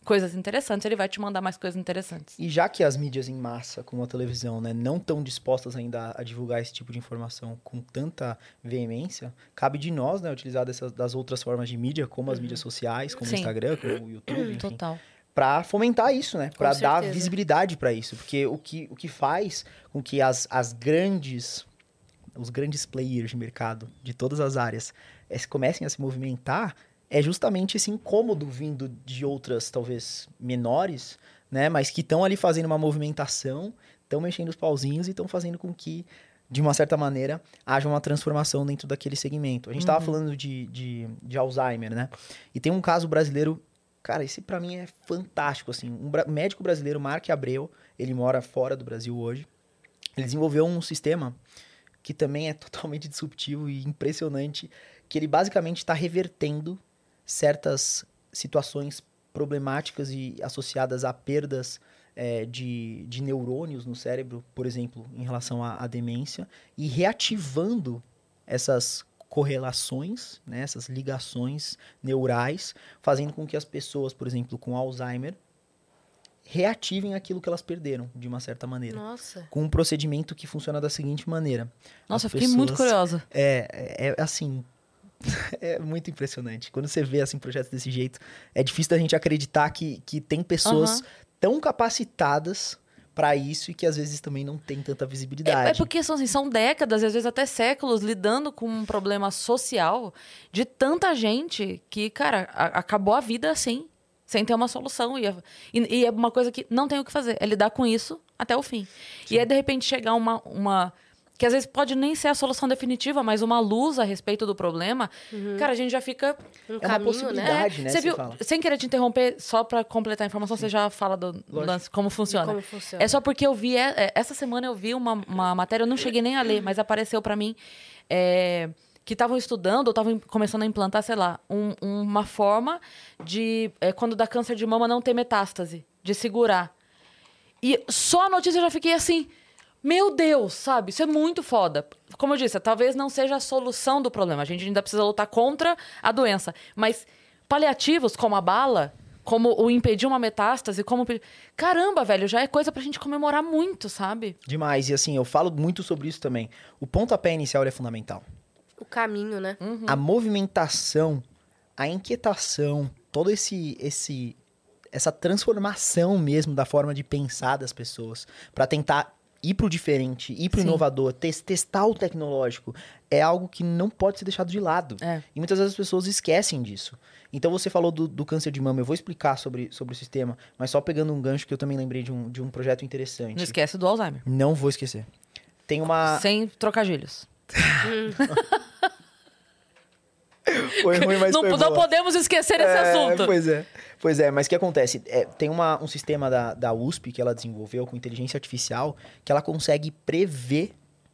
Speaker 1: coisas interessantes, ele vai te mandar mais coisas interessantes.
Speaker 3: E já que as mídias em massa, como a televisão, né, não estão dispostas ainda a divulgar esse tipo de informação com tanta veemência, cabe de nós, né, utilizar dessas, das outras formas de mídia, como as
Speaker 2: Uhum.
Speaker 3: mídias sociais, como
Speaker 1: Sim.
Speaker 3: o Instagram, como o YouTube, enfim,
Speaker 1: Total.
Speaker 3: para fomentar isso, né, para dar
Speaker 2: certeza.
Speaker 3: visibilidade para isso, porque o que, o que faz com que as, as grandes, os grandes players de mercado de todas as áreas eh, comecem a se movimentar é justamente esse incômodo vindo de outras, talvez, menores, né? Mas que estão ali fazendo uma movimentação, estão mexendo os pauzinhos e estão fazendo com que, de uma certa maneira, haja uma transformação dentro daquele segmento. A gente estava
Speaker 1: Uhum.
Speaker 3: falando de, de, de Alzheimer, né? E tem um caso brasileiro, cara, esse pra mim é fantástico, assim. Um bra- médico brasileiro, Mark Abreu, ele mora fora do Brasil hoje. Ele desenvolveu um sistema que também é totalmente disruptivo e impressionante, que ele basicamente está revertendo certas situações problemáticas e associadas a perdas é, de, de neurônios no cérebro, por exemplo, em relação à, à demência, e reativando essas correlações, né, essas ligações neurais, fazendo com que as pessoas, por exemplo, com Alzheimer, reativem aquilo que elas perderam, de uma certa maneira.
Speaker 2: Nossa.
Speaker 3: Com um procedimento que funciona da seguinte maneira.
Speaker 1: Nossa,
Speaker 3: As
Speaker 1: eu fiquei muito
Speaker 3: pessoas-
Speaker 1: curiosa.
Speaker 3: É, é assim, é muito impressionante. Quando você vê assim projetos desse jeito, é difícil da gente acreditar que, que tem pessoas
Speaker 1: Aham.
Speaker 3: tão capacitadas para isso e que às vezes também não tem tanta visibilidade.
Speaker 1: É, é porque são, assim, são décadas, às vezes até séculos, lidando com um problema social de tanta gente que, cara, a- acabou a vida assim, sem ter uma solução. E, é- e- e é uma coisa que não tem o que fazer, é lidar com isso até o fim. E aí, de repente, chegar uma, uma... que às vezes pode nem ser a solução definitiva, mas uma luz a respeito do problema, cara, a gente já fica...
Speaker 2: Um
Speaker 3: É uma
Speaker 2: caminho, né?
Speaker 3: possibilidade, né?
Speaker 1: Você
Speaker 3: você
Speaker 1: viu,
Speaker 3: fala.
Speaker 1: sem querer te interromper, só pra completar a informação, você já fala do
Speaker 3: Lógico.
Speaker 1: lance, como funciona.
Speaker 2: Como funciona.
Speaker 1: É só porque eu vi, é, é, essa semana eu vi uma, uma matéria, eu não cheguei nem a ler, mas apareceu pra mim é, que estavam estudando, ou estavam começando a implantar, sei lá, um- uma forma de, é, quando dá câncer de mama, não ter metástase, de segurar. E só a notícia eu já fiquei assim, meu Deus, sabe? Isso é muito foda. Como eu disse, talvez não seja a solução do problema. A gente ainda precisa lutar contra a doença. Mas paliativos, como a bala, como o impedir uma metástase, como... Caramba, velho, já é coisa pra gente comemorar muito, sabe?
Speaker 3: Demais. E assim, eu falo muito sobre isso também. O pontapé inicial ele é fundamental.
Speaker 2: O caminho, né?
Speaker 1: Uhum.
Speaker 3: A movimentação, a inquietação, todo esse esse essa transformação mesmo da forma de pensar das pessoas para tentar ir pro diferente, ir pro
Speaker 1: Sim.
Speaker 3: inovador, tes- testar o tecnológico, é algo que não pode ser deixado de lado.
Speaker 1: É.
Speaker 3: E muitas vezes as pessoas esquecem disso. Então você falou do, do câncer de mama, eu vou explicar sobre, sobre o sistema, mas só pegando um gancho que eu também lembrei de um, de um projeto interessante.
Speaker 1: Não esquece do Alzheimer.
Speaker 3: Não vou esquecer. Tem uma...
Speaker 1: Sem trocadilhos.
Speaker 3: Foi ruim, mas
Speaker 1: não
Speaker 3: foi
Speaker 1: não
Speaker 3: boa.
Speaker 1: podemos esquecer esse
Speaker 3: É,
Speaker 1: assunto.
Speaker 3: Pois é. Pois é, mas o que acontece? É, tem uma, um sistema da, da U S P que ela desenvolveu com inteligência artificial que ela consegue prever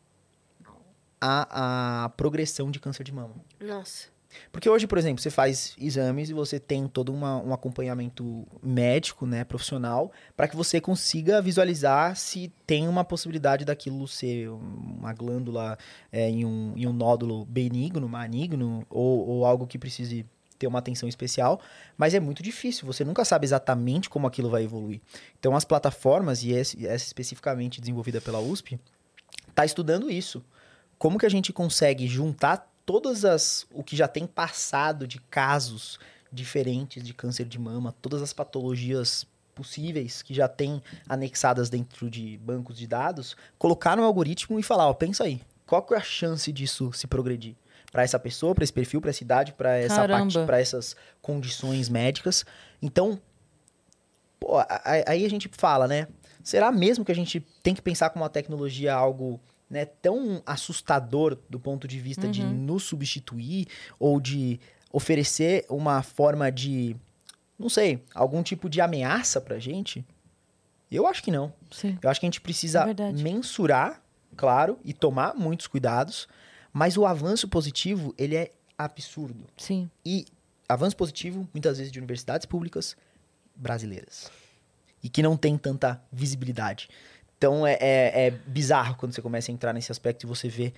Speaker 3: a, a progressão de câncer de mama.
Speaker 2: Nossa.
Speaker 3: Porque hoje, por exemplo, você faz exames e você tem todo uma, um acompanhamento médico, né, profissional, para que você consiga visualizar se tem uma possibilidade daquilo ser uma glândula é, em, um, em um nódulo benigno, maligno, ou, ou algo que precise ter uma atenção especial, mas é muito difícil, você nunca sabe exatamente como aquilo vai evoluir. Então, as plataformas, e essa especificamente desenvolvida pela U S P, está estudando isso. Como que a gente consegue juntar todas as o que já tem passado de casos diferentes de câncer de mama, todas as patologias possíveis que já tem anexadas dentro de bancos de dados, colocar no algoritmo e falar, ó, pensa aí, qual que é a chance disso se progredir? Para essa pessoa, para esse perfil, para essa idade, para essa
Speaker 1: Caramba.
Speaker 3: para essas condições médicas. Então, pô, a- a- aí a gente fala, né? Será mesmo que a gente tem que pensar como uma tecnologia algo, né, tão assustador do ponto de vista de nos substituir ou de oferecer uma forma de, não sei, algum tipo de ameaça pra gente? Eu acho que não.
Speaker 1: Sim.
Speaker 3: Eu acho que a gente precisa
Speaker 1: É verdade.
Speaker 3: mensurar, claro, e tomar muitos cuidados, mas o avanço positivo, ele é absurdo.
Speaker 1: Sim.
Speaker 3: E avanço positivo, muitas vezes, de universidades públicas brasileiras. E que não tem tanta visibilidade. Então, é, é, é bizarro quando você começa a entrar nesse aspecto e você vê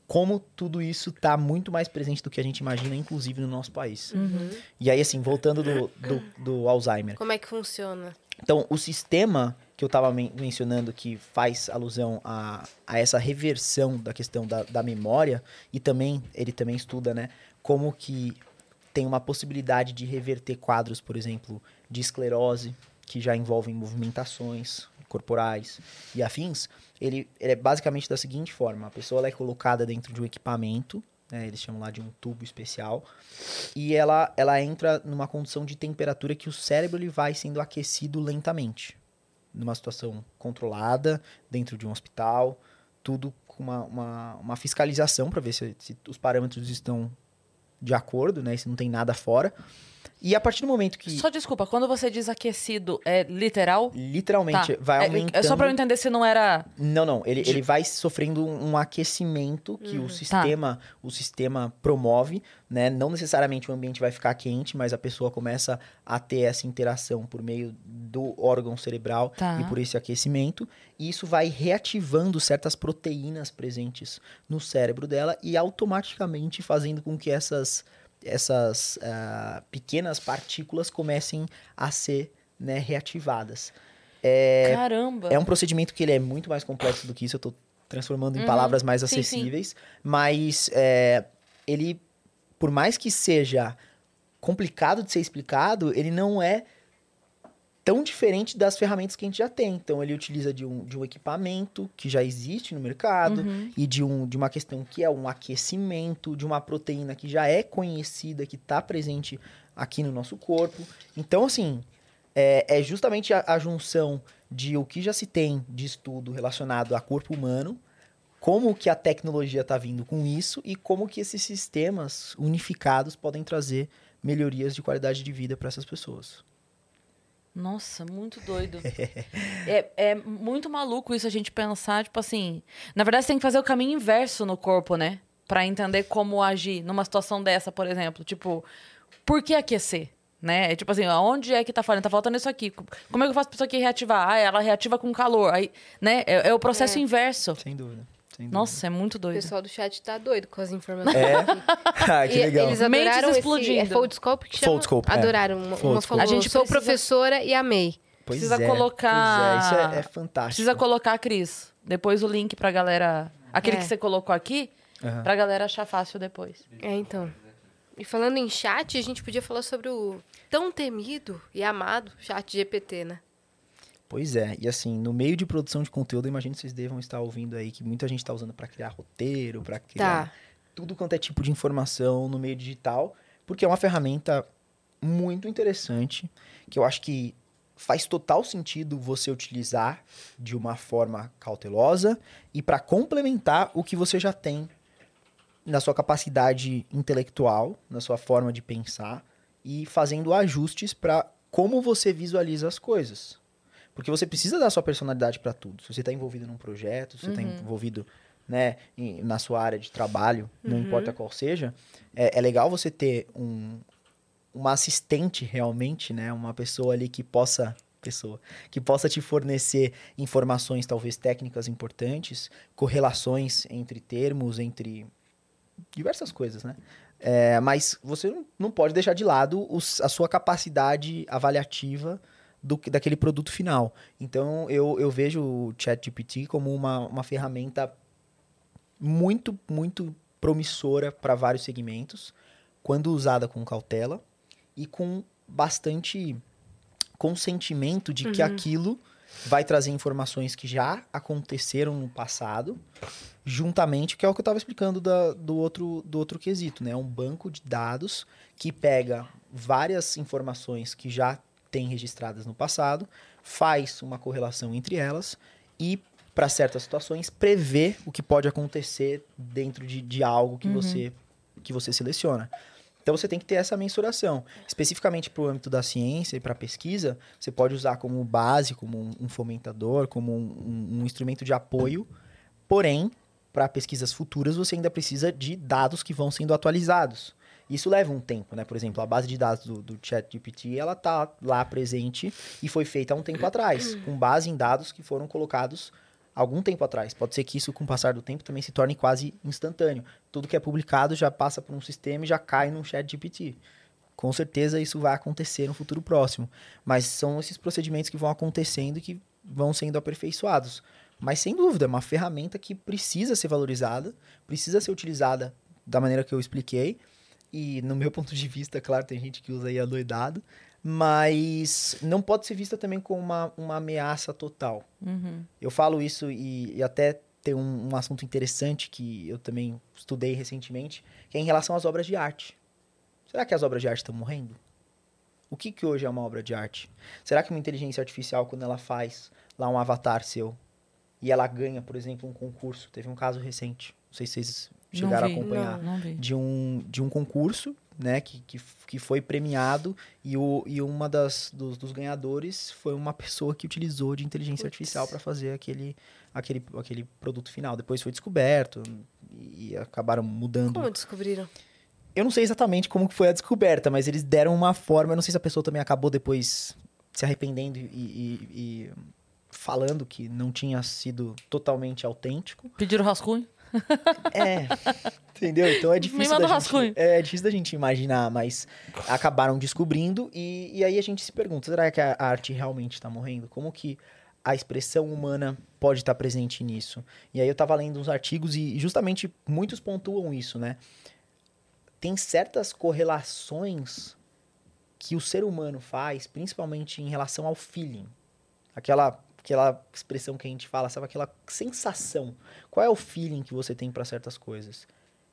Speaker 3: como tudo isso está muito mais presente do que a gente imagina, inclusive no nosso país.
Speaker 2: Uhum.
Speaker 3: E aí, assim, voltando do, do, do Alzheimer.
Speaker 2: Como é que funciona?
Speaker 3: Então, o sistema que eu estava men mencionando que faz alusão a, a essa reversão da questão da, da memória, e também, ele também estuda, né, como que tem uma possibilidade de reverter quadros, por exemplo, de esclerose, que já envolvem movimentações corporais e afins. Ele, ele é basicamente da seguinte forma: a pessoa ela é colocada dentro de um equipamento, né, eles chamam lá de um tubo especial, e ela, ela entra numa condição de temperatura que o cérebro ele vai sendo aquecido lentamente, numa situação controlada, dentro de um hospital, tudo com uma, uma, uma fiscalização para ver se, se os parâmetros estão de acordo, né, se não tem nada fora. E a partir do momento que...
Speaker 1: Só desculpa, quando você diz aquecido, é literal?
Speaker 3: Literalmente,
Speaker 1: Tá.
Speaker 3: vai
Speaker 1: É,
Speaker 3: aumentando...
Speaker 1: é só pra eu entender se não era...
Speaker 3: Não, não. Ele, ele vai sofrendo um, um aquecimento que
Speaker 2: Uhum.
Speaker 3: o sistema, o sistema promove, né? Não necessariamente o ambiente vai ficar quente, mas a pessoa começa a ter essa interação por meio do órgão cerebral
Speaker 1: Tá.
Speaker 3: e por esse aquecimento. E isso vai reativando certas proteínas presentes no cérebro dela e automaticamente fazendo com que essas... essas uh, pequenas partículas comecem a ser, né, reativadas. É,
Speaker 1: Caramba!
Speaker 3: é um procedimento que ele é muito mais complexo do que isso, eu estou transformando em
Speaker 1: Uhum.
Speaker 3: palavras mais
Speaker 1: Sim,
Speaker 3: acessíveis, mas é, ele, por mais que seja complicado de ser explicado, ele não é tão diferente das ferramentas que a gente já tem. Então, ele utiliza de um, de um equipamento que já existe no mercado
Speaker 1: Uhum.
Speaker 3: e de, um, de uma questão que é um aquecimento, de uma proteína que já é conhecida, que está presente aqui no nosso corpo. Então, assim, é, é justamente a, a junção de o que já se tem de estudo relacionado a corpo humano, como que a tecnologia está vindo com isso e como que esses sistemas unificados podem trazer melhorias de qualidade de vida para essas pessoas.
Speaker 1: Nossa, muito doido. é, é muito maluco isso a gente pensar, tipo assim... Na verdade, você tem que fazer o caminho inverso no corpo, né? Pra entender como agir numa situação dessa, por exemplo. Tipo, por que aquecer? Né? É tipo assim, onde é que tá falando? Tá faltando isso aqui. Como é que eu faço pra isso aqui reativar? Ah, ela reativa com calor. Aí, né? É, é o processo
Speaker 2: É.
Speaker 1: inverso.
Speaker 3: Sem dúvida. Sem dúvida.
Speaker 1: Nossa, é muito
Speaker 2: O
Speaker 1: doido.
Speaker 2: pessoal do chat tá doido com as informações.
Speaker 3: É?
Speaker 2: aqui.
Speaker 3: Ah, que
Speaker 2: E
Speaker 3: legal.
Speaker 2: eles adoraram
Speaker 1: Mentes
Speaker 2: esse...
Speaker 1: explodindo.
Speaker 2: É Foldscope que chama?
Speaker 3: Foldscope, é.
Speaker 2: Adoraram. Uma, uma
Speaker 3: Foldscope.
Speaker 2: falou,
Speaker 1: A gente
Speaker 2: sou
Speaker 1: precisa-
Speaker 2: professora e amei.
Speaker 3: Pois
Speaker 1: Precisa
Speaker 3: é,
Speaker 1: colocar-
Speaker 3: Pois é, isso é, é fantástico.
Speaker 1: Precisa colocar, Cris, depois o link pra galera... Aquele
Speaker 2: É.
Speaker 1: que você colocou aqui,
Speaker 3: Aham.
Speaker 1: pra galera achar fácil depois.
Speaker 2: É, então. E falando em chat, a gente podia falar sobre o tão temido e amado chat G P T, né?
Speaker 3: Pois é, e assim, no meio de produção de conteúdo, eu imagino que vocês devam estar ouvindo aí que muita gente está usando para criar roteiro, para criar
Speaker 2: Tá.
Speaker 3: tudo quanto é tipo de informação no meio digital, porque é uma ferramenta muito interessante, que eu acho que faz total sentido você utilizar de uma forma cautelosa e para complementar o que você já tem na sua capacidade intelectual, na sua forma de pensar e fazendo ajustes para como você visualiza as coisas. Porque você precisa dar sua personalidade para tudo. Se você está envolvido num projeto, se você está envolvido, né, em- na sua área de trabalho, não importa qual seja, é, é legal você ter um, uma assistente realmente, né, uma pessoa ali que possa pessoa que possa te fornecer informações talvez técnicas importantes, correlações entre termos, entre diversas coisas, né? É, mas você não- não pode deixar de lado os- a sua capacidade avaliativa do, que- daquele produto final. Então, eu, eu vejo o ChatGPT como uma, uma ferramenta muito, muito promissora para vários segmentos, quando usada com cautela e com bastante consentimento de que aquilo vai trazer informações que já aconteceram no passado, juntamente, que é o que eu estava explicando da- do, outro, do outro quesito, né? Um banco de dados que pega várias informações que já tem registradas no passado, faz uma correlação entre elas e, para certas situações, prevê o que pode acontecer dentro de, de algo que, você, que você seleciona. Então, você tem que ter essa mensuração. Especificamente para o âmbito da ciência e para a pesquisa, você pode usar como base, como um, um fomentador, como um, um- um instrumento de apoio. Porém, para pesquisas futuras, você ainda precisa de dados que vão sendo atualizados. Isso leva um tempo, né? Por exemplo, a base de dados do, do ChatGPT, ela tá lá presente e foi feita há um tempo atrás, com base em dados que foram colocados algum tempo atrás. Pode ser que isso, com o passar do tempo, também se torne quase instantâneo. Tudo que é publicado já passa por um sistema e já cai num chat G P T. Com certeza isso vai acontecer no futuro próximo. Mas são esses procedimentos que vão acontecendo e que vão sendo aperfeiçoados. Mas, sem dúvida, é uma ferramenta que precisa ser valorizada, precisa ser utilizada da maneira que eu expliquei. E, no meu ponto de vista, claro, tem gente que usa aí adoidado, mas não pode ser vista também como uma, uma ameaça total.
Speaker 1: Uhum.
Speaker 3: Eu falo isso e, e até tem um, um assunto interessante que eu também estudei recentemente, que é em relação às obras de arte. Será que as obras de arte estão morrendo? O que, que hoje é uma obra de arte? Será que uma inteligência artificial, quando ela faz lá um avatar seu e ela ganha, por exemplo, um concurso? Teve um caso recente, não sei se vocês chegaram a acompanhar,
Speaker 1: não, não vi.
Speaker 3: de um, de um concurso, né, que, que, que foi premiado e, o, e uma das, dos, dos ganhadores foi uma pessoa que utilizou de inteligência
Speaker 2: Puts.
Speaker 3: artificial para fazer aquele, aquele, aquele produto final. Depois foi descoberto e, e acabaram mudando.
Speaker 2: Como descobriram?
Speaker 3: Eu não sei exatamente como que foi a descoberta, mas eles deram uma forma. Eu não sei se a pessoa também acabou depois se arrependendo e, e, e falando que não tinha sido totalmente autêntico.
Speaker 1: Pediram rascunho?
Speaker 3: É, entendeu? Então é difícil,
Speaker 1: Me manda
Speaker 3: da
Speaker 1: um rascunho.
Speaker 3: gente, é difícil da gente imaginar, mas acabaram descobrindo e, e aí a gente se pergunta, será que a arte realmente está morrendo? Como que a expressão humana pode estar presente nisso? E aí eu estava lendo uns artigos e justamente muitos pontuam isso, né? Tem certas correlações que o ser humano faz, principalmente em relação ao feeling. Aquela, aquela expressão que a gente fala, sabe? Aquela sensação. Qual é o feeling que você tem para certas coisas?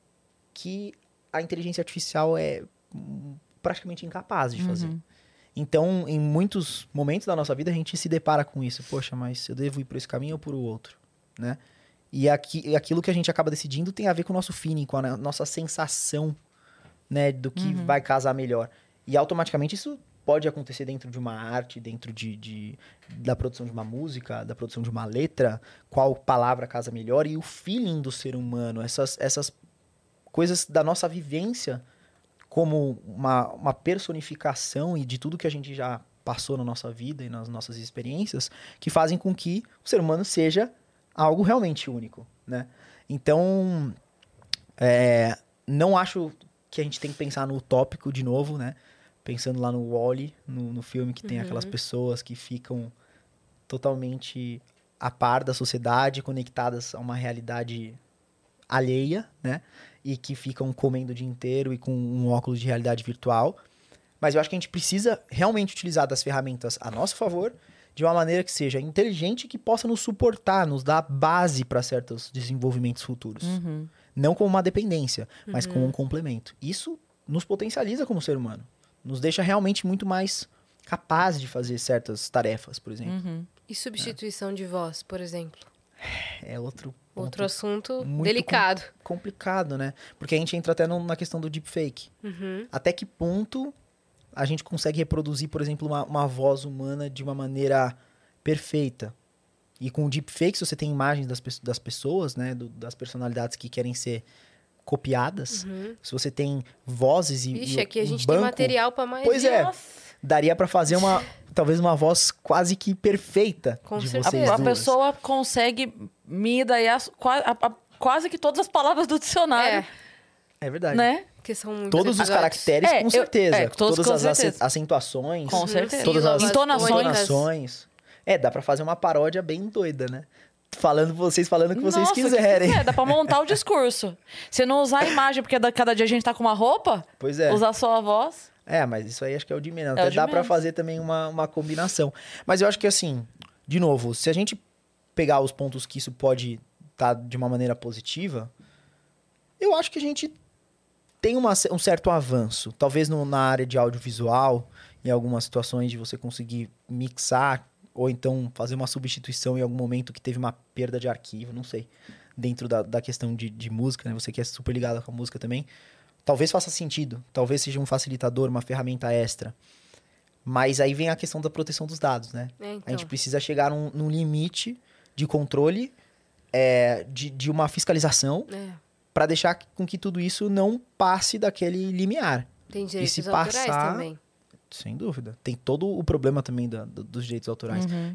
Speaker 3: Que a inteligência artificial é hum, praticamente incapaz de fazer.
Speaker 1: Uhum.
Speaker 3: Então, em muitos momentos da nossa vida, a gente se depara com isso. Poxa, mas eu devo ir por esse caminho ou por o outro, né? E aqui, aquilo que a gente acaba decidindo tem a ver com o nosso feeling, com a nossa sensação, né, do que
Speaker 1: Uhum.
Speaker 3: vai casar melhor. E automaticamente isso pode acontecer dentro de uma arte, dentro de, de, da produção de uma música, da produção de uma letra, qual palavra casa melhor, e o feeling do ser humano, essas, essas coisas da nossa vivência como uma, uma personificação e de tudo que a gente já passou na nossa vida e nas nossas experiências, que fazem com que o ser humano seja algo realmente único, né? Então, é, não acho que a gente tem que pensar no utópico de novo, né? Pensando lá no Wall-E, no, no filme que tem
Speaker 2: Uhum.
Speaker 3: aquelas pessoas que ficam totalmente a par da sociedade, conectadas a uma realidade alheia, né? E que ficam comendo o dia inteiro e com um óculos de realidade virtual. Mas eu acho que a gente precisa realmente utilizar das ferramentas a nosso favor, de uma maneira que seja inteligente e que possa nos suportar, nos dar base para certos desenvolvimentos futuros.
Speaker 1: Uhum.
Speaker 3: Não como uma dependência, mas
Speaker 2: Uhum.
Speaker 3: como um complemento. Isso nos potencializa como ser humano. Nos deixa realmente muito mais capaz de fazer certas tarefas, por exemplo.
Speaker 1: Uhum.
Speaker 2: E substituição de voz, por exemplo?
Speaker 3: É outro ponto
Speaker 2: Outro assunto
Speaker 3: muito
Speaker 2: delicado.
Speaker 3: complicado, né? Porque a gente entra até no- na questão do deepfake.
Speaker 2: Uhum.
Speaker 3: Até que ponto a gente consegue reproduzir, por exemplo, uma, uma voz humana de uma maneira perfeita? E com o deepfake, se você tem imagens das, pe- das pessoas, né? do- das personalidades que querem ser copiadas,
Speaker 2: Uhum.
Speaker 3: se você tem vozes e,
Speaker 2: Vixe,
Speaker 3: e
Speaker 2: aqui a
Speaker 3: um
Speaker 2: gente
Speaker 3: banco,
Speaker 2: tem material pra mais.
Speaker 3: Pois é.
Speaker 2: Nossa.
Speaker 3: daria pra fazer uma, talvez uma voz quase que perfeita
Speaker 2: Com
Speaker 3: de
Speaker 2: certeza.
Speaker 3: vocês
Speaker 1: A, a
Speaker 3: duas.
Speaker 1: pessoa consegue me daí as, qua- a- a- quase que todas as palavras do dicionário,
Speaker 2: É,
Speaker 3: É verdade.
Speaker 1: né?
Speaker 2: porque são muitos
Speaker 3: Todos os
Speaker 2: episódios.
Speaker 3: caracteres,
Speaker 1: É,
Speaker 3: com
Speaker 1: eu-
Speaker 3: certeza.
Speaker 1: é, todos
Speaker 3: todas
Speaker 1: com
Speaker 3: as
Speaker 1: certeza.
Speaker 3: ace- acentuações,
Speaker 1: Com
Speaker 2: Uhum.
Speaker 1: certeza.
Speaker 3: todas as
Speaker 2: Sílabas,
Speaker 1: Entonações.
Speaker 2: tônicas.
Speaker 3: entonações. É, dá pra fazer uma paródia bem doida, né? Falando vocês falando o que vocês
Speaker 1: Nossa, o que
Speaker 3: quiserem.
Speaker 1: quiser, dá pra montar o discurso. Você não usar a imagem, porque da- cada dia a gente tá com uma roupa,
Speaker 3: Pois é.
Speaker 1: usar só a voz.
Speaker 3: É, mas isso aí acho que é o de menos.
Speaker 1: É o
Speaker 3: Até
Speaker 1: de
Speaker 3: dá pra
Speaker 1: menos.
Speaker 3: fazer também uma, uma combinação. Mas eu acho que assim, de novo, se a gente pegar os pontos que isso pode estar de uma maneira positiva, eu acho que a gente tem uma, um certo avanço. Talvez no, na área de audiovisual, em algumas situações de você conseguir mixar, ou então fazer uma substituição em algum momento que teve uma perda de arquivo, não sei. Dentro da, da questão de, de música, né? Você que é super ligado com a música também. Talvez faça sentido. Talvez seja um facilitador, uma ferramenta extra. Mas aí vem a questão da proteção dos dados, né?
Speaker 2: É, então.
Speaker 3: A gente precisa chegar num, num limite de controle, é, de, de uma fiscalização,
Speaker 2: É,
Speaker 3: para deixar com que tudo isso não passe daquele limiar.
Speaker 2: tem direitos
Speaker 3: se
Speaker 2: autorais
Speaker 3: passar-
Speaker 2: também.
Speaker 3: Sem dúvida. Tem todo o problema também da- do- dos direitos autorais.
Speaker 1: Uhum.
Speaker 3: E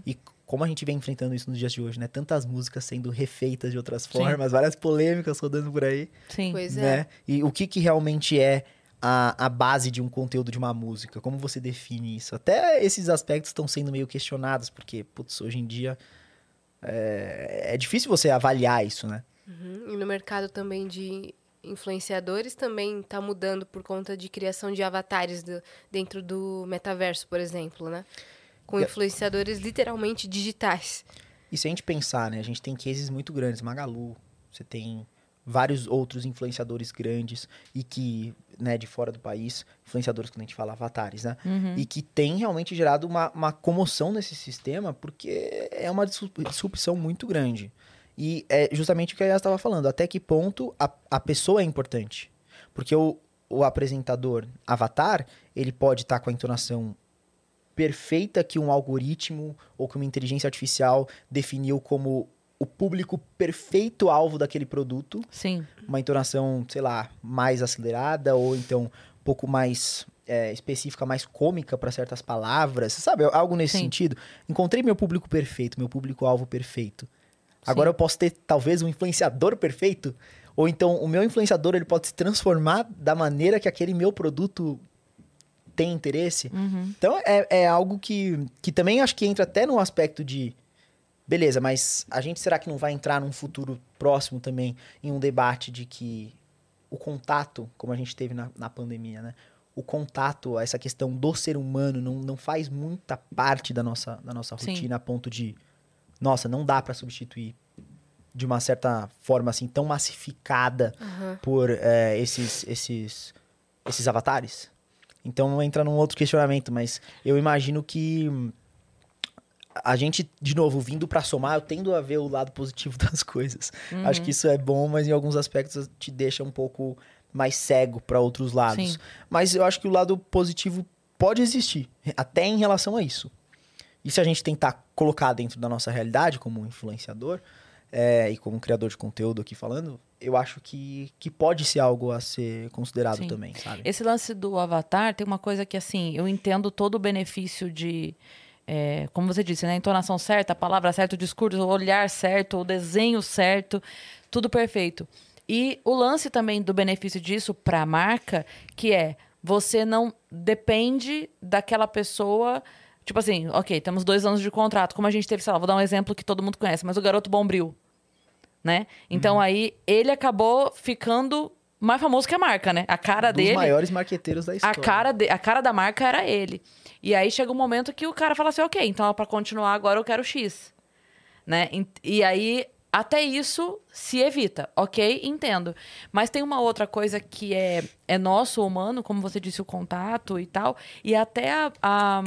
Speaker 3: como a gente vem enfrentando isso nos dias de hoje, né? Tantas músicas sendo refeitas de outras formas, várias polêmicas rodando por aí.
Speaker 1: Sim.
Speaker 2: Pois é.
Speaker 3: Né? E o que, que realmente é a, a base de um conteúdo de uma música? Como você define isso? Até esses aspectos estão sendo meio questionados, porque, putz, hoje em dia é, é difícil você avaliar isso, né?
Speaker 2: Uhum. E no mercado também de influenciadores também está mudando por conta de criação de avatares do, dentro do metaverso, por exemplo, né? Com influenciadores literalmente digitais.
Speaker 3: E se a gente pensar, né? A gente tem cases muito grandes. Magalu, você tem vários outros influenciadores grandes e que, né, de fora do país, influenciadores quando a gente fala avatares, né?
Speaker 1: Uhum.
Speaker 3: E que tem realmente gerado uma, uma comoção nesse sistema porque é uma disrupção muito grande. E é justamente o que a Yas estava falando, até que ponto a, a pessoa é importante. Porque o, o apresentador avatar, ele pode estar com a entonação perfeita que um algoritmo ou que uma inteligência artificial definiu como o público perfeito alvo daquele produto.
Speaker 1: Sim.
Speaker 3: Uma entonação, sei lá, mais acelerada ou então um pouco mais é, específica, mais cômica para certas palavras. Sabe, algo nesse
Speaker 1: Sim.
Speaker 3: sentido. Encontrei meu público perfeito, meu público-alvo perfeito. Agora eu posso ter, talvez, um influenciador perfeito, ou então o meu influenciador ele pode se transformar da maneira que aquele meu produto tem interesse.
Speaker 1: Uhum.
Speaker 3: Então, é, é algo que, que também acho que entra até no aspecto de, beleza, mas a gente será que não vai entrar num futuro próximo também em um debate de que o contato, como a gente teve na, na pandemia, né? O contato, essa questão do ser humano não, não faz muita parte da nossa, da nossa
Speaker 1: Sim.
Speaker 3: rotina a ponto de... Nossa, não dá pra substituir de uma certa forma assim tão massificada
Speaker 2: Uhum.
Speaker 3: por é, esses, esses, esses avatares. Então entra num outro questionamento, mas eu imagino que a gente, de novo, vindo pra somar, eu tendo a ver o lado positivo das coisas.
Speaker 1: Uhum.
Speaker 3: Acho que isso é bom, mas em alguns aspectos te deixa um pouco mais cego pra outros lados.
Speaker 1: Sim.
Speaker 3: Mas eu acho que o lado positivo pode existir, até em relação a isso. E se a gente tentar colocar dentro da nossa realidade como influenciador é, e como criador de conteúdo aqui falando, eu acho que, que pode ser algo a ser considerado
Speaker 1: Sim.
Speaker 3: também, sabe?
Speaker 1: Esse lance do avatar tem uma coisa que, assim, eu entendo todo o benefício de, é, como você disse, né? A entonação certa, a palavra certa, o discurso, o olhar certo, o desenho certo, tudo perfeito. E o lance também do benefício disso para a marca, que é, você não depende daquela pessoa... Tipo assim, ok, temos dois anos de contrato, como a gente teve, sei lá, vou dar um exemplo que todo mundo conhece, mas o Garoto Bombril, né? Então
Speaker 3: Uhum.
Speaker 1: aí ele acabou ficando mais famoso que a marca, né? A cara
Speaker 3: Dos
Speaker 1: dele...
Speaker 3: maiores marqueteiros da
Speaker 1: A
Speaker 3: história.
Speaker 1: cara, de, a cara da marca era ele. E aí chega um momento que o cara fala assim, ok, então para continuar agora eu quero X. Né? E, e aí, até isso se evita, ok? Entendo. Mas tem uma outra coisa que é, é nosso, humano, como você disse, o contato e tal, e até a... a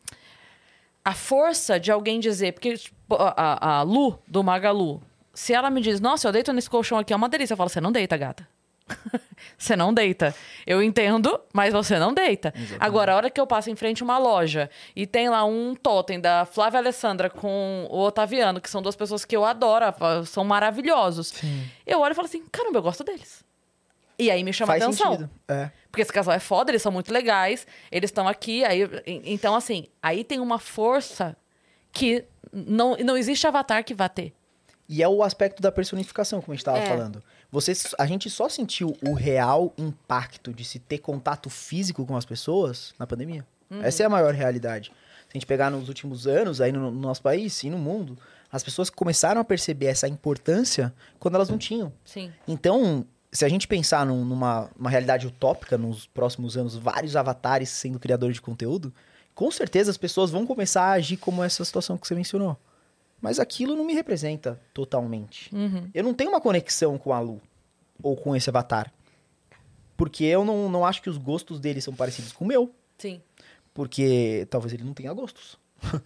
Speaker 1: A força de alguém dizer... Porque tipo, a, a Lu, do Magalu, se ela me diz... Nossa, eu deito nesse colchão aqui, é uma delícia. Eu falo, você não deita, gata. Você não deita. Eu entendo, mas você não deita.
Speaker 3: Exatamente.
Speaker 1: Agora, a hora que eu passo em frente a uma loja e tem lá um totem da Flávia Alessandra com o Otaviano, que são duas pessoas que eu adoro, são maravilhosos.
Speaker 3: Sim.
Speaker 1: Eu olho e falo assim, caramba, eu gosto deles. E aí me chama
Speaker 3: Faz
Speaker 1: atenção.
Speaker 3: sentido. É.
Speaker 1: Porque esse casal é foda, eles são muito legais, eles estão aqui, aí, então assim, aí tem uma força que não, não existe avatar que vá ter.
Speaker 3: E é o aspecto da personificação, como a gente estava
Speaker 2: É.
Speaker 3: falando. Você, a gente só sentiu o real impacto de se ter contato físico com as pessoas na pandemia.
Speaker 1: Uhum.
Speaker 3: Essa é a maior realidade. Se a gente pegar nos últimos anos, aí no, no nosso país e no mundo, as pessoas começaram a perceber essa importância quando elas não tinham.
Speaker 1: Sim.
Speaker 3: Então, se a gente pensar num, numa uma realidade utópica nos próximos anos, vários avatares sendo criadores de conteúdo, com certeza as pessoas vão começar a agir como essa situação que você mencionou. Mas aquilo não me representa totalmente.
Speaker 1: Uhum.
Speaker 3: Eu não tenho uma conexão com a Lu ou com esse avatar. Porque eu não, não acho que os gostos dele são parecidos com o meu.
Speaker 1: Sim.
Speaker 3: Porque talvez ele não tenha gostos.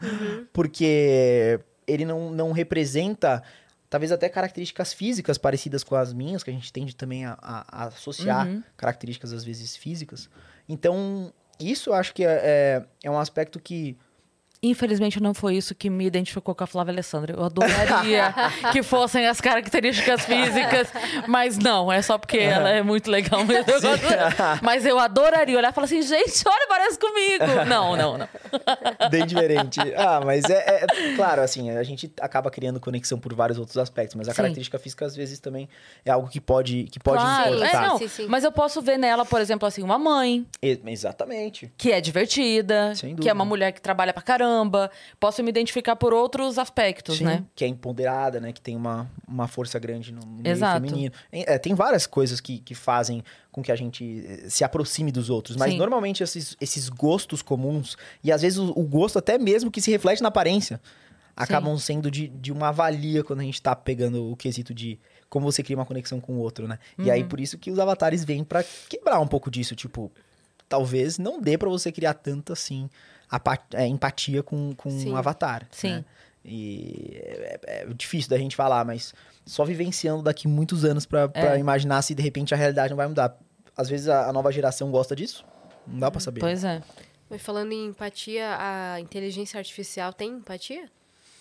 Speaker 3: Porque ele não, não representa, talvez até características físicas parecidas com as minhas, que a gente tende também a, a, a associar
Speaker 1: Uhum.
Speaker 3: características, às vezes, físicas. Então, isso eu acho que é, é, é um aspecto que
Speaker 1: Infelizmente não foi isso que me identificou com a Flávia Alessandra. Eu adoraria que fossem as características físicas, mas não, é só porque ela é muito legal mesmo. Eu gosto- mas eu adoraria olhar e falar assim, gente, olha, parece comigo. Não, não, não.
Speaker 3: Bem diferente. Ah, mas é, é- claro, assim, a gente acaba criando conexão por vários outros aspectos, mas a
Speaker 1: Sim.
Speaker 3: característica física, às vezes, também é algo que pode, que pode
Speaker 1: Claro,
Speaker 3: importar.
Speaker 1: é, não,
Speaker 2: Sim, sim.
Speaker 1: mas eu posso ver nela, por exemplo, assim, uma mãe
Speaker 3: E- exatamente.
Speaker 1: que é divertida,
Speaker 3: Sem
Speaker 1: que é uma
Speaker 3: dúvida.
Speaker 1: mulher que trabalha pra caramba. Posso me identificar por outros aspectos,
Speaker 3: Sim,
Speaker 1: né?
Speaker 3: que é empoderada, né? Que tem uma, uma força grande no, no meio
Speaker 1: Exato.
Speaker 3: feminino. É, tem várias coisas que, que fazem com que a gente eh, se aproxime dos outros. Mas
Speaker 1: Sim.
Speaker 3: normalmente esses, esses gostos comuns, e às vezes o, o gosto até mesmo que se reflete na aparência, acabam sendo de, de uma valia quando a gente tá pegando o quesito de como você cria uma conexão com o outro, né? E aí
Speaker 1: Uhum.
Speaker 3: por isso que os avatares vêm pra quebrar um pouco disso. Tipo, talvez não dê pra você criar tanto assim apa- é, empatia com, com
Speaker 2: Sim.
Speaker 3: um avatar.
Speaker 1: Sim.
Speaker 3: Né? E é, é- é difícil da gente falar, mas só vivenciando daqui muitos anos pra, pra
Speaker 1: É.
Speaker 3: imaginar se de repente a realidade não vai mudar. Às vezes a, a nova geração gosta disso, não dá pra saber.
Speaker 1: Pois é.
Speaker 2: Mas falando em empatia, a inteligência artificial tem empatia?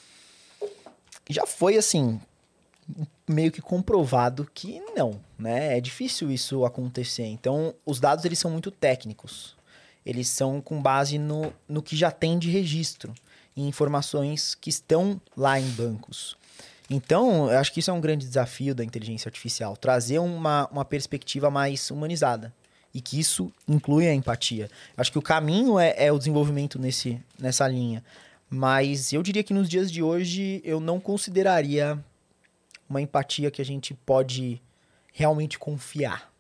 Speaker 3: Já foi assim, meio que comprovado que não, né? É difícil isso acontecer. Então, os dados eles são muito técnicos. Eles são com base no, no que já tem de registro, em informações que estão lá em bancos. Então, eu acho que isso é um grande desafio da inteligência artificial, trazer uma, uma perspectiva mais humanizada. E que isso inclui a empatia. Eu acho que o caminho é, é o desenvolvimento nesse, nessa linha. Mas eu diria que nos dias de hoje eu não consideraria uma empatia que a gente pode realmente confiar.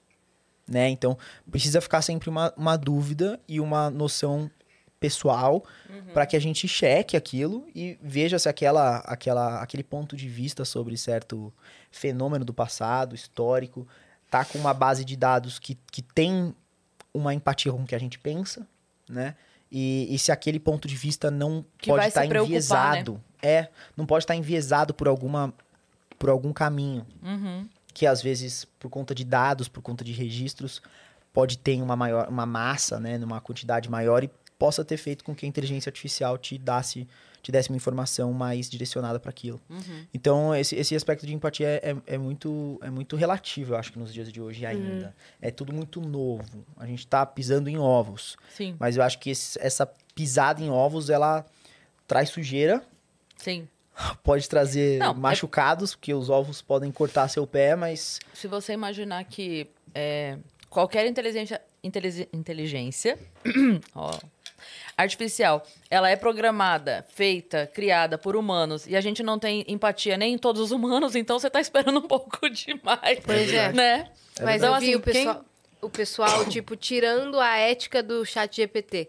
Speaker 3: Né? Então, precisa ficar sempre uma, uma dúvida e uma noção pessoal para que a gente cheque aquilo e veja se aquela, aquela, aquele ponto de vista sobre certo fenômeno do passado, histórico, tá com uma base de dados que, que tem uma empatia com o que a gente pensa, né? E, e se aquele ponto de vista não
Speaker 1: Que
Speaker 3: pode
Speaker 1: vai
Speaker 3: estar
Speaker 1: se preocupar,
Speaker 3: enviesado. É, não pode estar enviesado por alguma por algum caminho.
Speaker 1: Uhum.
Speaker 3: Que às vezes, por conta de dados, por conta de registros, pode ter uma maior, uma massa, né, numa quantidade maior e possa ter feito com que a inteligência artificial te desse, te desse uma informação mais direcionada para aquilo.
Speaker 1: Uhum.
Speaker 3: Então, esse, esse aspecto de empatia é, é, é muito, é muito relativo, eu acho que nos dias de hoje ainda. É tudo muito novo. A gente tá pisando em ovos.
Speaker 1: Sim,
Speaker 3: Mas eu acho que esse- essa pisada em ovos, ela traz sujeira,
Speaker 1: sim.
Speaker 3: pode trazer
Speaker 1: Não, é-
Speaker 3: machucados, porque os ovos podem cortar seu pé, mas...
Speaker 1: Se você imaginar que é, qualquer inteligência, intelizi- inteligência ó, artificial, ela é programada, feita, criada por humanos, e a gente não tem empatia nem em todos os humanos, então você tá esperando um pouco demais.
Speaker 2: Pois é.
Speaker 1: Né?
Speaker 2: Mas
Speaker 1: Então,
Speaker 2: eu vi
Speaker 1: assim,
Speaker 2: o pessoal, o pessoal, tipo, tirando a ética do chat G P T.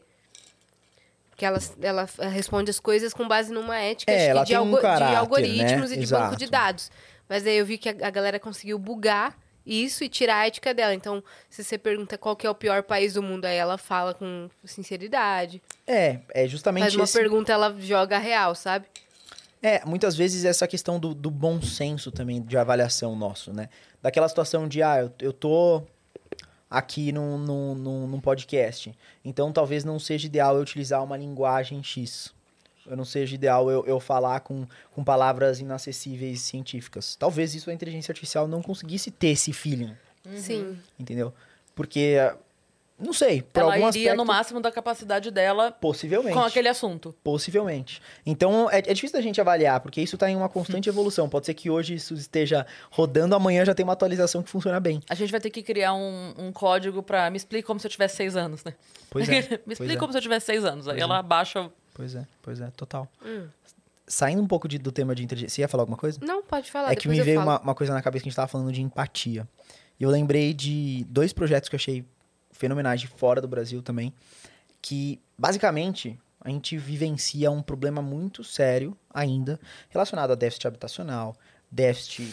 Speaker 2: Que ela, ela responde as coisas com base numa ética
Speaker 3: É,
Speaker 2: acho que
Speaker 3: ela
Speaker 2: de,
Speaker 3: tem um
Speaker 2: algo- de
Speaker 3: caráter,
Speaker 2: algoritmos
Speaker 3: né?
Speaker 2: e de
Speaker 3: Exato.
Speaker 2: banco de dados. Mas aí eu vi que a, a galera conseguiu bugar isso e tirar a ética dela. Então, se você pergunta qual que é o pior país do mundo, aí ela fala com sinceridade.
Speaker 3: É, é justamente
Speaker 2: Faz uma
Speaker 3: esse...
Speaker 2: pergunta, ela joga real, sabe?
Speaker 3: É, muitas vezes essa questão do, do bom senso também de avaliação nosso, né? Daquela situação de, ah, eu, eu tô aqui num, num, num, num podcast, então talvez não seja ideal eu utilizar uma linguagem X. Eu não seja ideal eu, eu falar com, com palavras inacessíveis científicas. Talvez isso a inteligência artificial não conseguisse ter esse feeling,
Speaker 2: Sim.
Speaker 3: entendeu? Porque, não sei, por
Speaker 1: Ela
Speaker 3: algum
Speaker 1: iria
Speaker 3: aspecto...
Speaker 1: no máximo da capacidade dela
Speaker 3: Possivelmente.
Speaker 1: com aquele assunto.
Speaker 3: Possivelmente. Então, é, é difícil da gente avaliar, porque isso está em uma constante evolução. Pode ser que hoje isso esteja rodando, amanhã já tem uma atualização que funciona bem.
Speaker 1: A gente vai ter que criar um, um código pra... Me explique como se eu tivesse seis anos, né?
Speaker 3: Pois é.
Speaker 1: Me
Speaker 3: pois
Speaker 1: explique
Speaker 3: é,
Speaker 1: como se eu tivesse seis anos. Aí
Speaker 3: Pois
Speaker 1: ela
Speaker 3: é.
Speaker 1: baixa...
Speaker 3: Pois é, pois é, total.
Speaker 2: Hum.
Speaker 3: Saindo um pouco de- do tema de inteligência... Você ia falar alguma coisa?
Speaker 2: Não, pode falar,
Speaker 3: é que
Speaker 2: depois
Speaker 3: me
Speaker 2: eu
Speaker 3: veio
Speaker 2: falo.
Speaker 3: uma, uma coisa na cabeça que a gente estava falando de empatia. E eu lembrei de dois projetos que eu achei fenomenais de fora do Brasil também, que, basicamente, a gente vivencia um problema muito sério ainda, relacionado a déficit habitacional, déficit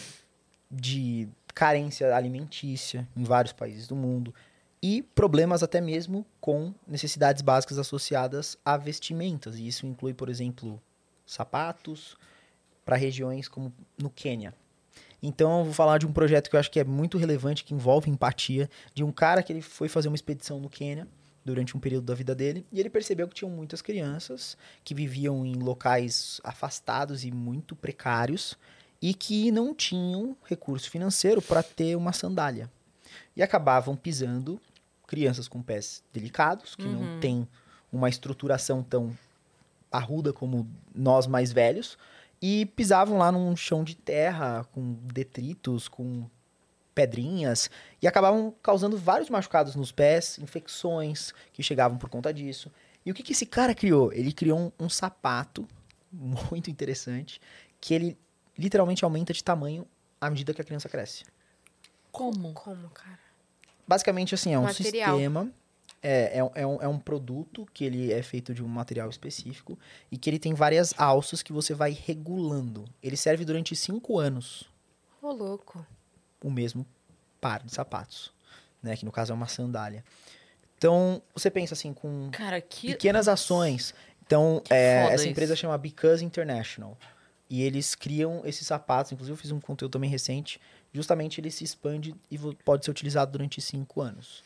Speaker 3: de carência alimentícia em vários países do mundo, e problemas até mesmo com necessidades básicas associadas a vestimentas. E isso inclui, por exemplo, sapatos para regiões como no Quênia. Então, eu vou falar de um projeto que eu acho que é muito relevante, que envolve empatia, de um cara que ele foi fazer uma expedição no Quênia durante um período da vida dele, e ele percebeu que tinham muitas crianças que viviam em locais afastados e muito precários e que não tinham recurso financeiro para ter uma sandália. E acabavam pisando crianças com pés delicados, que
Speaker 1: Uhum.
Speaker 3: não têm uma estruturação tão parruda como nós mais velhos, e pisavam lá num chão de terra, com detritos, com pedrinhas, e acabavam causando vários machucados nos pés, infecções que chegavam por conta disso. E o que, que esse cara criou? Ele criou um, um sapato muito interessante, que ele literalmente aumenta de tamanho à medida que a criança cresce.
Speaker 1: Como?
Speaker 2: Como, cara?
Speaker 3: Basicamente, assim, é um
Speaker 2: Material.
Speaker 3: sistema, é, é, é, um, é um produto que ele é feito de um material específico e que ele tem várias alças que você vai regulando. Ele serve durante cinco anos,
Speaker 2: Ô, louco.
Speaker 3: o mesmo par de sapatos, né? Que no caso é uma sandália. Então, você pensa assim, com
Speaker 1: Cara, que...
Speaker 3: pequenas ações. Então,
Speaker 1: Que
Speaker 3: é,
Speaker 1: foda
Speaker 3: essa
Speaker 1: isso.
Speaker 3: empresa chama Because International. E eles criam esses sapatos. Inclusive, eu fiz um conteúdo também recente. Justamente, ele se expande e vo- pode ser utilizado durante cinco anos.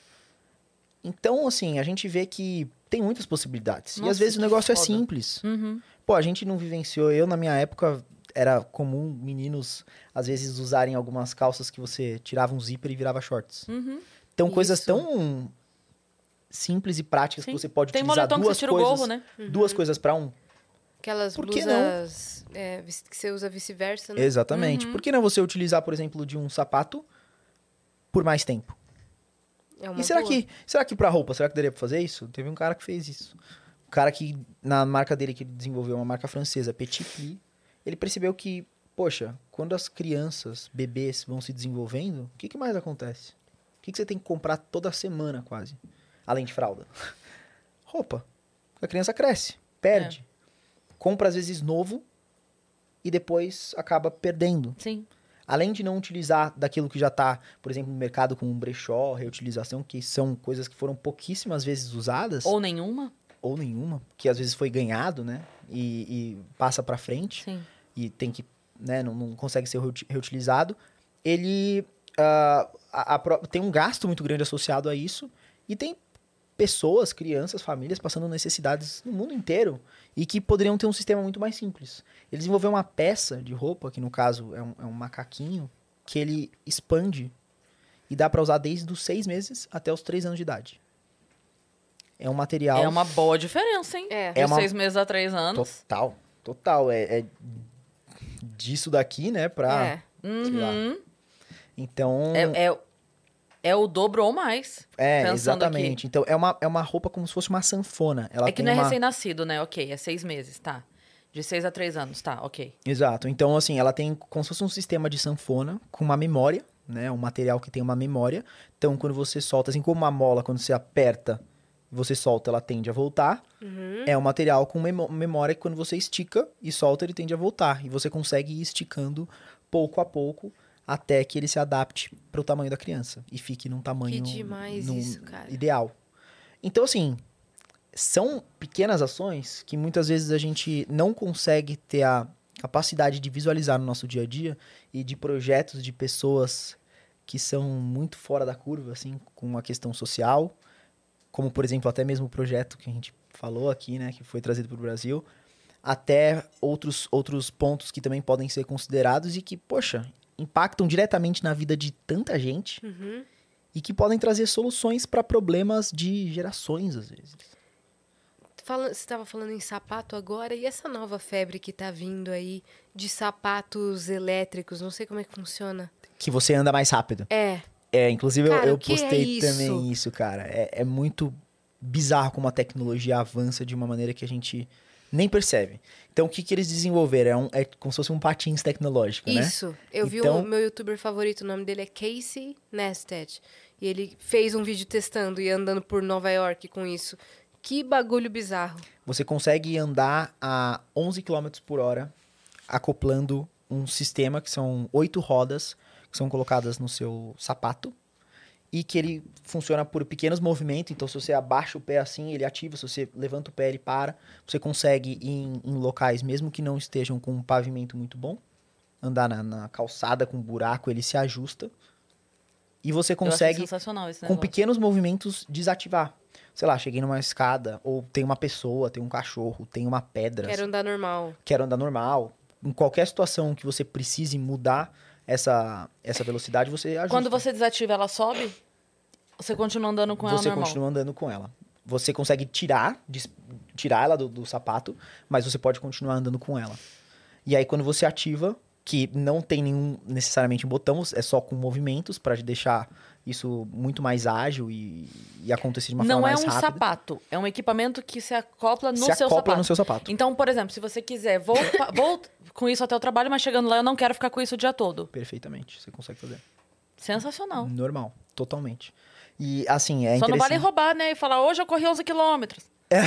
Speaker 3: Então, assim, a gente vê que tem muitas possibilidades. e às
Speaker 1: Nossa,
Speaker 3: vezes o
Speaker 1: que
Speaker 3: negócio é
Speaker 1: foda.
Speaker 3: simples.
Speaker 1: Uhum.
Speaker 3: Pô, a gente não vivenciou. Eu, na minha época, era comum meninos, às vezes, usarem algumas calças que você tirava um zíper e virava shorts.
Speaker 1: Uhum.
Speaker 3: Então, coisas
Speaker 2: Isso.
Speaker 3: tão simples e práticas
Speaker 1: Sim.
Speaker 3: que você pode
Speaker 1: Tem
Speaker 3: utilizar
Speaker 1: moletom que
Speaker 3: duas
Speaker 1: você tira
Speaker 3: coisas,
Speaker 1: o gorro, né?
Speaker 3: duas coisas para um.
Speaker 2: Aquelas
Speaker 3: Por que
Speaker 2: blusas é, vis- que você usa vice-versa, né?
Speaker 3: Exatamente.
Speaker 1: Uhum.
Speaker 3: Por que não você utilizar, por exemplo, de um sapato por mais tempo?
Speaker 2: É uma
Speaker 3: E será
Speaker 2: boa.
Speaker 3: que, será que pra roupa, será que daria pra fazer isso? Teve um cara que fez isso. Um cara que, na marca dele, que ele desenvolveu, uma marca francesa, Petit Plis, ele percebeu que, poxa, quando as crianças, bebês, vão se desenvolvendo, o que, que mais acontece? O que, que você tem que comprar toda semana, quase? Além de fralda. Roupa. A criança cresce, perde. Compra, às vezes, novo e depois acaba perdendo.
Speaker 1: Sim.
Speaker 3: Além de não utilizar daquilo que já está, por exemplo, no mercado como um brechó, reutilização, que são coisas que foram pouquíssimas vezes usadas, ou,
Speaker 1: Ou nenhuma.
Speaker 3: ou nenhuma, que às vezes foi ganhado, né? E, e passa para frente
Speaker 1: Sim.
Speaker 3: e tem que, né, não, não consegue ser reuti- reutilizado. Ele ah, a- a pró- tem um gasto muito grande associado a isso e tem pessoas, crianças, famílias passando necessidades no mundo inteiro e que poderiam ter um sistema muito mais simples. Ele desenvolveu uma peça de roupa, que no caso é um, é um macaquinho, que ele expande e dá para usar desde os seis meses até os três anos de idade. É um material
Speaker 1: É uma boa diferença, hein?
Speaker 2: É.
Speaker 1: De
Speaker 3: É uma-
Speaker 1: seis meses a três anos.
Speaker 3: total, total. É, é disso daqui, né, pra...
Speaker 2: É.
Speaker 3: sei lá.
Speaker 1: Uhum.
Speaker 3: Então...
Speaker 1: É, é, é o dobro ou mais.
Speaker 3: É,
Speaker 1: Pensando
Speaker 3: exatamente. Então, é uma, é uma roupa como se fosse uma sanfona. Ela
Speaker 1: é que
Speaker 3: tem
Speaker 1: não é
Speaker 3: uma...
Speaker 1: recém-nascido, né? Ok, é seis meses, tá. De seis a três anos, tá, ok.
Speaker 3: Exato. Então, assim, ela tem como se fosse um sistema de sanfona com uma memória, né? Um material que tem uma memória. Então, quando você solta, assim como uma mola, quando você aperta e você solta, ela tende a voltar.
Speaker 2: Uhum.
Speaker 3: É um material com memo- memória que quando você estica e solta, ele tende a voltar. E você consegue ir esticando pouco a pouco até que ele se adapte para o tamanho da criança. E fique num tamanho
Speaker 2: Que demais
Speaker 3: num
Speaker 2: isso, cara.
Speaker 3: ideal. Então, assim, são pequenas ações que muitas vezes a gente não consegue ter a capacidade de visualizar no nosso dia a dia e de projetos de pessoas que são muito fora da curva, assim, com a questão social, como, por exemplo, até mesmo o projeto que a gente falou aqui, né, que foi trazido para o Brasil, até outros, outros pontos que também podem ser considerados e que, poxa, impactam diretamente na vida de tanta gente
Speaker 2: Uhum.
Speaker 3: e que podem trazer soluções para problemas de gerações, às vezes.
Speaker 2: Fala- você estava falando em sapato agora, e essa nova febre que tá vindo aí de sapatos elétricos, não sei como é que funciona.
Speaker 3: Que você anda mais rápido.
Speaker 2: É,
Speaker 3: É, inclusive eu-
Speaker 2: Cara,
Speaker 3: eu,
Speaker 2: o que é
Speaker 3: postei
Speaker 2: isso?
Speaker 3: também isso, cara. É, é muito bizarro como a tecnologia avança de uma maneira que a gente nem percebe. Então, o que, que eles desenvolveram? É, um, é como se fosse um patins tecnológico, né?
Speaker 2: isso. Eu vi
Speaker 3: Então-
Speaker 2: o meu youtuber favorito, o nome dele é Casey Neistat. E ele fez um vídeo testando e andando por Nova York com isso. Que bagulho bizarro.
Speaker 3: Você consegue andar a onze quilômetros por hora acoplando um sistema que são oito rodas que são colocadas no seu sapato e que ele funciona por pequenos movimentos. Então, se você abaixa o pé assim, ele ativa. Se você levanta o pé, ele para. Você consegue ir em, em locais, mesmo que não estejam com um pavimento muito bom, andar na, na calçada com buraco, ele se ajusta. E você
Speaker 1: Eu achei
Speaker 3: consegue,
Speaker 1: sensacional esse
Speaker 3: com
Speaker 1: negócio.
Speaker 3: pequenos movimentos, desativar. sei lá, cheguei numa escada, ou tem uma pessoa, tem um cachorro, tem uma pedra.
Speaker 2: Quero andar normal.
Speaker 3: Quero andar normal. Em qualquer situação que você precise mudar essa, essa velocidade, você ajusta.
Speaker 1: Quando você desativa, ela sobe? Você continua andando com ela
Speaker 3: Você
Speaker 1: normal?
Speaker 3: continua andando com ela. Você consegue tirar, des- tirar ela do, do sapato, mas você pode continuar andando com ela. E aí, quando você ativa, que não tem nenhum necessariamente um botão, é só com movimentos para deixar isso muito mais ágil e, e acontecer de uma
Speaker 1: Não
Speaker 3: forma
Speaker 1: é
Speaker 3: mais
Speaker 1: um
Speaker 3: rápida.
Speaker 1: sapato, é um equipamento que se acopla no
Speaker 3: Se
Speaker 1: seu
Speaker 3: acopla
Speaker 1: sapato.
Speaker 3: no seu sapato.
Speaker 1: Então, por exemplo, se você quiser, vou, pa- vou com isso até o trabalho, mas chegando lá eu não quero ficar com isso o dia todo.
Speaker 3: Perfeitamente, você consegue fazer.
Speaker 1: Sensacional.
Speaker 3: Normal, totalmente. E assim, é
Speaker 1: Só não vale
Speaker 3: interessante.
Speaker 1: roubar, né? E falar, hoje eu corri onze quilômetros.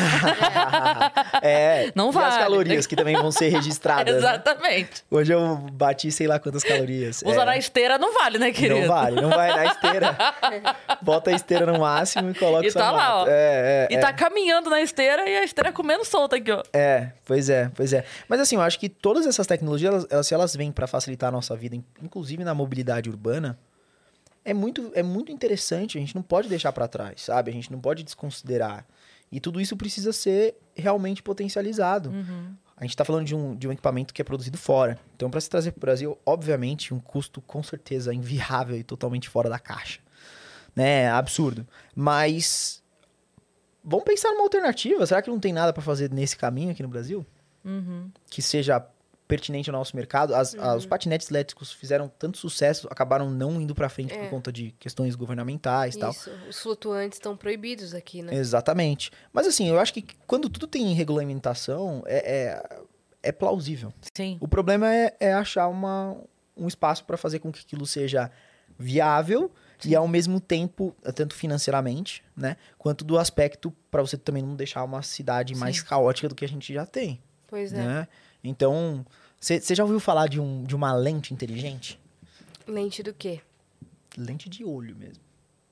Speaker 3: É,
Speaker 1: Não
Speaker 3: e
Speaker 1: vale.
Speaker 3: as calorias que também vão ser registradas. Né?
Speaker 1: Exatamente.
Speaker 3: Hoje eu bati sei lá quantas calorias.
Speaker 1: Usar
Speaker 3: É,
Speaker 1: na esteira não vale, né, querido?
Speaker 3: não vale, não vai na esteira. Bota a esteira no máximo e coloca
Speaker 1: E
Speaker 3: o
Speaker 1: tá lá,
Speaker 3: sapato.
Speaker 1: ó.
Speaker 3: É, é,
Speaker 1: E
Speaker 3: é.
Speaker 1: tá caminhando na esteira e a esteira comendo solta aqui, ó.
Speaker 3: É, pois é, pois é. Mas assim, eu acho que todas essas tecnologias, elas, elas, se elas vêm para facilitar a nossa vida, in- inclusive na mobilidade urbana, é muito, é muito interessante. A gente não pode deixar para trás, sabe? A gente não pode desconsiderar. E tudo isso precisa ser realmente potencializado.
Speaker 1: Uhum.
Speaker 3: A gente tá falando de um, de um equipamento que é produzido fora. Então, para se trazer para o Brasil, obviamente, um custo com certeza inviável e totalmente fora da caixa. Né? Absurdo. Mas vamos pensar numa alternativa. Será que não tem nada para fazer nesse caminho aqui no Brasil?
Speaker 1: Uhum.
Speaker 3: Que seja pertinente ao nosso mercado. As, as- os patinetes elétricos fizeram tanto sucesso, acabaram não indo para frente
Speaker 2: É.
Speaker 3: por conta de questões governamentais e tal.
Speaker 2: Isso. Os flutuantes estão proibidos aqui, né?
Speaker 3: Exatamente. Mas assim, eu acho que quando tudo tem regulamentação, é, é, é plausível.
Speaker 1: Sim.
Speaker 3: O problema é, é achar uma, um espaço para fazer com que aquilo seja viável e ao mesmo tempo, tanto financeiramente, né, quanto do aspecto para você também não deixar uma cidade mais
Speaker 1: Sim.
Speaker 3: caótica do que a gente já tem,
Speaker 2: Pois é.
Speaker 3: né? Então, você já ouviu falar de, um, de uma lente inteligente?
Speaker 2: Lente do quê?
Speaker 3: Lente de olho mesmo.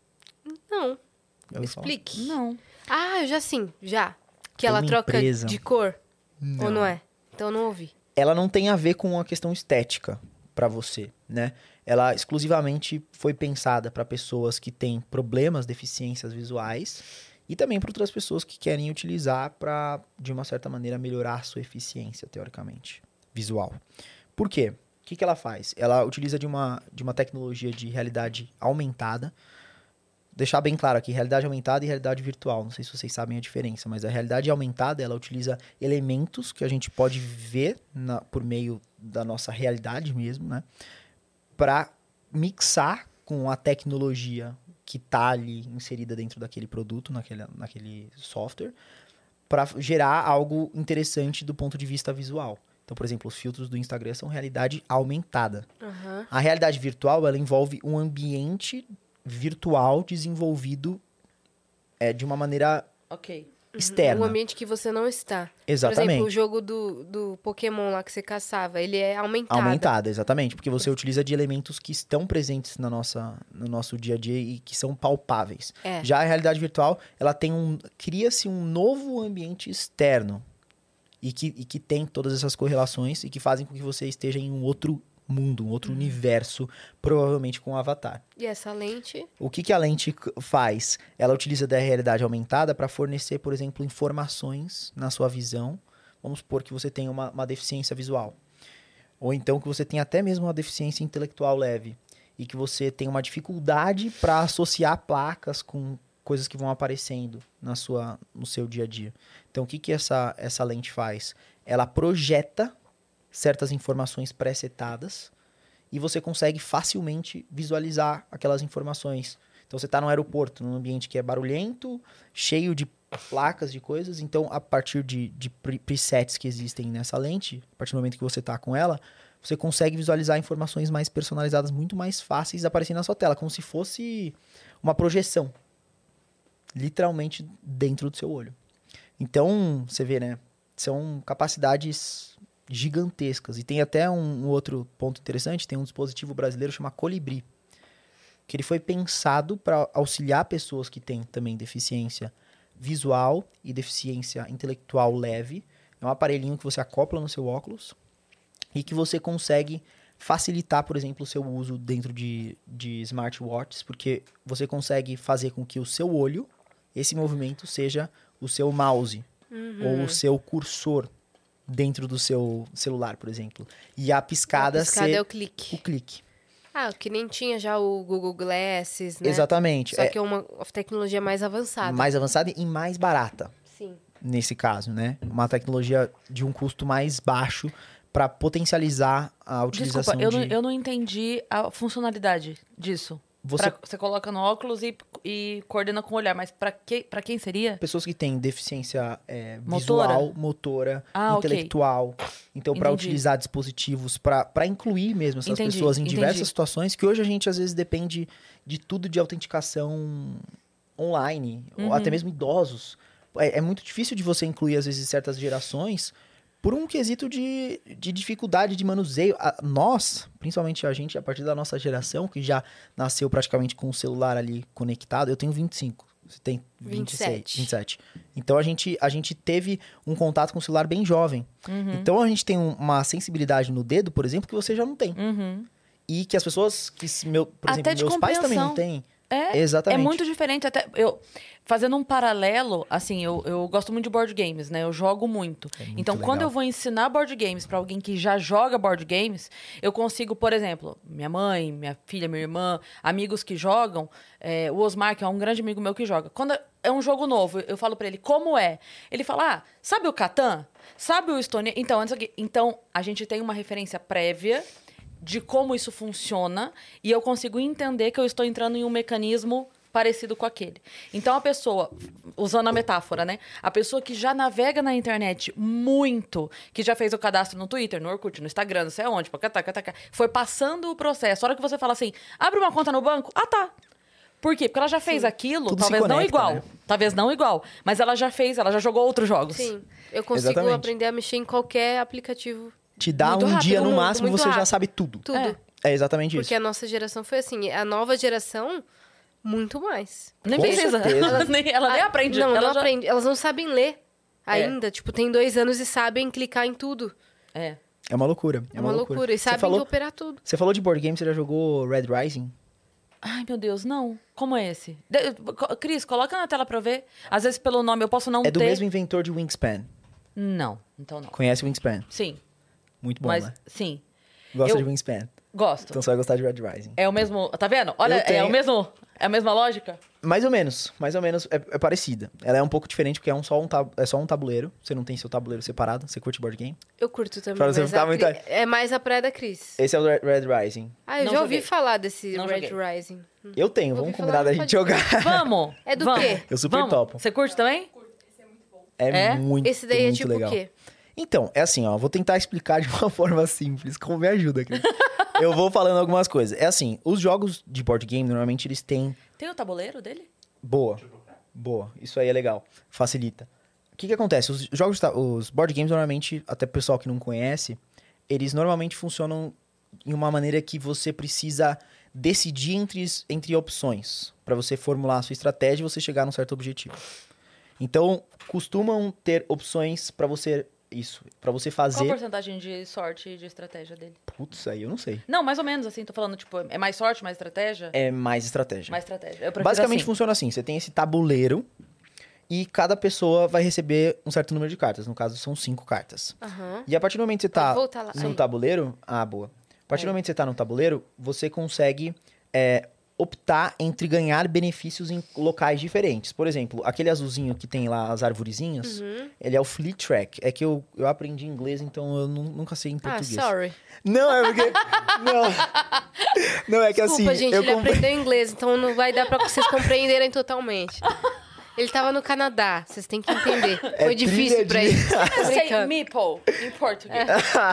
Speaker 2: Não.
Speaker 3: Já
Speaker 2: Me
Speaker 3: ouviu falar?
Speaker 2: explique.
Speaker 1: Não.
Speaker 2: Ah, eu já sim, já. Que
Speaker 3: Tem
Speaker 2: ela
Speaker 3: uma
Speaker 2: troca
Speaker 3: empresa.
Speaker 2: de cor. Ou não é? Então eu não ouvi.
Speaker 3: Ela não tem a ver com a questão estética para você, né? Ela exclusivamente foi pensada para pessoas que têm problemas, deficiências visuais e também para outras pessoas que querem utilizar para, de uma certa maneira, melhorar a sua eficiência, teoricamente, visual. Por quê? O que, que ela faz? Ela utiliza de uma, de uma tecnologia de realidade aumentada. Deixar bem claro aqui, realidade aumentada e realidade virtual. Não sei se vocês sabem a diferença, mas a realidade aumentada, ela utiliza elementos que a gente pode ver na- por meio da nossa realidade mesmo, né? Para mixar com a tecnologia que está ali inserida dentro daquele produto, naquele, naquele software, para gerar algo interessante do ponto de vista visual. Então, por exemplo, os filtros do Instagram são realidade aumentada.
Speaker 2: Aham.
Speaker 3: A realidade virtual, ela envolve um ambiente virtual desenvolvido é, de uma maneira
Speaker 1: Ok.
Speaker 3: externa.
Speaker 2: Um ambiente que você não está. Por
Speaker 3: Exatamente.
Speaker 2: exemplo, o jogo do, do Pokémon lá que você caçava, ele é aumentado.
Speaker 3: Aumentada, exatamente. Porque você utiliza de elementos que estão presentes na nossa, no nosso dia a dia e que são palpáveis.
Speaker 2: É.
Speaker 3: Já a realidade virtual, ela tem um... Cria-se um novo ambiente externo. E que, e que tem todas essas correlações e que fazem com que você esteja em um outro mundo, um outro universo, provavelmente com um avatar.
Speaker 2: E essa lente,
Speaker 3: O que, que a lente c- faz? Ela utiliza da realidade aumentada para fornecer, por exemplo, informações na sua visão. Vamos supor que você tenha uma, uma deficiência visual. Ou então que você tenha até mesmo uma deficiência intelectual leve. E que você tenha uma dificuldade para associar placas com coisas que vão aparecendo na sua, no seu dia a dia. Então, o que, que essa, essa lente faz? Ela projeta certas informações pré-setadas e você consegue facilmente visualizar aquelas informações. Então, você está no aeroporto, num ambiente que é barulhento, cheio de placas de coisas. Então, a partir de, de pre- presets que existem nessa lente, a partir do momento que você está com ela, você consegue visualizar informações mais personalizadas, muito mais fáceis aparecendo na sua tela, como se fosse uma projeção. Literalmente dentro do seu olho. Então, você vê, né? São capacidades gigantescas. E tem até um, um outro ponto interessante, tem um dispositivo brasileiro chamado Colibri, que ele foi pensado para auxiliar pessoas que têm também deficiência visual e deficiência intelectual leve. É um aparelhinho que você acopla no seu óculos e que você consegue facilitar, por exemplo, o seu uso dentro de, de smartwatches, porque você consegue fazer com que o seu olho esse movimento seja o seu mouse ou o seu cursor dentro do seu celular, por exemplo. E a piscada,
Speaker 2: A piscada
Speaker 3: ser
Speaker 2: é o clique.
Speaker 3: o clique.
Speaker 2: Ah, que nem tinha já o Google Glasses, né?
Speaker 3: Exatamente.
Speaker 2: Só
Speaker 3: É
Speaker 2: que é uma tecnologia mais avançada.
Speaker 3: mais avançada e mais barata,
Speaker 2: Sim.
Speaker 3: nesse caso, né? Uma tecnologia de um custo mais baixo para potencializar a utilização
Speaker 1: Desculpa, eu, não,
Speaker 3: de...
Speaker 1: eu não entendi a funcionalidade disso.
Speaker 3: Você-
Speaker 1: Pra- você coloca no óculos e, e coordena com o olhar, mas pra, que, pra quem seria?
Speaker 3: Pessoas que têm deficiência é,
Speaker 1: Motora?
Speaker 3: visual, motora,
Speaker 1: Ah, ok.
Speaker 3: intelectual. Então, para
Speaker 1: Entendi.
Speaker 3: utilizar dispositivos, para incluir mesmo essas
Speaker 1: Entendi,
Speaker 3: pessoas em
Speaker 1: entendi.
Speaker 3: diversas situações, que hoje a gente às vezes depende de tudo de autenticação online, ou
Speaker 1: Uhum.
Speaker 3: até mesmo idosos. É, é muito difícil de você incluir, às vezes, certas gerações por um quesito de, de dificuldade de manuseio. A- nós, principalmente a gente, a partir da nossa geração, que já nasceu praticamente com o celular ali conectado, eu tenho vinte e cinco. Você tem vinte e seis,
Speaker 2: vinte e sete.
Speaker 3: vinte e sete. Então a gente, a gente teve um contato com o celular bem jovem.
Speaker 1: Uhum.
Speaker 3: Então a gente tem um- uma sensibilidade no dedo, por exemplo, que você já não tem.
Speaker 1: Uhum.
Speaker 3: E que as pessoas, que se- meu, por
Speaker 1: Até
Speaker 3: exemplo,
Speaker 1: de
Speaker 3: meus pais também não
Speaker 1: compreensão.
Speaker 3: têm.
Speaker 1: É,
Speaker 3: Exatamente.
Speaker 1: é muito diferente. Até eu fazendo um paralelo, assim, eu, eu gosto muito de board games, né? Eu jogo muito.
Speaker 3: É muito
Speaker 1: então, quando
Speaker 3: legal.
Speaker 1: eu vou ensinar board games pra alguém que já joga board games, eu consigo, por exemplo, minha mãe, minha filha, minha irmã, amigos que jogam, é, o Osmar, que é um grande amigo meu que joga. Quando é um jogo novo, eu falo pra ele como é. Ele fala: ah, sabe o Catan? Sabe o Stone? Então, antes aqui. Então, a gente tem uma referência prévia de como isso funciona e eu consigo entender que eu estou entrando em um mecanismo parecido com aquele. Então, a pessoa, usando a metáfora, né? A pessoa que já navega na internet muito, que já fez o cadastro no Twitter, no Orkut, no Instagram, não sei aonde, pacatá, pacatá, foi passando o processo. A hora que você fala assim, abre uma conta no banco, ah, tá. Por quê? Porque ela já fez aquilo,
Speaker 3: Tudo se
Speaker 1: talvez não
Speaker 3: conecta,
Speaker 1: igual.
Speaker 3: né?
Speaker 1: Talvez não igual. Mas ela já fez, ela já jogou outros jogos.
Speaker 2: Sim. Eu consigo
Speaker 3: Exatamente.
Speaker 2: aprender a mexer em qualquer aplicativo.
Speaker 3: Te dá
Speaker 1: Muito
Speaker 3: um
Speaker 1: rápido,
Speaker 3: dia no
Speaker 2: muito,
Speaker 3: máximo,
Speaker 2: muito
Speaker 3: você já
Speaker 2: rápido.
Speaker 3: sabe tudo.
Speaker 2: Tudo.
Speaker 1: É.
Speaker 3: É exatamente
Speaker 2: Porque
Speaker 3: isso.
Speaker 2: a nossa geração foi assim. A nova geração, muito mais.
Speaker 1: Nem
Speaker 3: Com
Speaker 1: precisa.
Speaker 3: certeza.
Speaker 1: Ela nem, ela nem
Speaker 2: Ah,
Speaker 1: aprende.
Speaker 2: Não,
Speaker 1: ela
Speaker 2: não
Speaker 1: já...
Speaker 2: aprende. Elas não sabem ler ainda. Tipo, tem dois anos e sabem clicar em tudo.
Speaker 1: É.
Speaker 3: É uma loucura. É,
Speaker 2: É uma loucura. E
Speaker 3: Você
Speaker 2: sabem
Speaker 3: falou,
Speaker 2: operar tudo.
Speaker 3: você falou de board game, você já jogou Red Rising?
Speaker 1: Ai, meu Deus, não. Como é esse? De- co- Cris, coloca na tela pra eu ver. Às vezes, pelo nome, eu posso não
Speaker 3: É do
Speaker 1: ter...
Speaker 3: mesmo inventor de Wingspan.
Speaker 1: Não, então não.
Speaker 3: Conhece o Wingspan?
Speaker 1: Sim,
Speaker 3: Muito bom,
Speaker 1: mas
Speaker 3: né?
Speaker 1: sim,
Speaker 3: Gosta
Speaker 1: eu-
Speaker 3: de Wingspan.
Speaker 1: gosto.
Speaker 3: Então você vai gostar de Red Rising.
Speaker 1: É o mesmo... Tá vendo? Olha,
Speaker 3: Eu
Speaker 1: é
Speaker 3: tenho-
Speaker 1: o mesmo... É a mesma lógica?
Speaker 3: Mais ou menos, mais ou menos, é, é parecida. Ela é um pouco diferente porque é, um só um tab- é só um tabuleiro. Você não tem seu tabuleiro separado. Você curte board game?
Speaker 2: Eu curto também.
Speaker 3: Pra você
Speaker 2: mas
Speaker 3: ficar
Speaker 2: a
Speaker 3: muito-
Speaker 2: Cri- É mais a praia da Cris.
Speaker 3: Esse é o Red Red Rising.
Speaker 2: Ah, eu
Speaker 1: Não
Speaker 2: já
Speaker 1: joguei.
Speaker 2: ouvi falar desse
Speaker 1: Não
Speaker 2: Red
Speaker 1: joguei.
Speaker 2: Rising.
Speaker 3: Eu tenho,
Speaker 2: Ouvi
Speaker 3: vamos
Speaker 2: falar,
Speaker 3: combinar da
Speaker 2: não
Speaker 3: gente
Speaker 2: pode-
Speaker 3: jogar.
Speaker 1: Vamos!
Speaker 2: É do
Speaker 1: vamos.
Speaker 2: quê?
Speaker 3: Eu super
Speaker 1: Vamos.
Speaker 3: topo.
Speaker 1: Você curte também?
Speaker 3: É,
Speaker 1: É?
Speaker 3: muito,
Speaker 2: Esse daí é
Speaker 3: muito
Speaker 2: tipo
Speaker 3: legal.
Speaker 2: o quê?
Speaker 3: Então, é assim, ó, vou tentar explicar de uma forma simples, como me ajuda, Cris. Eu vou falando algumas coisas. É assim, os jogos de board game, normalmente, eles têm...
Speaker 1: Tem o tabuleiro dele?
Speaker 3: Boa, boa. Isso aí é legal. Facilita. O que que acontece? Os jogos, ta- os board games, normalmente, até o pessoal que não conhece, eles normalmente funcionam em uma maneira que você precisa decidir entre, s- entre opções para você formular a sua estratégia e você chegar num certo objetivo. Então, costumam ter opções para você... Isso, para você
Speaker 1: Qual a
Speaker 3: fazer...
Speaker 1: porcentagem de sorte e de estratégia dele?
Speaker 3: Putz, aí eu não sei.
Speaker 1: Não, mais ou menos assim, tô falando, tipo, é mais sorte, mais estratégia?
Speaker 3: É mais estratégia.
Speaker 1: Mais estratégia. Eu prefiro
Speaker 3: Basicamente
Speaker 1: assim.
Speaker 3: funciona assim: você tem esse tabuleiro e cada pessoa vai receber um certo número de cartas. No caso, são cinco cartas.
Speaker 2: Aham.
Speaker 3: E a partir do momento que você tá
Speaker 2: Pode voltar lá.
Speaker 3: no
Speaker 2: Aí.
Speaker 3: tabuleiro. Ah, boa. A partir do
Speaker 1: Aí.
Speaker 3: momento que você tá no tabuleiro, você consegue é, optar entre ganhar benefícios em locais diferentes. Por exemplo, aquele azulzinho que tem lá as arvorezinhas,
Speaker 2: Uhum.
Speaker 3: ele é o Fleet Track. É que eu, eu aprendi inglês, então eu nu- nunca sei em
Speaker 2: Ah,
Speaker 3: português.
Speaker 2: sorry.
Speaker 3: Não, é porque. não. Não, é que
Speaker 2: Desculpa,
Speaker 3: assim.
Speaker 2: gente,
Speaker 3: eu
Speaker 2: ele
Speaker 3: comprei-
Speaker 2: aprendeu inglês, então não vai dar pra vocês compreenderem totalmente. Ele tava no Canadá, vocês têm que entender.
Speaker 3: É
Speaker 2: Foi difícil
Speaker 3: trilha
Speaker 2: pra
Speaker 3: de-
Speaker 2: ele. Tô
Speaker 1: Say
Speaker 2: brincando.
Speaker 1: meeple em português.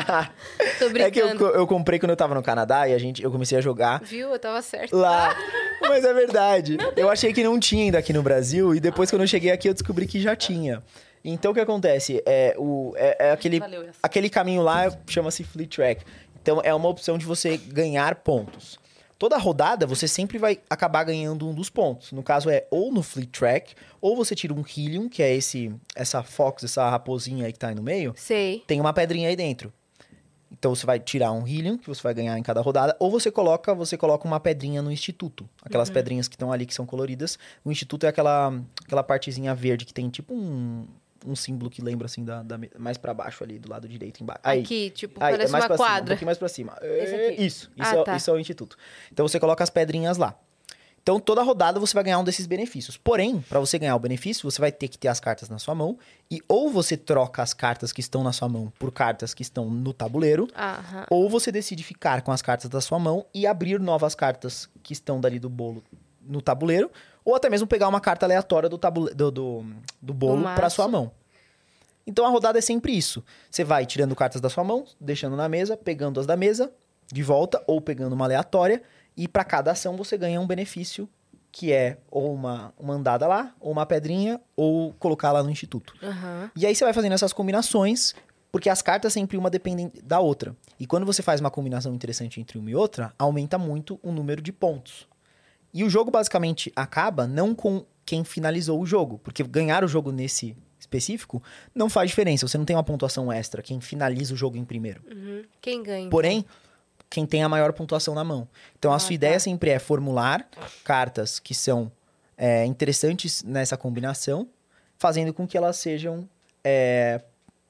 Speaker 2: Tô
Speaker 3: É que eu,
Speaker 2: brincando.
Speaker 3: eu comprei quando eu tava no Canadá e a gente, eu comecei a jogar
Speaker 2: Viu? Eu tava certo.
Speaker 3: lá. Mas é verdade. Eu achei que não tinha ainda aqui no Brasil e depois quando eu cheguei aqui eu descobri que já tinha. Então o que acontece? É, o, é, é aquele,
Speaker 1: Valeu, Yas.
Speaker 3: aquele caminho lá chama-se Fleet Track. Então é uma opção de você ganhar pontos. Toda rodada você sempre vai acabar ganhando um dos pontos. No caso é ou no Fleet Track, ou você tira um Helium, que é esse essa Fox, essa raposinha aí que tá aí no meio,
Speaker 2: Sei.
Speaker 3: tem uma pedrinha aí dentro. Então você vai tirar um Helium, que você vai ganhar em cada rodada, ou você coloca, você coloca uma pedrinha no Instituto. Aquelas uhum. pedrinhas que estão ali, que são coloridas. O Instituto é aquela, aquela partezinha verde que tem tipo um, um símbolo que lembra assim, da, da mais pra baixo ali, do lado direito embaixo. Aí,
Speaker 2: aqui, tipo,
Speaker 3: aí,
Speaker 2: parece
Speaker 3: é mais
Speaker 2: uma
Speaker 3: pra
Speaker 2: quadra.
Speaker 3: Cima, um pouquinho mais pra cima. É, isso, isso,
Speaker 2: ah,
Speaker 3: é,
Speaker 2: tá.
Speaker 3: isso é o Instituto. Então você coloca as pedrinhas lá. Então, toda rodada você vai ganhar um desses benefícios. Porém, para você ganhar o benefício, você vai ter que ter as cartas na sua mão. E ou você troca as cartas que estão na sua mão por cartas que estão no tabuleiro.
Speaker 2: Aham.
Speaker 3: Ou você decide ficar com as cartas da sua mão e abrir novas cartas que estão dali do bolo no tabuleiro. Ou até mesmo pegar uma carta aleatória do, tabule... do, do, do bolo para sua mão. Então, a rodada é sempre isso. Você vai tirando cartas da sua mão, deixando na mesa, pegando as da mesa de volta, ou pegando uma aleatória. E para cada ação você ganha um benefício, que é ou uma, uma andada lá, ou uma pedrinha, ou colocar lá no Instituto.
Speaker 2: Uhum.
Speaker 3: E aí você vai fazendo essas combinações, porque as cartas sempre uma dependem da outra. E quando você faz uma combinação interessante entre uma e outra, aumenta muito o número de pontos. E o jogo basicamente acaba não com quem finalizou o jogo, porque ganhar o jogo nesse específico não faz diferença. Você não tem uma pontuação extra, quem finaliza o jogo em primeiro.
Speaker 2: Uhum. Quem ganha?
Speaker 3: Porém... quem tem a maior pontuação na mão. Então, a
Speaker 2: ah,
Speaker 3: sua
Speaker 2: tá.
Speaker 3: ideia sempre é formular cartas que são é, interessantes nessa combinação, fazendo com que elas sejam é,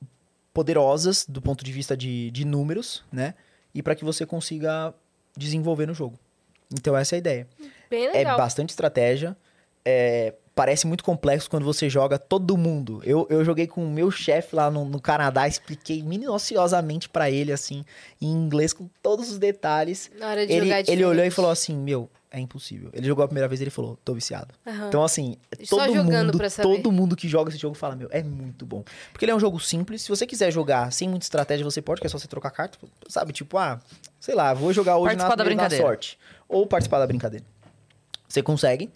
Speaker 3: poderosas do ponto de vista de, de números, né? E para que você consiga desenvolver no jogo. Então, essa é a ideia.
Speaker 2: Bem legal.
Speaker 3: É bastante estratégia. É, parece muito complexo quando você joga todo mundo. Eu, eu joguei com o meu chefe lá no, no Canadá, expliquei minuciosamente pra ele, assim, em inglês, com todos os detalhes.
Speaker 2: Na hora de
Speaker 3: ele,
Speaker 2: jogar é
Speaker 3: ele olhou e falou assim, meu, é impossível. Ele jogou a primeira vez e ele falou, tô viciado.
Speaker 2: Uhum.
Speaker 3: Então, assim,
Speaker 2: Só
Speaker 3: todo
Speaker 2: jogando
Speaker 3: mundo,
Speaker 2: pra saber.
Speaker 3: todo mundo que joga esse jogo fala, meu, é muito bom. Porque ele é um jogo simples. Se você quiser jogar sem muita estratégia, você pode, que é só você trocar carta. Sabe, tipo, ah, sei lá, vou jogar hoje na,
Speaker 1: Participar da
Speaker 3: na
Speaker 1: brincadeira.
Speaker 3: sorte. Ou participar da brincadeira. Você consegue.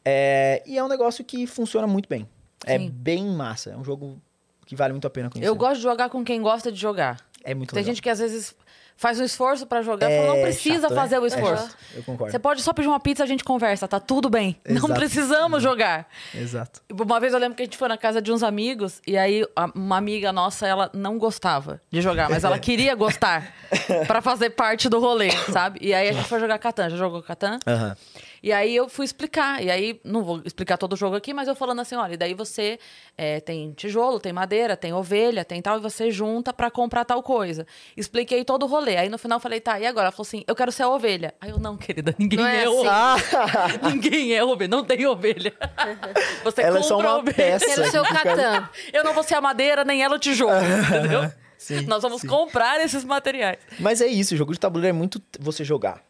Speaker 3: É, e é um negócio que funciona muito bem. É
Speaker 1: Sim.
Speaker 3: bem massa. É um jogo que vale muito a pena conhecer.
Speaker 1: Eu gosto de jogar com quem gosta de jogar.
Speaker 3: É muito
Speaker 1: Tem
Speaker 3: legal.
Speaker 1: gente que às vezes faz um esforço pra jogar,
Speaker 3: É
Speaker 1: fala, não precisa
Speaker 3: chato, né?
Speaker 1: fazer o
Speaker 3: É
Speaker 1: esforço.
Speaker 3: chato. Eu concordo.
Speaker 1: Você pode só pedir uma pizza, a gente conversa, tá tudo bem.
Speaker 3: Exato.
Speaker 1: Não precisamos jogar.
Speaker 3: Exato.
Speaker 1: Uma vez eu lembro que a gente foi na casa de uns amigos e aí a- uma amiga nossa, ela não gostava de jogar, mas ela queria gostar pra fazer parte do rolê, sabe? E aí a gente foi jogar Catan. Já jogou Catan?
Speaker 3: Aham.
Speaker 1: E aí eu fui explicar. E aí, não vou explicar todo o jogo aqui, mas eu falando assim, olha, e daí você é, tem tijolo, tem madeira, tem ovelha, tem tal, e você junta pra comprar tal coisa. Expliquei todo o rolê. Aí no final eu falei, tá, e agora? Ela falou assim, eu quero ser a ovelha. Aí eu, não, querida, ninguém
Speaker 2: Não é
Speaker 1: é,
Speaker 2: assim.
Speaker 1: ovelha. Ninguém é ovelha, não tem ovelha. Você
Speaker 3: Ela é
Speaker 1: compra
Speaker 3: só uma
Speaker 1: ovelha.
Speaker 3: peça.
Speaker 2: Quero ser o
Speaker 3: que fica-
Speaker 2: Catan.
Speaker 1: Eu não vou ser a madeira, nem ela o tijolo, entendeu?
Speaker 3: Sim,
Speaker 1: Nós vamos
Speaker 3: sim.
Speaker 1: comprar esses materiais.
Speaker 3: Mas é isso, o jogo de tabuleiro é muito você jogar.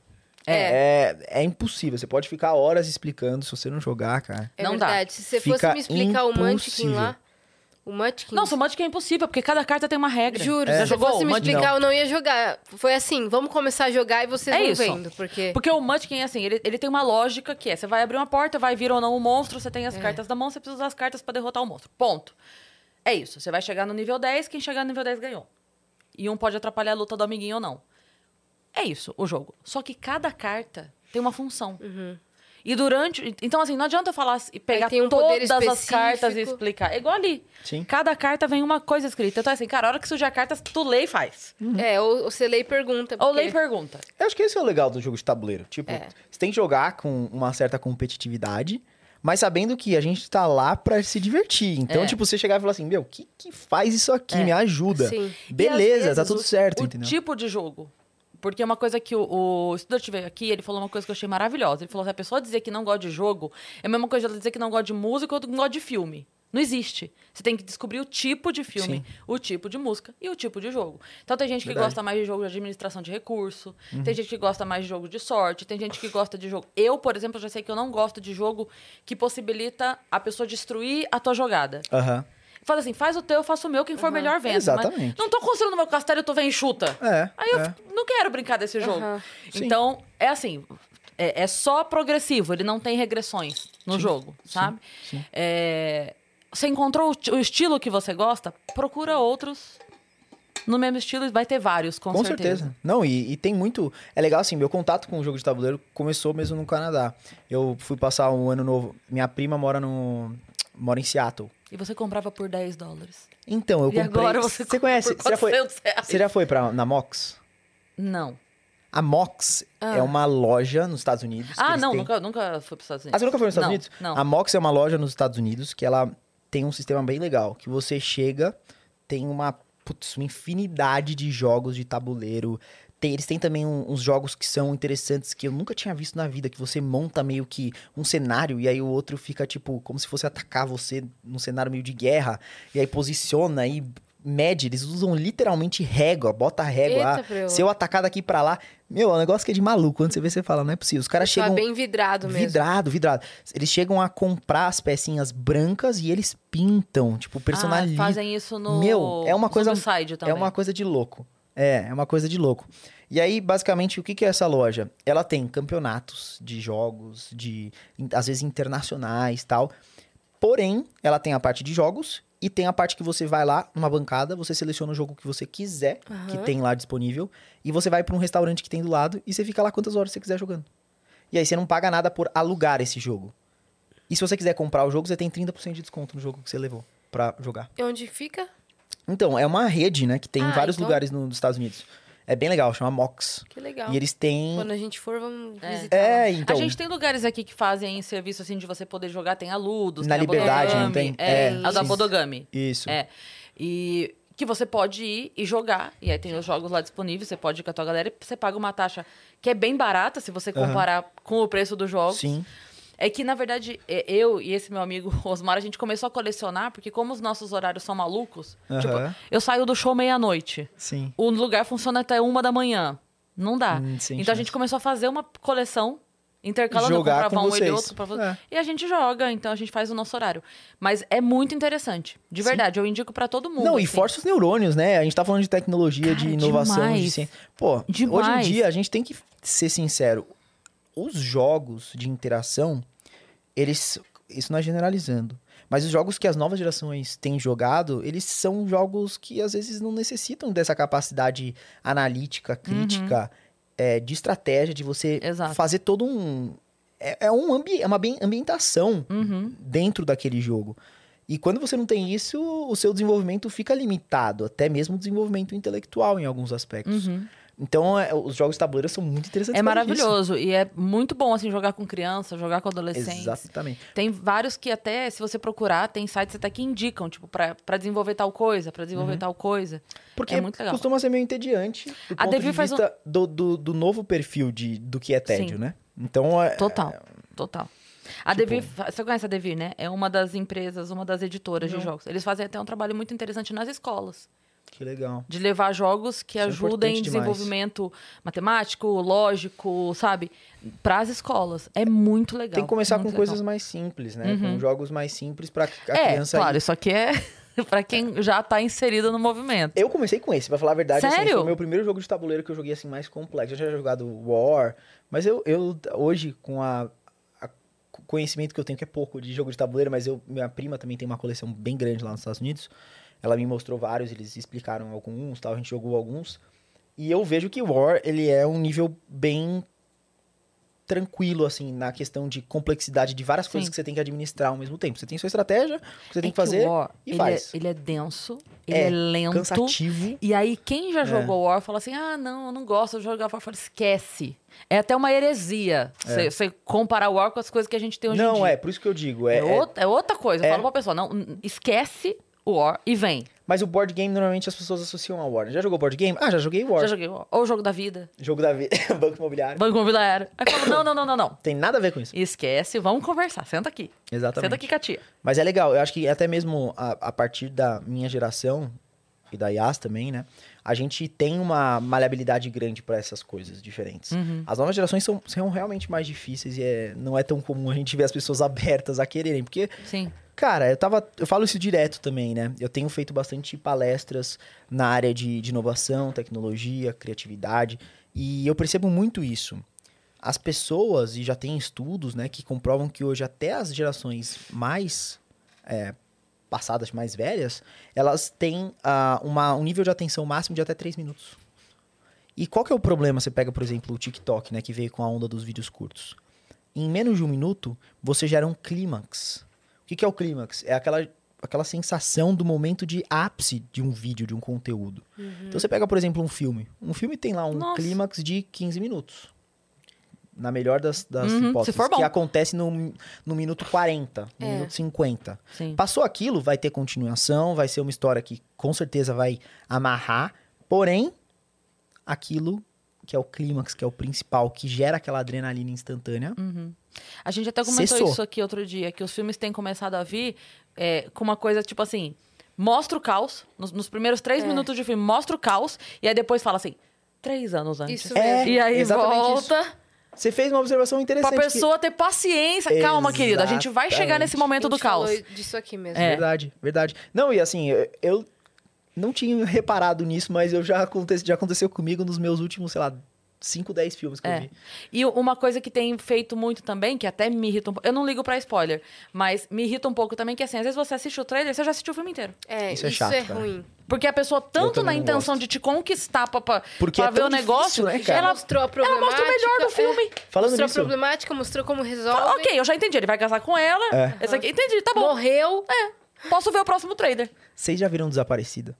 Speaker 2: É.
Speaker 3: É, é impossível. Você pode ficar horas explicando se você não jogar, cara.
Speaker 2: É
Speaker 1: Não dá.
Speaker 2: verdade. Se você
Speaker 3: Fica
Speaker 2: fosse me explicar o Munchkin
Speaker 3: impossível.
Speaker 2: lá... O Munchkin...
Speaker 1: Nossa, o Munchkin é impossível, porque cada carta tem uma regra.
Speaker 2: Juro,
Speaker 1: Já
Speaker 2: se você
Speaker 1: jogou
Speaker 2: fosse
Speaker 1: o
Speaker 2: me
Speaker 1: Munchkin?
Speaker 2: explicar, eu não ia jogar. Foi assim, vamos começar a jogar e vocês
Speaker 1: É
Speaker 2: vão
Speaker 1: isso.
Speaker 2: vendo. Porque...
Speaker 1: Porque o Munchkin, assim, ele, ele tem uma lógica que é: você vai abrir uma porta, vai vir ou não o monstro, você tem as
Speaker 2: É.
Speaker 1: cartas na mão, você precisa usar as cartas pra derrotar o monstro. Ponto. É isso. Você vai chegar no nível dez, quem chegar no nível dez ganhou. E um pode atrapalhar a luta do amiguinho ou não. É isso, o jogo. Só que cada carta tem uma função. E durante... Então, assim, não adianta eu falar e pegar
Speaker 2: Aí tem um poder
Speaker 1: todas as
Speaker 2: específico.
Speaker 1: cartas e explicar. É igual ali.
Speaker 3: Sim.
Speaker 1: Cada carta vem uma coisa escrita. Então, assim, cara, a hora que surgir a carta, tu lê e faz.
Speaker 2: É, ou, ou você lê e pergunta.
Speaker 1: Ou
Speaker 2: porque-
Speaker 1: lê e pergunta.
Speaker 3: Eu acho que esse é o legal do jogo de tabuleiro. Tipo,
Speaker 2: É.
Speaker 3: você tem que jogar com uma certa competitividade, mas sabendo que a gente tá lá pra se divertir. Então,
Speaker 1: É.
Speaker 3: tipo, você chegar e falar assim, meu, o que que faz isso aqui?
Speaker 1: É.
Speaker 3: Me ajuda.
Speaker 2: Sim.
Speaker 3: Beleza,
Speaker 1: E, às
Speaker 3: tá
Speaker 1: vezes,
Speaker 3: tudo
Speaker 1: o-
Speaker 3: certo,
Speaker 1: o
Speaker 3: entendeu?
Speaker 1: tipo de jogo. Porque uma coisa que o, o Studart veio aqui, ele falou uma coisa que eu achei maravilhosa. Ele falou que a pessoa dizer que não gosta de jogo é a mesma coisa de ela dizer que não gosta de música ou que não gosta de filme. Não existe. Você tem que descobrir o tipo de filme,
Speaker 3: Sim.
Speaker 1: o tipo de música e o tipo de jogo. Então tem gente que
Speaker 3: Verdade.
Speaker 1: gosta mais de jogo de administração de recurso, tem gente que gosta mais de jogo de sorte, tem gente que gosta de jogo... Eu, por exemplo, já sei que eu não gosto de jogo que possibilita a pessoa destruir a tua jogada.
Speaker 3: Aham.
Speaker 1: Fala assim, faz o teu, eu faço o meu, quem for melhor vendo.
Speaker 3: Exatamente.
Speaker 1: Mas não tô construindo meu castelo e tu vem e chuta.
Speaker 3: É,
Speaker 1: Aí eu
Speaker 3: é.
Speaker 1: fico- não quero brincar desse jogo.
Speaker 2: Aham.
Speaker 3: Sim.
Speaker 1: Então, é assim, é, é só progressivo, ele não tem regressões no jogo, sabe?
Speaker 3: sim.
Speaker 1: É, você encontrou o, ti- o estilo que você gosta, procura outros no mesmo estilo e vai ter vários, com,
Speaker 3: Com certeza. Não, e, e tem muito... É legal, assim, meu contato com o jogo de tabuleiro começou mesmo no Canadá. Eu fui passar um ano novo... Minha prima mora no... moro em Seattle.
Speaker 1: E você comprava por dez dólares.
Speaker 3: Então, eu
Speaker 1: E
Speaker 3: comprei...
Speaker 1: agora você compra
Speaker 3: conhece?
Speaker 1: por
Speaker 3: Você já foi,
Speaker 1: quatrocentos reais.
Speaker 3: você já foi pra, na Mox?
Speaker 1: Não.
Speaker 3: A Mox
Speaker 1: Ah.
Speaker 3: é uma loja nos Estados Unidos. que
Speaker 1: Ah,
Speaker 3: eles
Speaker 1: não,
Speaker 3: têm-
Speaker 1: nunca, nunca fui para os Estados Unidos.
Speaker 3: Ah, você nunca foi nos Estados
Speaker 1: não,
Speaker 3: Unidos?
Speaker 1: Não,
Speaker 3: A Mox é uma loja nos Estados Unidos que ela tem um sistema bem legal. Que você chega, tem uma, putz, uma infinidade de jogos de tabuleiro. Tem- eles têm também um- uns jogos que são interessantes que eu nunca tinha visto na vida. Que você monta meio que um cenário e aí o outro fica, tipo, como se fosse atacar você num cenário meio de guerra. E aí posiciona e mede. Eles usam literalmente régua, bota a régua.
Speaker 2: Eita,
Speaker 3: ah,
Speaker 2: preu.
Speaker 3: se eu atacar daqui pra lá... Meu, é um negócio que é de maluco. Quando você vê, você fala, não é possível. Os caras
Speaker 2: Tá
Speaker 3: chegam...
Speaker 2: bem vidrado mesmo.
Speaker 3: Vidrado, vidrado. Eles chegam a comprar as pecinhas brancas e eles pintam, tipo, personalizam.
Speaker 1: Ah, fazem isso no
Speaker 3: Meu, é uma coisa-
Speaker 1: Zombicide
Speaker 3: É
Speaker 1: também.
Speaker 3: uma coisa de louco. É, é uma coisa de louco. E aí, basicamente, o que que é essa loja? Ela tem campeonatos de jogos, de às vezes internacionais e tal. Porém, ela tem a parte de jogos e tem a parte que você vai lá numa bancada, você seleciona o jogo que você quiser, que
Speaker 2: Aham.
Speaker 3: tem lá disponível, e você vai pra um restaurante que tem do lado e você fica lá quantas horas você quiser jogando. E aí você não paga nada por alugar esse jogo. E se você quiser comprar o jogo, você tem trinta por cento de desconto no jogo que você levou pra jogar.
Speaker 2: E onde fica?
Speaker 3: Então, é uma rede, né, que tem em
Speaker 2: Ah,
Speaker 3: vários
Speaker 2: então-
Speaker 3: lugares no- nos Estados Unidos. É bem legal, chama Mox.
Speaker 2: Que legal.
Speaker 3: E eles têm...
Speaker 2: Quando a gente for, vamos
Speaker 1: É.
Speaker 2: visitar. lá.
Speaker 3: É, então...
Speaker 1: A gente tem lugares aqui que fazem serviço assim de você poder jogar, tem a Ludus,
Speaker 3: Na
Speaker 1: tem a
Speaker 3: Liberdade,
Speaker 1: Bodogami,
Speaker 3: não tem?
Speaker 1: É,
Speaker 3: É,
Speaker 1: a da
Speaker 3: sim.
Speaker 1: Bodogami.
Speaker 3: Isso.
Speaker 1: É. E que você pode ir e jogar. E aí tem os jogos lá disponíveis, você pode ir com a tua galera e você paga uma taxa que é bem barata se você
Speaker 3: Aham.
Speaker 1: comparar com o preço dos jogos.
Speaker 3: Sim.
Speaker 1: É que, na verdade, é, eu e esse meu amigo Osmar, a gente começou a colecionar, porque como os nossos horários são malucos,
Speaker 3: Aham.
Speaker 1: tipo, eu saio do show meia-noite.
Speaker 3: Sim.
Speaker 1: O lugar funciona até uma da manhã. Não dá.
Speaker 3: Hum, sem
Speaker 1: então a
Speaker 3: chance.
Speaker 1: gente começou a fazer uma coleção intercalando, eu
Speaker 3: Jogar
Speaker 1: comprava
Speaker 3: com
Speaker 1: um ele
Speaker 3: vocês.
Speaker 1: outro. Pra...
Speaker 3: É.
Speaker 1: E a gente joga, então a gente faz o nosso horário. Mas é muito interessante. De verdade, eu indico pra todo mundo.
Speaker 3: Não, e
Speaker 1: assim.
Speaker 3: força os neurônios, né? A gente tá falando de tecnologia, de
Speaker 1: Cara,
Speaker 3: inovação, de
Speaker 1: demais.
Speaker 3: ciência. Pô, hoje
Speaker 1: Demais.
Speaker 3: em dia a gente tem que ser sincero. Os jogos de interação, eles... Isso não é generalizando. Mas os jogos que as novas gerações têm jogado, eles são jogos que às vezes não necessitam dessa capacidade analítica, crítica, é, de estratégia, de você
Speaker 1: Exato.
Speaker 3: fazer todo um... É, é um ambi... é uma ambi- ambientação
Speaker 1: Uhum.
Speaker 3: dentro daquele jogo. E quando você não tem isso, o seu desenvolvimento fica limitado, até mesmo o desenvolvimento intelectual em alguns aspectos.
Speaker 1: Uhum.
Speaker 3: Então, é, os jogos de tabuleiro são muito interessantes.
Speaker 1: É
Speaker 3: por causa disso.
Speaker 1: maravilhoso. E é muito bom, assim, jogar com criança, jogar com adolescentes.
Speaker 3: Exatamente.
Speaker 1: Tem vários que até, se você procurar, tem sites até que indicam, tipo, pra, pra desenvolver tal coisa, pra desenvolver tal coisa.
Speaker 3: Porque
Speaker 1: É muito legal.
Speaker 3: costuma ser meio entediante do
Speaker 1: A
Speaker 3: ponto
Speaker 1: Devir
Speaker 3: de
Speaker 1: faz
Speaker 3: vista do, do, do novo perfil de, do que é tédio,
Speaker 1: Sim.
Speaker 3: né? Então, é,
Speaker 1: Total, total. A
Speaker 3: Tipo-
Speaker 1: Devir, você conhece a Devir, né? É uma das empresas, uma das editoras
Speaker 3: Não.
Speaker 1: de jogos. Eles fazem até um trabalho muito interessante nas escolas.
Speaker 3: que legal.
Speaker 1: De levar jogos que
Speaker 3: Isso é
Speaker 1: ajudem
Speaker 3: importante
Speaker 1: em
Speaker 3: demais.
Speaker 1: desenvolvimento matemático, lógico, sabe? Para as escolas. É muito legal.
Speaker 3: Tem que começar
Speaker 1: muito
Speaker 3: com
Speaker 1: legal.
Speaker 3: coisas mais simples, né?
Speaker 1: Uhum.
Speaker 3: Com jogos mais simples pra a
Speaker 1: É,
Speaker 3: criança...
Speaker 1: claro,
Speaker 3: ir-
Speaker 1: isso aqui é para quem já tá inserido no movimento.
Speaker 3: Eu comecei com esse, pra falar a verdade. Assim,
Speaker 1: Sério?
Speaker 3: foi o meu primeiro jogo de tabuleiro que eu joguei assim mais complexo. Eu já tinha jogado War, mas eu, eu hoje, com a, a conhecimento que eu tenho, que é pouco de jogo de tabuleiro, mas eu, minha prima também tem uma coleção bem grande lá nos Estados Unidos. Ela me mostrou vários, eles explicaram alguns, tal, a gente jogou alguns. E eu vejo que War, ele é um nível bem tranquilo, assim, na questão de complexidade de várias coisas
Speaker 1: Sim.
Speaker 3: que você tem que administrar ao mesmo tempo. Você tem sua estratégia, o que você tem
Speaker 1: É
Speaker 3: que fazer
Speaker 1: o War,
Speaker 3: e
Speaker 1: ele
Speaker 3: faz.
Speaker 1: É, ele é denso, ele
Speaker 3: É,
Speaker 1: é, lento.
Speaker 3: cansativo.
Speaker 1: E aí, quem já
Speaker 3: É.
Speaker 1: jogou War fala assim: ah, não, eu não gosto de jogar War. Fala, esquece. É até uma heresia
Speaker 3: É.
Speaker 1: você comparar o War com as coisas que a gente tem hoje em
Speaker 3: Não,
Speaker 1: dia.
Speaker 3: é, por isso que eu digo. É,
Speaker 1: É,
Speaker 3: é-
Speaker 1: outra, é outra coisa. Eu
Speaker 3: é.
Speaker 1: falo pra pessoa: não, n- esquece o War e vem.
Speaker 3: Mas o board game, normalmente, as pessoas associam a War. Já jogou board game? Ah, já joguei War.
Speaker 1: Já joguei War. Ou o jogo da vida,
Speaker 3: Jogo da vida, Banco Imobiliário.
Speaker 1: Banco Imobiliário. Aí eu falo: não, não, não, não, não.
Speaker 3: Tem nada a ver com isso.
Speaker 1: Esquece, vamos conversar. Senta aqui.
Speaker 3: Exatamente.
Speaker 1: Senta aqui com a tia.
Speaker 3: Mas é legal, eu acho que até mesmo a, a partir da minha geração, e da Yas também, né? A gente tem uma maleabilidade grande para essas coisas diferentes.
Speaker 1: Uhum.
Speaker 3: As novas gerações são, são realmente mais difíceis e é, não é tão comum a gente ver as pessoas abertas a quererem. Porque,
Speaker 1: Sim.
Speaker 3: cara, eu tava. Eu falo isso direto também, né? Eu tenho feito bastante palestras na área de, de inovação, tecnologia, criatividade. E eu percebo muito isso. As pessoas, e já tem estudos, né, que comprovam que hoje até as gerações mais é, passadas, mais velhas, elas têm ah, uma, um nível de atenção máximo de até três minutos. E qual que é o problema? Você pega, por exemplo, o TikTok, né, que veio com a onda dos vídeos curtos. Em menos de um minuto, você gera um clímax. O que, que, que é o clímax? É aquela, aquela sensação do momento de ápice de um vídeo, de um conteúdo.
Speaker 2: Uhum.
Speaker 3: Então você pega, por exemplo, um filme. Um filme tem lá um
Speaker 1: Nossa.
Speaker 3: clímax de quinze minutos. Na melhor das, das
Speaker 1: Uhum, se
Speaker 3: hipóteses.
Speaker 1: for bom.
Speaker 3: Que acontece no, no minuto quarenta, no
Speaker 2: É.
Speaker 3: minuto cinquenta.
Speaker 1: Sim.
Speaker 3: Passou aquilo, vai ter continuação, vai ser uma história que com certeza vai amarrar. Porém, aquilo que é o clímax, que é o principal, que gera aquela adrenalina instantânea.
Speaker 1: Uhum. A gente até comentou
Speaker 3: Cessou.
Speaker 1: isso aqui outro dia, que os filmes têm começado a vir é, com uma coisa tipo assim: mostra o caos, nos, nos primeiros três
Speaker 2: É.
Speaker 1: minutos de filme, mostra o caos, e aí depois fala assim, três anos antes.
Speaker 2: Isso
Speaker 3: É,
Speaker 2: mesmo.
Speaker 1: E aí
Speaker 3: exatamente
Speaker 1: volta
Speaker 3: Você fez uma observação
Speaker 1: pra
Speaker 3: interessante. que-
Speaker 1: pessoa ter paciência. Calma, querida, a gente vai chegar nesse
Speaker 3: Exatamente.
Speaker 1: momento
Speaker 2: A
Speaker 1: do
Speaker 2: gente
Speaker 1: caos.
Speaker 2: falou disso aqui mesmo.
Speaker 1: É.
Speaker 3: Verdade, verdade. Não, e assim, eu, eu não tinha reparado nisso, mas eu já, aconte, já aconteceu comigo nos meus últimos, sei lá, cinco, dez filmes que eu
Speaker 1: É.
Speaker 3: vi.
Speaker 1: E uma coisa que tem feito muito também, que até me irrita um pouco. Eu não ligo pra spoiler, mas me irrita um pouco também, que assim, às vezes você assiste o trailer, você já assistiu o filme inteiro.
Speaker 2: É,
Speaker 3: Isso
Speaker 2: isso
Speaker 3: é
Speaker 2: é,
Speaker 3: chato, cara.
Speaker 2: ruim.
Speaker 1: Porque a pessoa, tanto
Speaker 3: também
Speaker 1: na
Speaker 3: não
Speaker 1: intenção
Speaker 3: gosto.
Speaker 1: de te conquistar pra, pra,
Speaker 3: Porque
Speaker 1: pra
Speaker 3: é
Speaker 1: ver
Speaker 3: tão
Speaker 1: o negócio,
Speaker 3: difícil, né, cara?
Speaker 1: ela,
Speaker 2: Mostrou a
Speaker 1: ela
Speaker 2: problemática.
Speaker 1: mostra o melhor do
Speaker 2: é,
Speaker 1: filme.
Speaker 3: Falando
Speaker 2: mostrou
Speaker 3: nisso,
Speaker 2: a problemática, mostrou como resolve.
Speaker 1: Fala, ok, eu já entendi. Ele vai casar com ela.
Speaker 3: É.
Speaker 1: Esse aqui, entendi, tá bom.
Speaker 2: Morreu.
Speaker 1: Posso ver o próximo trailer.
Speaker 3: vocês já viram Desaparecida?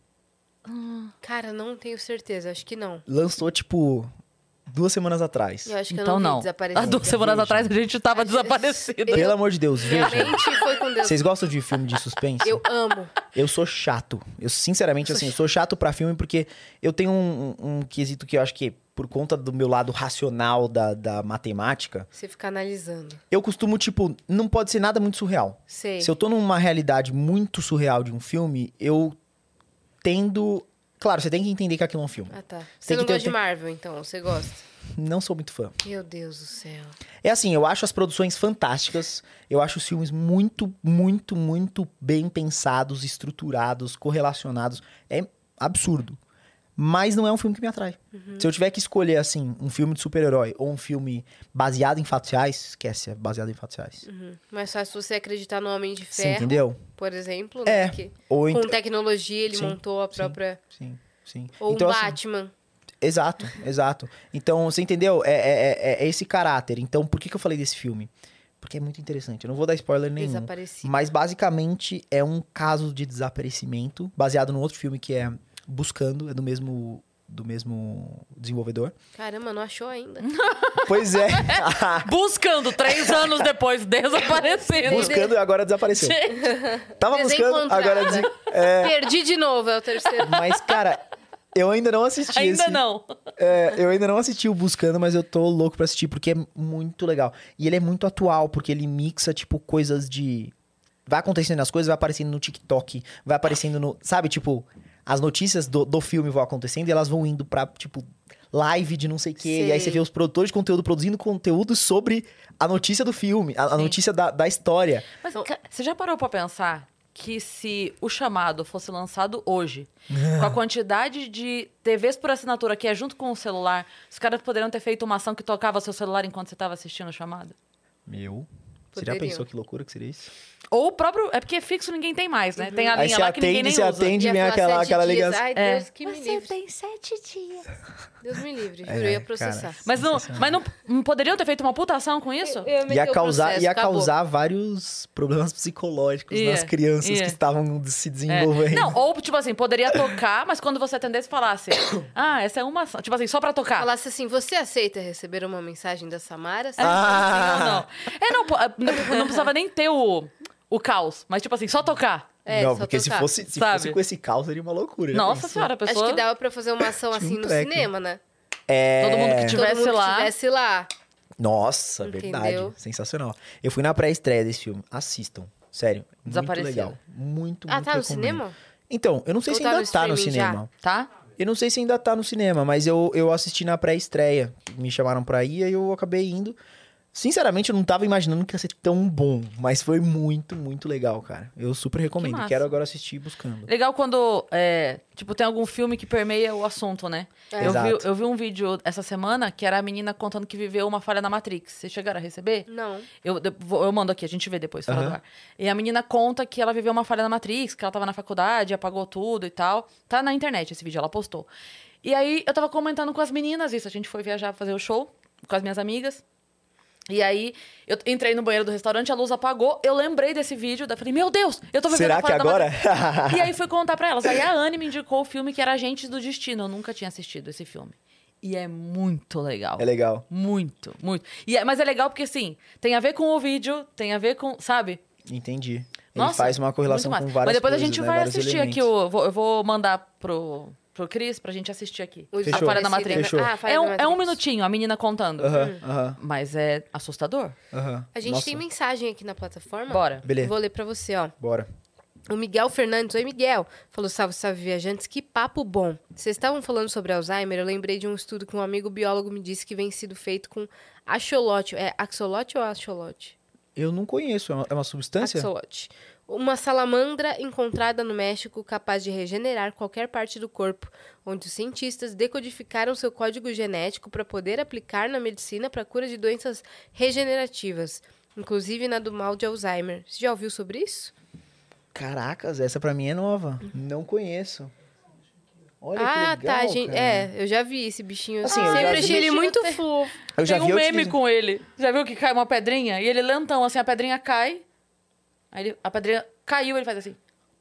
Speaker 2: Cara, não tenho certeza. Acho que não.
Speaker 3: Lançou, tipo, duas semanas atrás.
Speaker 2: Eu acho que
Speaker 1: Então
Speaker 2: eu não,
Speaker 1: não.
Speaker 2: vi Desaparecida.
Speaker 1: Há duas semanas
Speaker 3: Veja.
Speaker 1: atrás a gente tava desaparecido.
Speaker 2: Eu-
Speaker 3: Pelo amor de Deus, veja.
Speaker 2: Realmente foi com Deus.
Speaker 3: Vocês gostam de filme de suspense?
Speaker 2: Eu amo.
Speaker 3: Eu sou chato. Eu, sinceramente, assim, eu sou chato pra filme porque eu tenho um, um, um quesito que eu acho que, por conta do meu lado racional da, da matemática,
Speaker 2: Você fica analisando.
Speaker 3: eu costumo, tipo, não pode ser nada muito surreal.
Speaker 2: Sei.
Speaker 3: Se eu tô numa realidade muito surreal de um filme, eu tendo... Claro, você tem que entender que aquilo é um filme.
Speaker 2: Ah, tá. Você
Speaker 3: Tem
Speaker 2: não
Speaker 3: que ter-
Speaker 2: gosta de
Speaker 3: tem-
Speaker 2: Marvel, então? Você gosta?
Speaker 3: Não sou muito fã.
Speaker 2: Meu Deus do céu.
Speaker 3: É assim, eu acho as produções fantásticas. Eu acho os filmes muito, muito, muito bem pensados, estruturados, correlacionados. É absurdo. Mas não é um filme que me atrai.
Speaker 2: Uhum.
Speaker 3: Se eu tiver que escolher, assim, um filme de super-herói ou um filme baseado em fatos reais, esquece, é baseado em fatos reais.
Speaker 2: Uhum. Mais fácil você acreditar no Homem de
Speaker 3: Você
Speaker 2: Ferro,
Speaker 3: entendeu?
Speaker 2: por exemplo,
Speaker 3: É.
Speaker 2: né? Que
Speaker 3: Ou
Speaker 2: com
Speaker 3: então...
Speaker 2: tecnologia ele
Speaker 3: Sim,
Speaker 2: montou a
Speaker 3: sim.
Speaker 2: própria...
Speaker 3: Sim, sim.
Speaker 2: Ou
Speaker 3: então,
Speaker 2: um
Speaker 3: assim,
Speaker 2: Batman.
Speaker 3: exato, exato. Então, você entendeu? É, é, é- é esse caráter. Então, por que, que eu falei desse filme? Porque é muito interessante. Eu não vou dar spoiler nenhum.
Speaker 2: Desaparecido.
Speaker 3: Mas, basicamente, é um caso de desaparecimento, baseado num outro filme que é Buscando, é do mesmo, do mesmo desenvolvedor.
Speaker 2: Caramba, não achou ainda.
Speaker 3: Pois é.
Speaker 1: Buscando, três anos depois, desaparecendo.
Speaker 3: Buscando e agora desapareceu. Tava buscando, agora...
Speaker 2: Desencontrada.
Speaker 3: des- É,
Speaker 2: Perdi de novo, é o terceiro.
Speaker 3: mas, cara, eu ainda não assisti
Speaker 1: Ainda
Speaker 3: esse...
Speaker 1: não.
Speaker 3: É, eu ainda não assisti o Buscando, mas eu tô louco pra assistir, porque é muito legal. E ele é muito atual, porque ele mixa, tipo, coisas de... Vai acontecendo as coisas, vai aparecendo no TikTok, vai aparecendo no... Sabe, tipo, as notícias do, do filme vão acontecendo e elas vão indo pra, tipo, live de não sei o quê. E aí você
Speaker 2: Sei.
Speaker 3: vê os produtores de conteúdo produzindo conteúdo sobre a notícia do filme, a, a
Speaker 1: Sim.
Speaker 3: notícia da, da história.
Speaker 1: Mas ca- você já parou pra pensar que se o Chamado fosse lançado hoje, com a quantidade de T Vs por assinatura que é junto com o celular, os caras poderiam ter feito uma ação que tocava seu celular enquanto você tava assistindo o Chamado?
Speaker 3: Meu... Você já
Speaker 2: Poderiam.
Speaker 3: pensou que loucura que seria isso?
Speaker 1: Ou o próprio... É porque fixo ninguém tem mais, né? Tem a
Speaker 3: Aí
Speaker 1: linha
Speaker 3: você
Speaker 1: lá que ninguém
Speaker 3: atende,
Speaker 1: nem
Speaker 3: você
Speaker 1: usa.
Speaker 3: atende,
Speaker 2: Ia
Speaker 3: vem
Speaker 2: falar
Speaker 3: aquela,
Speaker 2: sete
Speaker 3: aquela
Speaker 2: dias.
Speaker 3: ligação.
Speaker 2: Ai,
Speaker 1: É.
Speaker 2: Deus que me livre.
Speaker 1: tem sete dias.
Speaker 2: Deus me livre.
Speaker 3: É,
Speaker 2: Juro, eu ia
Speaker 3: cara.
Speaker 2: processar.
Speaker 1: Mas, não,
Speaker 3: Sensacional.
Speaker 1: mas não, não poderiam ter feito uma puta ação com isso?
Speaker 2: Eu- eu ia meter
Speaker 3: Ia
Speaker 2: o
Speaker 3: causar,
Speaker 2: processo,
Speaker 3: ia
Speaker 2: acabou.
Speaker 3: causar vários problemas psicológicos
Speaker 1: Ia,
Speaker 3: nas crianças
Speaker 1: ia.
Speaker 3: que estavam se
Speaker 1: É.
Speaker 3: desenvolvendo.
Speaker 1: Não, ou, tipo assim, poderia tocar, mas quando você atendesse, falasse... Ah, essa é uma ação. Tipo assim, só pra tocar.
Speaker 2: Falasse assim, você aceita receber uma mensagem da Samara?
Speaker 1: É,
Speaker 3: Ah.
Speaker 1: sim ou não. É, não, pô, não, não precisava nem ter o, o caos, mas tipo assim, só tocar.
Speaker 2: É,
Speaker 3: não,
Speaker 2: só
Speaker 3: porque se
Speaker 2: tocar.
Speaker 3: fosse, se
Speaker 1: sabe?
Speaker 3: fosse com esse caos, seria uma loucura. já
Speaker 1: Nossa
Speaker 3: pensou?
Speaker 1: senhora, a pessoa...
Speaker 2: Acho que dava pra fazer uma ação
Speaker 3: Tinha um
Speaker 2: assim no
Speaker 3: treco.
Speaker 2: cinema, né?
Speaker 3: É...
Speaker 1: Todo mundo que
Speaker 2: Todo
Speaker 1: tivesse
Speaker 2: mundo
Speaker 1: lá.
Speaker 2: que estivesse lá.
Speaker 3: Nossa,
Speaker 2: Entendeu?
Speaker 3: verdade. Sensacional. Eu fui na pré-estreia desse filme. Assistam. Sério. Muito
Speaker 1: Desaparecido.
Speaker 3: legal. Muito,
Speaker 2: Ah,
Speaker 3: muito
Speaker 2: tá no
Speaker 3: recomendo.
Speaker 2: cinema?
Speaker 3: Então, eu não sei
Speaker 2: Ou
Speaker 3: se
Speaker 2: tá
Speaker 3: ainda
Speaker 2: no
Speaker 3: tá no
Speaker 2: streaming já?
Speaker 3: cinema.
Speaker 1: Tá?
Speaker 3: Eu não sei se ainda tá no cinema, mas eu, eu assisti na pré-estreia. Me chamaram pra ir e eu acabei indo. Sinceramente, eu não tava imaginando que ia ser tão bom, mas foi muito, muito legal, cara. Eu super recomendo.
Speaker 1: massa.
Speaker 3: Quero agora assistir Buscando.
Speaker 1: Legal quando, é, tipo, tem algum filme que permeia o assunto, né?
Speaker 2: É.
Speaker 1: Eu, vi,
Speaker 3: Exato.
Speaker 1: eu vi um vídeo essa semana que era a menina contando que viveu uma falha na Matrix. Vocês chegaram a receber?
Speaker 2: Não.
Speaker 1: Eu, de- vou- eu mando aqui, a gente vê depois, fora
Speaker 3: Aham.
Speaker 1: do ar. E a menina conta que ela viveu uma falha na Matrix, que ela tava na faculdade, apagou tudo e tal. Tá na internet esse vídeo, ela postou. E aí, eu tava comentando com as meninas isso. A gente foi viajar pra fazer o show com as minhas amigas. E aí, eu entrei no banheiro do restaurante, a luz apagou, eu lembrei desse vídeo, daí falei, meu Deus, eu tô vivendo
Speaker 3: Será que
Speaker 1: fora da
Speaker 3: agora?
Speaker 1: Matrix. E aí fui contar pra elas. Aí a Anne me indicou o filme que era Agentes do Destino. Eu nunca tinha assistido esse filme. E é muito legal.
Speaker 3: É legal.
Speaker 1: Muito, muito. E é, mas é legal porque, assim, tem a ver com o vídeo, tem a ver com, sabe?
Speaker 3: Entendi. Ele
Speaker 1: Nossa,
Speaker 3: faz uma correlação
Speaker 1: muito
Speaker 3: com
Speaker 1: massa.
Speaker 3: várias
Speaker 1: Mas depois
Speaker 3: coisas,
Speaker 1: a gente
Speaker 3: né?
Speaker 1: vai
Speaker 3: Vários
Speaker 1: assistir
Speaker 3: elementos.
Speaker 1: aqui, o, vou, eu vou mandar pro, pro Cris pra gente assistir aqui.
Speaker 2: O
Speaker 3: Fechou.
Speaker 1: A Falha da Matrix.
Speaker 3: Fechou.
Speaker 2: Ah, Falha
Speaker 1: É
Speaker 2: da
Speaker 1: um, é um
Speaker 2: Matrix.
Speaker 1: minutinho, a menina contando.
Speaker 3: Aham, aham,
Speaker 1: Mas é assustador.
Speaker 3: aham.
Speaker 2: A gente
Speaker 3: Nossa,
Speaker 2: tem mensagem aqui na plataforma.
Speaker 1: Bora.
Speaker 3: Beleza.
Speaker 2: Vou ler pra você, ó.
Speaker 3: Bora.
Speaker 2: O Miguel Fernandes. Oi, Miguel. Falou, salve, salve, viajantes. Que papo bom. Vocês estavam falando sobre Alzheimer, eu lembrei de um estudo que um amigo biólogo me disse que vem sido feito com axolote. É axolote ou axolote?
Speaker 3: Eu não conheço. É uma, é uma substância?
Speaker 2: Axolote. Uma salamandra encontrada no México capaz de regenerar qualquer parte do corpo, onde os cientistas decodificaram seu código genético para poder aplicar na medicina para a cura de doenças regenerativas, inclusive na do mal de Alzheimer. Você já ouviu sobre isso?
Speaker 3: Caracas, essa pra mim é nova. Não conheço. Olha que
Speaker 2: ah,
Speaker 3: legal,
Speaker 2: tá, gente.
Speaker 3: cara.
Speaker 2: É, eu já vi esse bichinho.
Speaker 3: Assim,
Speaker 2: Assim,
Speaker 3: eu já
Speaker 2: sempre
Speaker 3: vi-
Speaker 2: achei ele
Speaker 1: Bichinho
Speaker 2: muito
Speaker 1: tem-
Speaker 2: fofo.
Speaker 3: Eu já
Speaker 1: Tem
Speaker 3: vi
Speaker 1: um
Speaker 3: a
Speaker 1: meme
Speaker 3: utiliza-
Speaker 1: com ele. Já viu que cai uma pedrinha? E ele lentão, assim, a pedrinha cai. Aí ele- a pedrinha caiu, ele faz assim.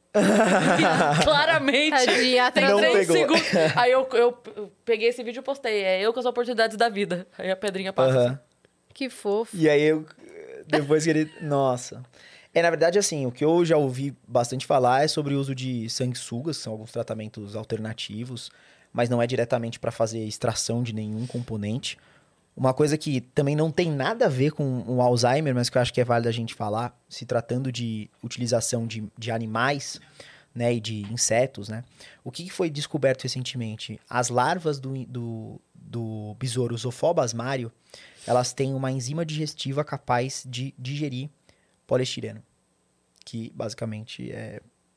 Speaker 1: Claramente.
Speaker 2: Tadinha,
Speaker 1: Tem
Speaker 3: Não
Speaker 1: três
Speaker 3: pegou.
Speaker 1: segundos. Aí eu, eu peguei esse vídeo e postei. É eu com as oportunidades da vida. Aí a pedrinha passa.
Speaker 3: Aham.
Speaker 1: assim.
Speaker 2: Que fofo.
Speaker 3: E aí eu. Depois que ele. Nossa. É, na verdade, assim, o que eu já ouvi bastante falar é sobre o uso de sanguessugas, que são alguns tratamentos alternativos, mas não é diretamente para fazer extração de nenhum componente. Uma coisa que também não tem nada a ver com o Alzheimer, mas que eu acho que é válido a gente falar, se tratando de utilização de, de animais, né, e de insetos, né? O que que foi descoberto recentemente? As larvas do, do, do besouro Zophoba asmário, elas têm uma enzima digestiva capaz de digerir poliestireno, que basicamente é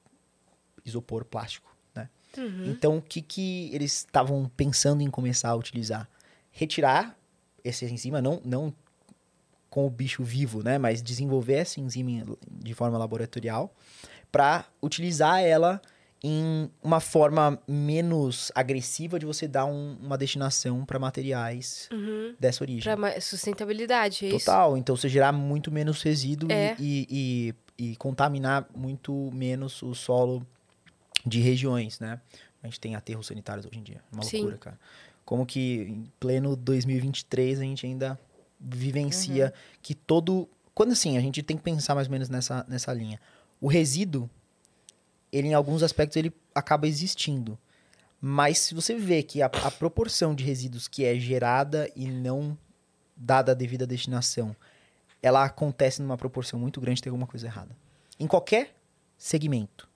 Speaker 3: isopor plástico, né?
Speaker 2: Uhum.
Speaker 3: Então, o que que eles estavam pensando em começar a utilizar? Retirar essa enzima, não, não com o bicho vivo, né? Mas desenvolver essa enzima em- de forma laboratorial para utilizar ela em uma forma menos agressiva de você dar um- uma destinação para materiais
Speaker 2: Uhum.
Speaker 3: dessa origem.
Speaker 2: Pra ma- sustentabilidade, é isso?
Speaker 3: Total. Então, você gerar muito menos resíduo
Speaker 2: É.
Speaker 3: e, e, e, e contaminar muito menos o solo de regiões, né? A gente tem aterros sanitários hoje em dia. Uma
Speaker 2: Sim.
Speaker 3: loucura, cara. Como que em pleno dois mil e vinte e três a gente ainda vivencia que todo... Quando assim, a gente tem que pensar mais ou menos nessa, nessa linha. O resíduo, ele em alguns aspectos, ele acaba existindo. Mas se você vê que a, a proporção de resíduos que é gerada e não dada a devida destinação, ela acontece numa proporção muito grande, tem alguma coisa errada. Em qualquer segmento.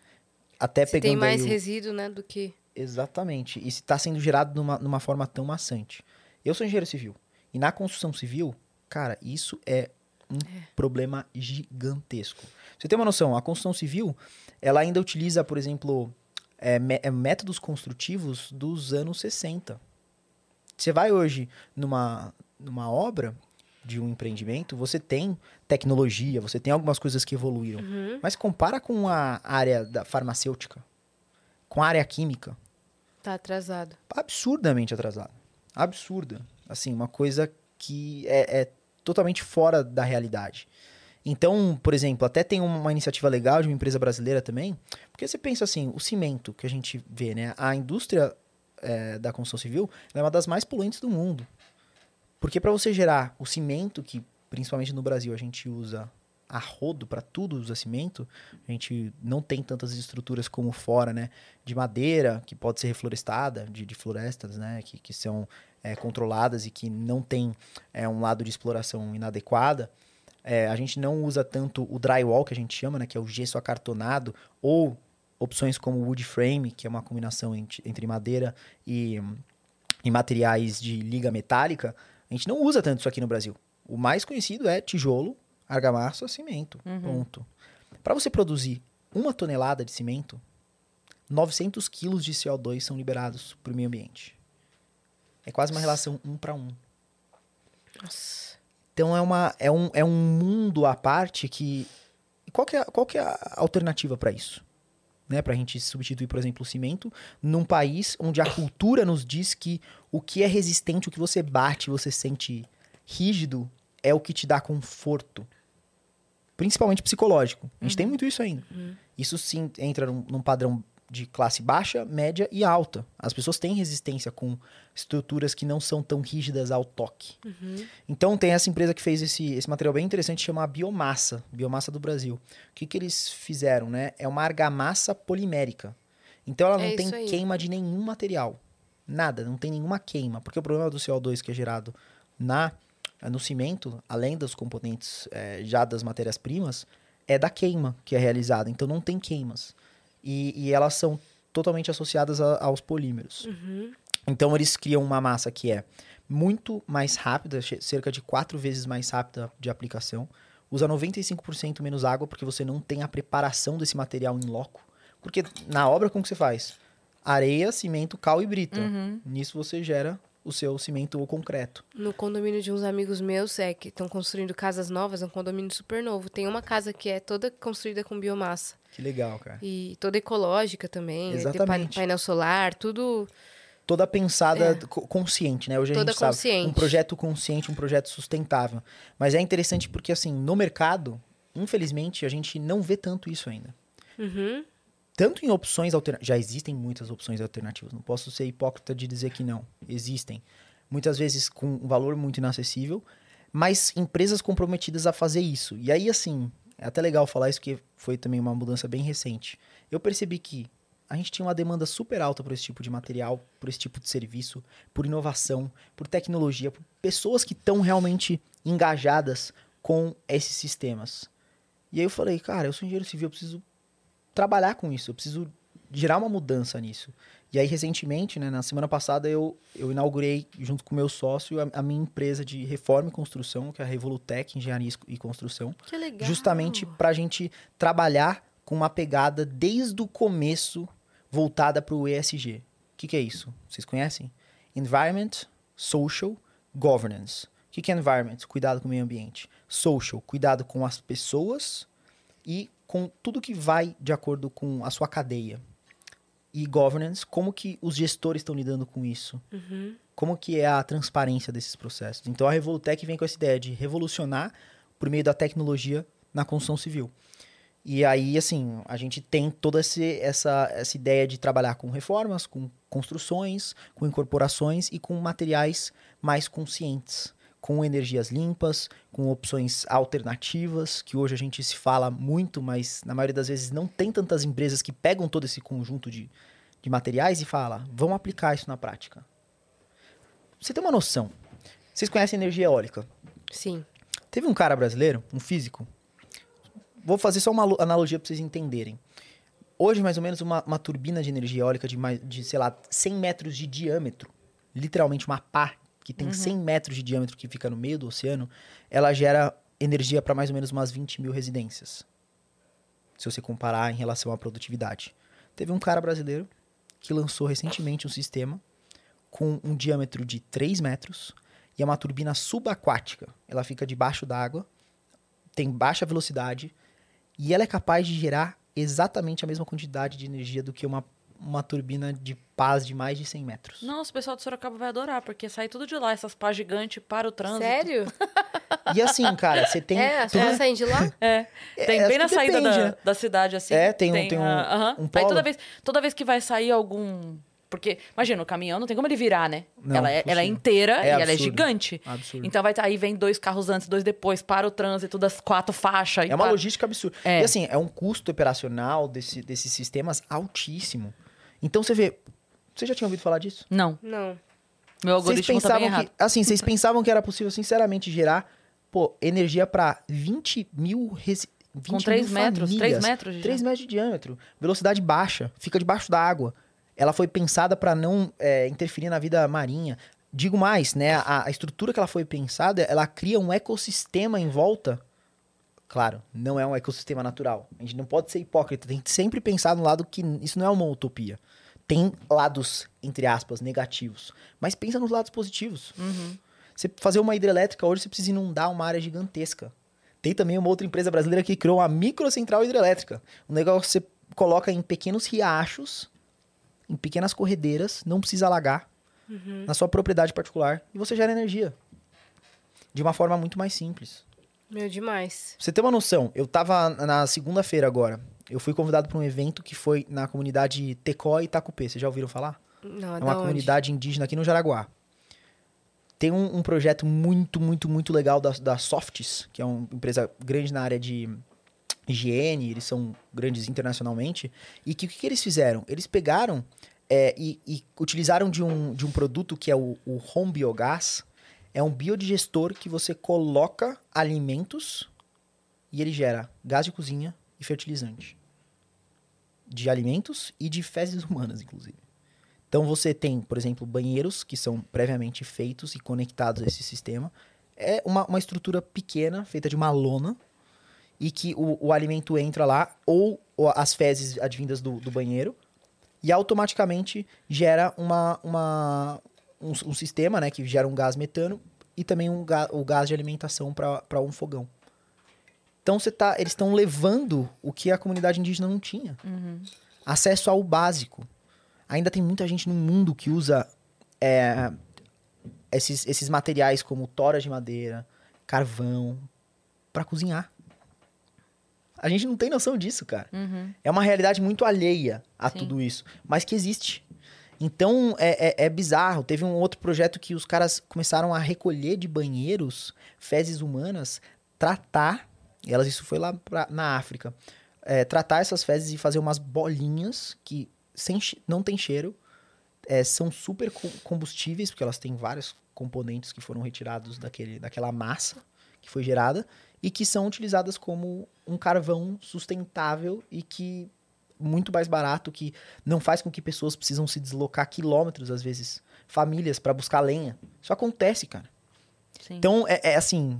Speaker 3: Até
Speaker 2: Se
Speaker 3: pegando
Speaker 2: tem mais
Speaker 3: aí o...
Speaker 2: resíduo, né, do que...
Speaker 3: Exatamente. E se está sendo gerado numa, numa forma tão maçante. Eu sou engenheiro civil. E na construção civil, cara, isso é um problema gigantesco. Pra você tem uma noção, a construção civil, ela ainda utiliza, por exemplo, é, mé- é, métodos construtivos dos anos sessenta. Você vai hoje numa, numa obra de um empreendimento, você tem tecnologia, você tem algumas coisas que evoluíram.
Speaker 2: Uhum.
Speaker 3: Mas compara com a área da farmacêutica, com a área química,
Speaker 2: Tá atrasado.
Speaker 3: absurdamente atrasada. Absurda. Assim, uma coisa que é, é totalmente fora da realidade. Então, por exemplo, até tem uma iniciativa legal de uma empresa brasileira também, porque você pensa assim, o cimento que a gente vê, né? A indústria é, da construção civil ela é uma das mais poluentes do mundo. Porque para você gerar o cimento, que principalmente no Brasil a gente usa a rodo para tudo, usa cimento, a gente não tem tantas estruturas como fora, né? De madeira, que pode ser reflorestada, de, de florestas, né? Que, que são é, controladas e que não tem é, um lado de exploração inadequada. É, a gente não usa tanto o drywall, que a gente chama, né? Que é o gesso acartonado, ou opções como o wood frame, que é uma combinação ent- entre madeira e, e materiais de liga metálica. A gente não usa tanto isso aqui no Brasil. O mais conhecido é tijolo, argamassa, cimento. Ponto. Para você produzir uma tonelada de cimento, novecentos quilos de C O dois são liberados para o meio ambiente. É quase uma relação um para um.
Speaker 2: Nossa.
Speaker 3: Então é, uma, é, um, é um mundo à parte que... Qual que é, qual que é a alternativa para isso? Né? Para a gente substituir, por exemplo, o cimento num país onde a cultura nos diz que o que é resistente, o que você bate, você sente rígido, é o que te dá conforto. Principalmente psicológico. A gente
Speaker 1: Uhum.
Speaker 3: tem muito isso ainda.
Speaker 1: Uhum.
Speaker 3: Isso sim entra num, num padrão de classe baixa, média e alta. As pessoas têm resistência com estruturas que não são tão rígidas ao toque.
Speaker 2: Uhum.
Speaker 3: Então tem essa empresa que fez esse, esse material bem interessante, chama Biomassa, Biomassa do Brasil. O que, que eles fizeram, né? É uma argamassa polimérica. Então ela não
Speaker 2: É
Speaker 3: tem
Speaker 2: isso aí.
Speaker 3: queima de nenhum material. Nada, não tem nenhuma queima. Porque o problema do C O dois que é gerado na, no cimento, além dos componentes é, já das matérias-primas, é da queima que é realizada. Então não tem queimas. E, e elas são totalmente associadas a, aos polímeros.
Speaker 2: Uhum.
Speaker 3: Então eles criam uma massa que é muito mais rápida, che- cerca de quatro vezes mais rápida de aplicação. Usa noventa e cinco por cento menos água, porque você não tem a preparação desse material em loco. Porque na obra, como que você faz? Areia, cimento, cal e brita.
Speaker 1: Uhum.
Speaker 3: Nisso você gera o seu cimento ou concreto.
Speaker 2: No condomínio de uns amigos meus, é que estão construindo casas novas, é um condomínio super novo. Tem uma casa que é toda construída com biomassa.
Speaker 3: Que legal, cara.
Speaker 2: E toda ecológica também. Tem
Speaker 3: Exatamente.
Speaker 2: painel solar, tudo.
Speaker 3: Toda pensada
Speaker 2: É.
Speaker 3: co- consciente, né? Hoje a
Speaker 2: Toda
Speaker 3: gente sabe.
Speaker 2: consciente.
Speaker 3: Um projeto consciente, um projeto sustentável. Mas é interessante porque, assim, no mercado, infelizmente, a gente não vê tanto isso ainda.
Speaker 2: Uhum.
Speaker 3: Tanto em opções alternativas. Já existem muitas opções alternativas. Não posso ser hipócrita de dizer que não. Existem. Muitas vezes com um valor muito inacessível, mas empresas comprometidas a fazer isso. E aí, assim, é até legal falar isso, porque foi também uma mudança bem recente. Eu percebi que a gente tinha uma demanda super alta por esse tipo de material, por esse tipo de serviço, por inovação, por tecnologia, por pessoas que estão realmente engajadas com esses sistemas. E aí eu falei, cara, eu sou engenheiro civil, eu preciso trabalhar com isso, eu preciso gerar uma mudança nisso. E aí, recentemente, né, na semana passada, eu, eu inaugurei, junto com o meu sócio, a, a minha empresa de reforma e construção, que é a Revolutec Engenharia e Construção,
Speaker 2: Que legal.
Speaker 3: justamente para a gente trabalhar com uma pegada desde o começo voltada para o E S G. O que, que é isso? Vocês conhecem? Environment, Social, Governance. O que, que é Environment? Cuidado com o meio ambiente. Social, cuidado com as pessoas e com tudo que vai de acordo com a sua cadeia. E Governance, como que os gestores estão lidando com isso?
Speaker 2: Uhum.
Speaker 3: Como que é a transparência desses processos? Então a Revolutec vem com essa ideia de revolucionar por meio da tecnologia na construção civil. E aí, assim, a gente tem toda esse, essa, essa ideia de trabalhar com reformas, com construções, com incorporações e com materiais mais conscientes, com energias limpas, com opções alternativas, que hoje a gente se fala muito, mas na maioria das vezes não tem tantas empresas que pegam todo esse conjunto de, de materiais e fala, vamos aplicar isso na prática. Você tem uma noção. Vocês conhecem energia eólica?
Speaker 2: Sim.
Speaker 3: Teve um cara brasileiro, um físico. Vou fazer só uma alu- analogia para vocês entenderem. Hoje, mais ou menos, uma, uma turbina de energia eólica de, mais, de, sei lá, cem metros de diâmetro, literalmente uma pá que tem cem metros de diâmetro que fica no meio do oceano, ela gera energia para mais ou menos umas vinte mil residências. Se você comparar em relação à produtividade. Teve um cara brasileiro que lançou recentemente um sistema com um diâmetro de três metros e é uma turbina subaquática. Ela fica debaixo d'água, tem baixa velocidade e ela é capaz de gerar exatamente a mesma quantidade de energia do que uma, uma turbina de pás de mais de cem metros.
Speaker 1: Nossa, o pessoal de Sorocaba vai adorar, porque sai tudo de lá, essas pás gigantes para o trânsito.
Speaker 2: Sério?
Speaker 3: E assim, cara, você tem...
Speaker 2: É, as
Speaker 3: tudo-
Speaker 2: pessoas saem de lá?
Speaker 1: É, tem
Speaker 3: É,
Speaker 1: bem na
Speaker 3: acho que
Speaker 1: saída
Speaker 3: depende,
Speaker 1: da,
Speaker 3: né?
Speaker 1: da cidade, assim.
Speaker 3: É, tem um- tem um-
Speaker 1: a- aham.
Speaker 3: um
Speaker 1: Aí
Speaker 3: polo.
Speaker 1: toda vez, toda vez que vai sair algum... Porque, imagina, o caminhão não tem como ele virar, né?
Speaker 3: Não,
Speaker 1: ela, é, ela é
Speaker 3: impossível.
Speaker 1: inteira
Speaker 3: É
Speaker 1: e ela é
Speaker 3: absurdo.
Speaker 1: gigante.
Speaker 3: Absurdo.
Speaker 1: Então vai tá, aí vem dois carros antes, dois depois, para o trânsito das quatro faixas. e
Speaker 3: É uma
Speaker 1: para-
Speaker 3: logística absurda.
Speaker 1: É.
Speaker 3: E assim, é um custo operacional desse, desses sistemas altíssimo. Então você vê... Você já tinha ouvido falar disso?
Speaker 1: Não,
Speaker 2: Não.
Speaker 1: meu
Speaker 3: Vocês
Speaker 1: algoritmo tá bem
Speaker 3: pensavam
Speaker 1: errado.
Speaker 3: que, assim, vocês pensavam que era possível, sinceramente, gerar pô, energia para vinte mil, resi... vinte
Speaker 1: Com três
Speaker 3: mil
Speaker 1: metros, três
Speaker 3: famílias.
Speaker 1: metros de
Speaker 3: três metros de diâmetro, velocidade baixa, fica debaixo da água. Ela foi pensada para não é, interferir na vida marinha. Digo mais, né? A, a estrutura que ela foi pensada, ela cria um ecossistema em volta. Claro, não é um ecossistema natural. A gente não pode ser hipócrita, tem que sempre pensar no lado que isso não é uma utopia. Tem lados, entre aspas, negativos. Mas pensa nos lados positivos.
Speaker 1: Uhum.
Speaker 3: Você fazer uma hidrelétrica hoje, você precisa inundar uma área gigantesca. Tem também uma outra empresa brasileira que criou uma microcentral hidrelétrica. Um negócio que você coloca em pequenos riachos, em pequenas corredeiras, não precisa alagar,
Speaker 2: Uhum.
Speaker 3: na sua propriedade particular, e você gera energia. de uma forma muito mais simples.
Speaker 2: Meu, demais.
Speaker 3: Pra você ter uma noção, eu tava na segunda-feira agora, eu fui convidado para um evento que foi na comunidade Tecó e Itacupê. Vocês já ouviram falar?
Speaker 2: Não,
Speaker 3: É
Speaker 2: da
Speaker 3: uma
Speaker 2: onde?
Speaker 3: comunidade indígena aqui no Jaraguá. Tem um, um projeto muito, muito, muito legal da, da Softs, que é uma empresa grande na área de higiene, eles são grandes internacionalmente. E que, o que, que eles fizeram? Eles pegaram é, e, e utilizaram de um, de um produto que é o, o Home Biogás. É um biodigestor que você coloca alimentos e ele gera gás de cozinha e fertilizante. De alimentos e de fezes humanas, inclusive. Então você tem, por exemplo, banheiros que são previamente feitos e conectados a esse sistema. É uma, uma estrutura pequena, feita de uma lona, e que o, o alimento entra lá, ou, ou as fezes advindas do, do banheiro, e automaticamente gera uma, uma, um, um sistema, né, que gera um gás metano e também um ga, o gás de alimentação para um fogão. Então você tá, eles estão levando o que a comunidade indígena não tinha.
Speaker 1: Uhum.
Speaker 3: Acesso ao básico. Ainda tem muita gente no mundo que usa é, esses, esses materiais como toras de madeira, carvão, para cozinhar. A gente não tem noção disso, cara.
Speaker 1: Uhum.
Speaker 3: É uma realidade muito alheia a
Speaker 1: Sim.
Speaker 3: tudo isso, mas que existe. Então, é, é, é bizarro. Teve um outro projeto que os caras começaram a recolher de banheiros fezes humanas, tratar, e elas, isso foi lá pra, na África, é, tratar essas fezes e fazer umas bolinhas que sem, não tem cheiro, é, são super combustíveis, porque elas têm vários componentes que foram retirados daquele, daquela massa que foi gerada, e que são utilizadas como um carvão sustentável e que muito mais barato, que não faz com que pessoas precisam se deslocar quilômetros, às vezes, famílias, para buscar lenha. Isso acontece, cara.
Speaker 1: Sim.
Speaker 3: Então, é, é assim,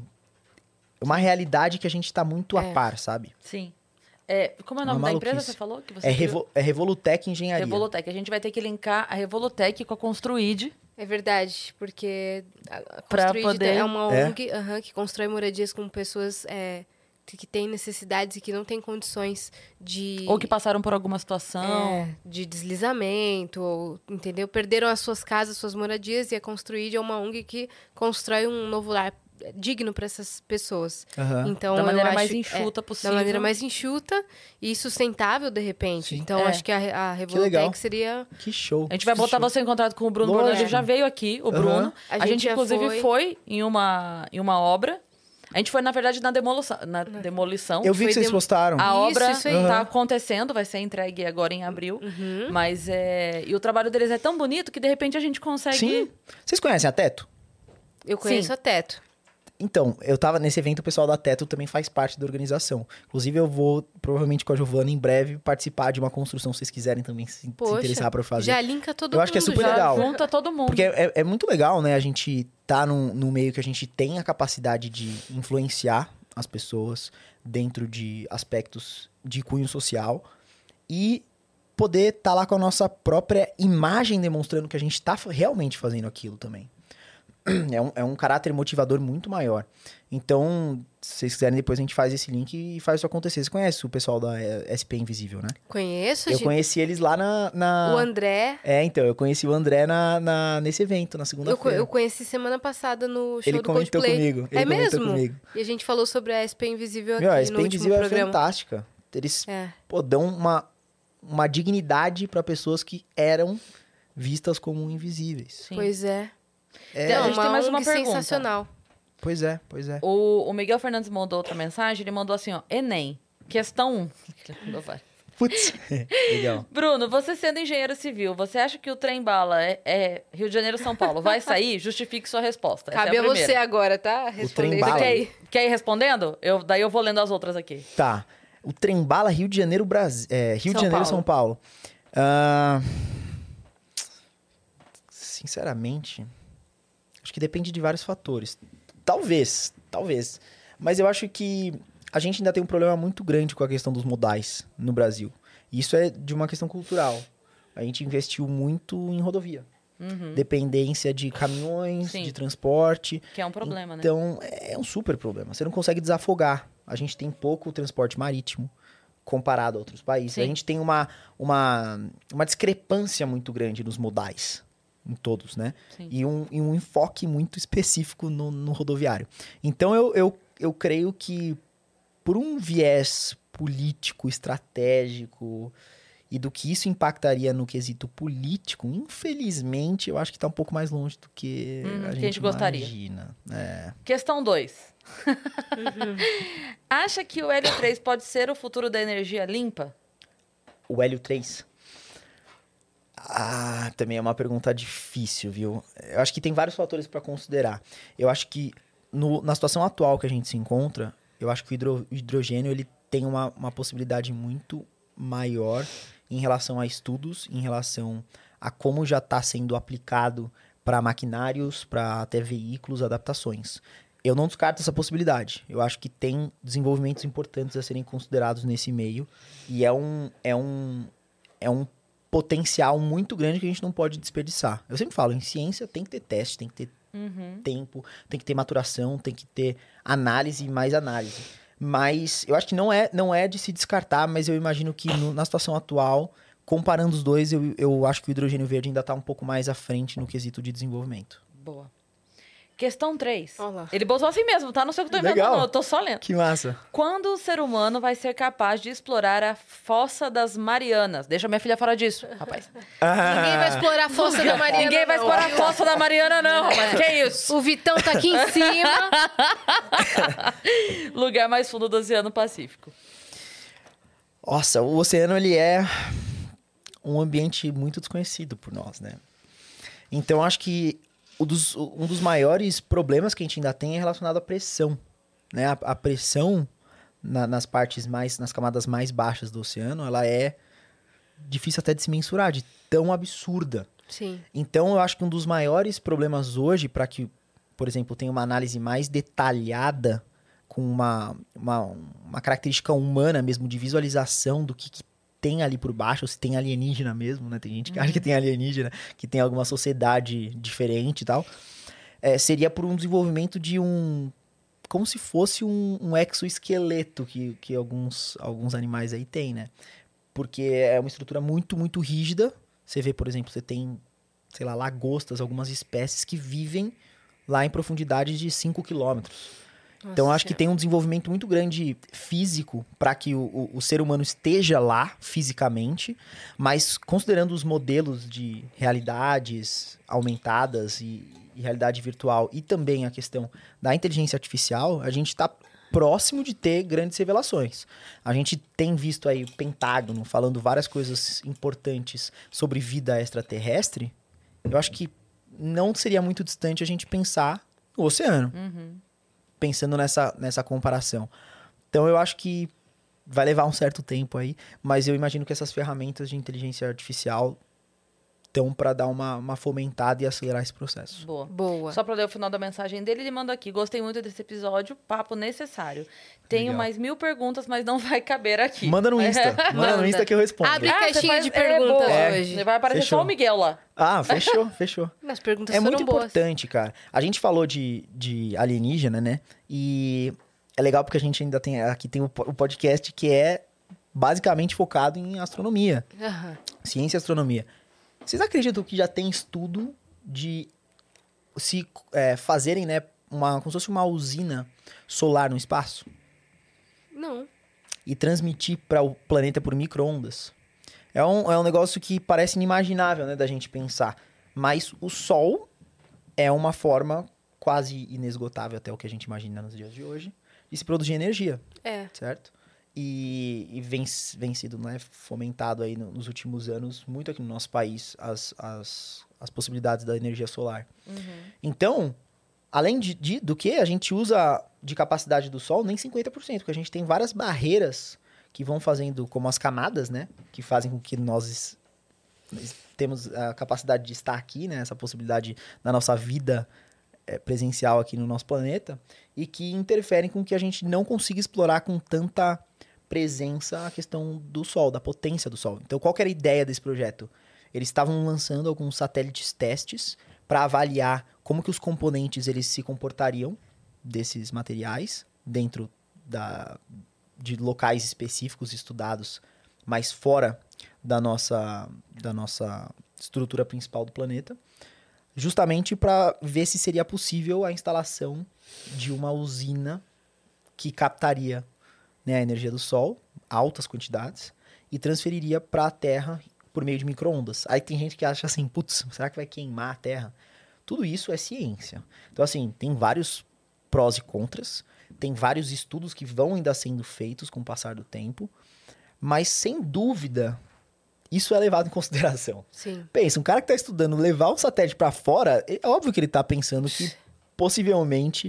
Speaker 3: uma realidade que a gente tá muito
Speaker 2: É.
Speaker 3: a par, sabe?
Speaker 1: Sim. É, como é o nome
Speaker 3: Uma
Speaker 1: da empresa que
Speaker 3: maluquice.
Speaker 1: você falou? Que você
Speaker 3: É,
Speaker 1: viu?
Speaker 3: Revo, é Revolutec Engenharia.
Speaker 1: Revolutec. A gente vai ter que linkar a Revolutec com a Construid.
Speaker 2: É verdade, porque a a
Speaker 1: Pra
Speaker 2: Construid
Speaker 1: poder-
Speaker 2: é uma
Speaker 3: É.
Speaker 2: O N G aham, que constrói moradias com pessoas é, que, que têm necessidades e que não têm condições de...
Speaker 1: Ou que passaram por alguma situação.
Speaker 2: é, de deslizamento, ou, entendeu? Perderam as suas casas, suas moradias, e a Construid é uma O N G que constrói um novo lar digno para essas pessoas.
Speaker 3: Aham.
Speaker 2: Então,
Speaker 1: Da
Speaker 2: eu
Speaker 1: maneira
Speaker 2: acho-
Speaker 1: mais
Speaker 2: é,
Speaker 1: enxuta possível.
Speaker 2: Da maneira mais enxuta e sustentável, de repente.
Speaker 3: Sim.
Speaker 2: Então,
Speaker 1: É.
Speaker 2: acho que a, a
Speaker 3: legal.
Speaker 2: Revolutec seria...
Speaker 3: Que show.
Speaker 1: A gente vai
Speaker 3: que
Speaker 1: botar
Speaker 3: show.
Speaker 1: você em contato com o Bruno
Speaker 3: Lógico.
Speaker 1: Bornalho. Já veio aqui, o
Speaker 3: Aham.
Speaker 1: Bruno.
Speaker 2: A
Speaker 1: A,
Speaker 2: gente
Speaker 1: gente,
Speaker 2: já
Speaker 1: inclusive,
Speaker 2: foi.
Speaker 1: foi em uma, em uma obra. A gente foi, na verdade, na demolição. Na demolição.
Speaker 3: Eu vi
Speaker 2: Foi
Speaker 3: que vocês
Speaker 2: dem-
Speaker 3: postaram.
Speaker 1: A
Speaker 2: Isso,
Speaker 1: obra
Speaker 2: isso aí.
Speaker 1: tá
Speaker 3: Aham.
Speaker 1: acontecendo, vai ser entregue agora em abril.
Speaker 2: Uhum.
Speaker 1: Mas é. E o trabalho deles é tão bonito que de repente a gente consegue.
Speaker 3: Sim. Vocês conhecem a Teto?
Speaker 2: Eu conheço
Speaker 1: Sim.
Speaker 2: a Teto.
Speaker 3: Então, eu tava nesse evento, o pessoal da Teto também faz parte da organização. Inclusive, eu vou, provavelmente com a Giovana, em breve, participar de uma construção, se vocês quiserem também se, se
Speaker 2: Poxa,
Speaker 3: interessar pra eu fazer.
Speaker 2: já linka todo
Speaker 3: Eu
Speaker 2: mundo.
Speaker 3: acho que é super
Speaker 2: já.
Speaker 3: legal.
Speaker 1: Junta todo mundo.
Speaker 3: Porque é, é muito legal, né? A gente tá num, num meio que a gente tem a capacidade de influenciar as pessoas dentro de aspectos de cunho social e poder estar lá com a nossa própria imagem demonstrando que a gente tá fa- realmente fazendo aquilo também. É um, é um caráter motivador muito maior. Então, se vocês quiserem, depois a gente faz esse link e faz isso acontecer. Você conhece o pessoal da eh, S P Invisível, né?
Speaker 2: Conheço,
Speaker 3: Eu
Speaker 2: gente.
Speaker 3: conheci eles lá na... na-
Speaker 2: O André.
Speaker 3: É, então, eu conheci o André na, na- nesse evento, na
Speaker 2: Eu, co-
Speaker 3: segunda-feira.
Speaker 2: eu conheci semana passada no show
Speaker 3: Ele
Speaker 2: do
Speaker 3: comentou
Speaker 2: Coldplay.
Speaker 3: comigo. Ele
Speaker 2: É
Speaker 3: comentou
Speaker 2: mesmo?
Speaker 3: comigo.
Speaker 2: E a gente falou sobre a S P Invisível
Speaker 3: Meu, a
Speaker 2: aqui
Speaker 3: S P
Speaker 2: no último
Speaker 3: Invisível é
Speaker 2: programa.
Speaker 3: fantástica. Eles
Speaker 2: É.
Speaker 3: pô, dão uma, uma dignidade para pessoas que eram vistas como invisíveis.
Speaker 1: Sim.
Speaker 2: Pois é.
Speaker 3: É,
Speaker 1: Então, a
Speaker 2: Não,
Speaker 1: gente tem mais uma
Speaker 2: O N G
Speaker 1: pergunta.
Speaker 2: sensacional.
Speaker 3: Pois é, pois é.
Speaker 1: O, o Miguel Fernandes mandou outra mensagem. Ele mandou assim: ó, Enem, questão um. Ele mandou várias.
Speaker 3: Putz, legal.
Speaker 1: Bruno, você sendo engenheiro civil, você acha que o trem-bala é, é Rio de Janeiro, São Paulo? Vai sair? Justifique sua resposta. Essa
Speaker 2: Cabe
Speaker 1: é
Speaker 2: a
Speaker 1: a primeira.
Speaker 2: você agora, tá? Responder isso
Speaker 3: trem-bala.
Speaker 1: Quer
Speaker 2: aí.
Speaker 1: ir, quer ir respondendo? Eu, daí eu vou lendo as outras aqui.
Speaker 3: Tá. O trem-bala Rio de Janeiro, Brasil. É, Rio
Speaker 2: São
Speaker 3: de Janeiro,
Speaker 2: Paulo.
Speaker 3: São Paulo. Ah, sinceramente, acho que depende de vários fatores. Talvez, talvez. Mas eu acho que a gente ainda tem um problema muito grande com a questão dos modais no Brasil. E isso é de uma questão cultural. A gente investiu muito em rodovia.
Speaker 1: Uhum.
Speaker 3: Dependência de caminhões,
Speaker 1: Sim.
Speaker 3: de transporte.
Speaker 1: Que é um problema, né?
Speaker 3: Então, é um super problema. Você não consegue desafogar. A gente tem pouco transporte marítimo comparado a outros países.
Speaker 1: Sim.
Speaker 3: A gente tem uma, uma, uma discrepância muito grande nos modais. em todos, né?
Speaker 1: Sim.
Speaker 3: E um, e um enfoque muito específico no, no rodoviário. Então, eu, eu, eu creio que por um viés político, estratégico e do que isso impactaria no quesito político, infelizmente, eu acho que está um pouco mais longe do que
Speaker 1: Hum,
Speaker 3: a
Speaker 1: que
Speaker 3: gente
Speaker 1: a gente gostaria.
Speaker 3: imagina. É.
Speaker 1: Questão dois. Acha que o hélio três pode ser o futuro da energia limpa?
Speaker 3: O hélio três? Ah, também é uma pergunta difícil, viu? Eu acho que tem vários fatores para considerar. Eu acho que no- na situação atual que a gente se encontra, eu acho que o hidro- o hidrogênio ele tem uma, uma possibilidade muito maior em relação a estudos, em relação a como já está sendo aplicado para maquinários, para até veículos, adaptações. Eu não descarto essa possibilidade. Eu acho que tem desenvolvimentos importantes a serem considerados nesse meio e é um, é um, é um potencial muito grande que a gente não pode desperdiçar. Eu sempre falo, em ciência tem que ter teste, tem que ter
Speaker 1: Uhum.
Speaker 3: tempo, tem que ter maturação, tem que ter análise e mais análise. Mas eu acho que não é, não é de se descartar, mas eu imagino que no- na situação atual, comparando os dois, eu, eu acho que o hidrogênio verde ainda está um pouco mais à frente no quesito de desenvolvimento.
Speaker 1: Boa. Questão três.
Speaker 2: Olá.
Speaker 1: Ele botou assim mesmo, tá? Não sei o que eu tô
Speaker 3: Legal.
Speaker 1: inventando, eu tô só lendo.
Speaker 3: Que massa!
Speaker 1: Quando o ser humano vai ser capaz de explorar a Fossa das Marianas? Deixa minha filha fora disso, rapaz.
Speaker 2: Ninguém vai explorar a fossa da Mariana.
Speaker 1: Ninguém vai
Speaker 2: não.
Speaker 1: explorar a Fossa da Mariana, não, rapaz. Que isso?
Speaker 2: O Vitão tá aqui em cima.
Speaker 1: Lugar mais fundo do Oceano Pacífico.
Speaker 3: Nossa, o oceano ele é um ambiente muito desconhecido por nós, né? Então, acho que o dos- um dos maiores problemas que a gente ainda tem é relacionado à pressão, né? A, a pressão na- nas partes mais, nas camadas mais baixas do oceano, ela é difícil até de se mensurar, de tão absurda.
Speaker 2: Sim.
Speaker 3: Então, eu acho que um dos maiores problemas hoje, para que, por exemplo, tenha uma análise mais detalhada, com uma, uma, uma característica humana mesmo, de visualização do que, que tem ali por baixo, se tem alienígena mesmo, né? Tem gente que acha que tem alienígena, que tem alguma sociedade diferente e tal. É, seria por um desenvolvimento de um... Como se fosse um, um exoesqueleto que, que alguns, alguns animais aí têm, né? Porque é uma estrutura muito, muito rígida. Você vê, por exemplo, você tem, sei lá, lagostas, algumas espécies que vivem lá em profundidades de cinco quilômetros. Então, eu acho que tem um desenvolvimento muito grande físico para que o, o, o ser humano esteja lá fisicamente, mas considerando os modelos de realidades aumentadas e, e realidade virtual e também a questão da inteligência artificial, a gente está próximo de ter grandes revelações. A gente tem visto aí o Pentágono falando várias coisas importantes sobre vida extraterrestre. Eu acho que não seria muito distante a gente pensar no oceano.
Speaker 1: Uhum.
Speaker 3: Pensando nessa, nessa comparação. Então, eu acho que vai levar um certo tempo aí, mas eu imagino que essas ferramentas de inteligência artificial estão para dar uma, uma fomentada e acelerar esse processo.
Speaker 1: Boa.
Speaker 2: Boa.
Speaker 1: Só pra ler o final da mensagem dele, ele manda aqui. Gostei muito desse episódio, papo necessário. Tenho
Speaker 3: Legal.
Speaker 1: mais mil perguntas, mas não vai caber aqui.
Speaker 3: Manda no Insta. Manda no
Speaker 1: Manda.
Speaker 3: Insta que eu respondo.
Speaker 2: Abre
Speaker 1: Ah, você
Speaker 2: caixinha
Speaker 1: faz-
Speaker 2: de
Speaker 1: é,
Speaker 2: perguntas
Speaker 1: boa.
Speaker 2: hoje.
Speaker 1: Vai aparecer
Speaker 3: Fechou.
Speaker 1: só o Miguel lá.
Speaker 3: Ah, fechou, fechou.
Speaker 2: As perguntas
Speaker 3: É
Speaker 2: foram
Speaker 3: muito
Speaker 2: boas.
Speaker 3: importante, cara. A gente falou de, de alienígena, né? E é legal porque a gente ainda tem... Aqui tem o po- o podcast que é basicamente focado em astronomia.
Speaker 2: Aham.
Speaker 3: Ciência e astronomia. Vocês acreditam que já tem estudo de se é, fazerem, né, uma, como se fosse uma usina solar no espaço
Speaker 2: Não.
Speaker 3: e transmitir para o planeta por micro-ondas? É um, é um negócio que parece inimaginável, né, da gente pensar. Mas o Sol é uma forma quase inesgotável, até o que a gente imagina nos dias de hoje, de se produzir energia,
Speaker 2: É.
Speaker 3: certo? E, e vem, vem sido, né, fomentado aí no- nos últimos anos, muito aqui no nosso país, as, as, as possibilidades da energia solar. Então, além de, de- do que a gente usa de capacidade do Sol, nem cinquenta por cento, porque a gente tem várias barreiras que vão fazendo, como as camadas, né, que fazem com que nós es- temos a capacidade de estar aqui, né, essa possibilidade da nossa vida eh, presencial aqui no nosso planeta, e que interferem com que a gente não consiga explorar com tanta presença a questão do Sol, da potência do Sol. Então, qual que era a ideia desse projeto? Eles estavam lançando alguns satélites testes para avaliar como que os componentes eles se comportariam desses materiais dentro da, de locais específicos estudados, mas fora da nossa, da nossa estrutura principal do planeta, justamente para ver se seria possível a instalação de uma usina que captaria, né, a energia do sol, altas quantidades, e transferiria para a Terra por meio de micro-ondas. Aí tem gente que acha assim, putz, será que vai queimar a Terra? Tudo isso é ciência. Então, assim, tem vários prós e contras, tem vários estudos que vão ainda sendo feitos com o passar do tempo, mas, sem dúvida, isso é levado em consideração.
Speaker 2: Sim.
Speaker 3: Pensa, um cara que está estudando levar um satélite para fora, é óbvio que ele está pensando que, possivelmente,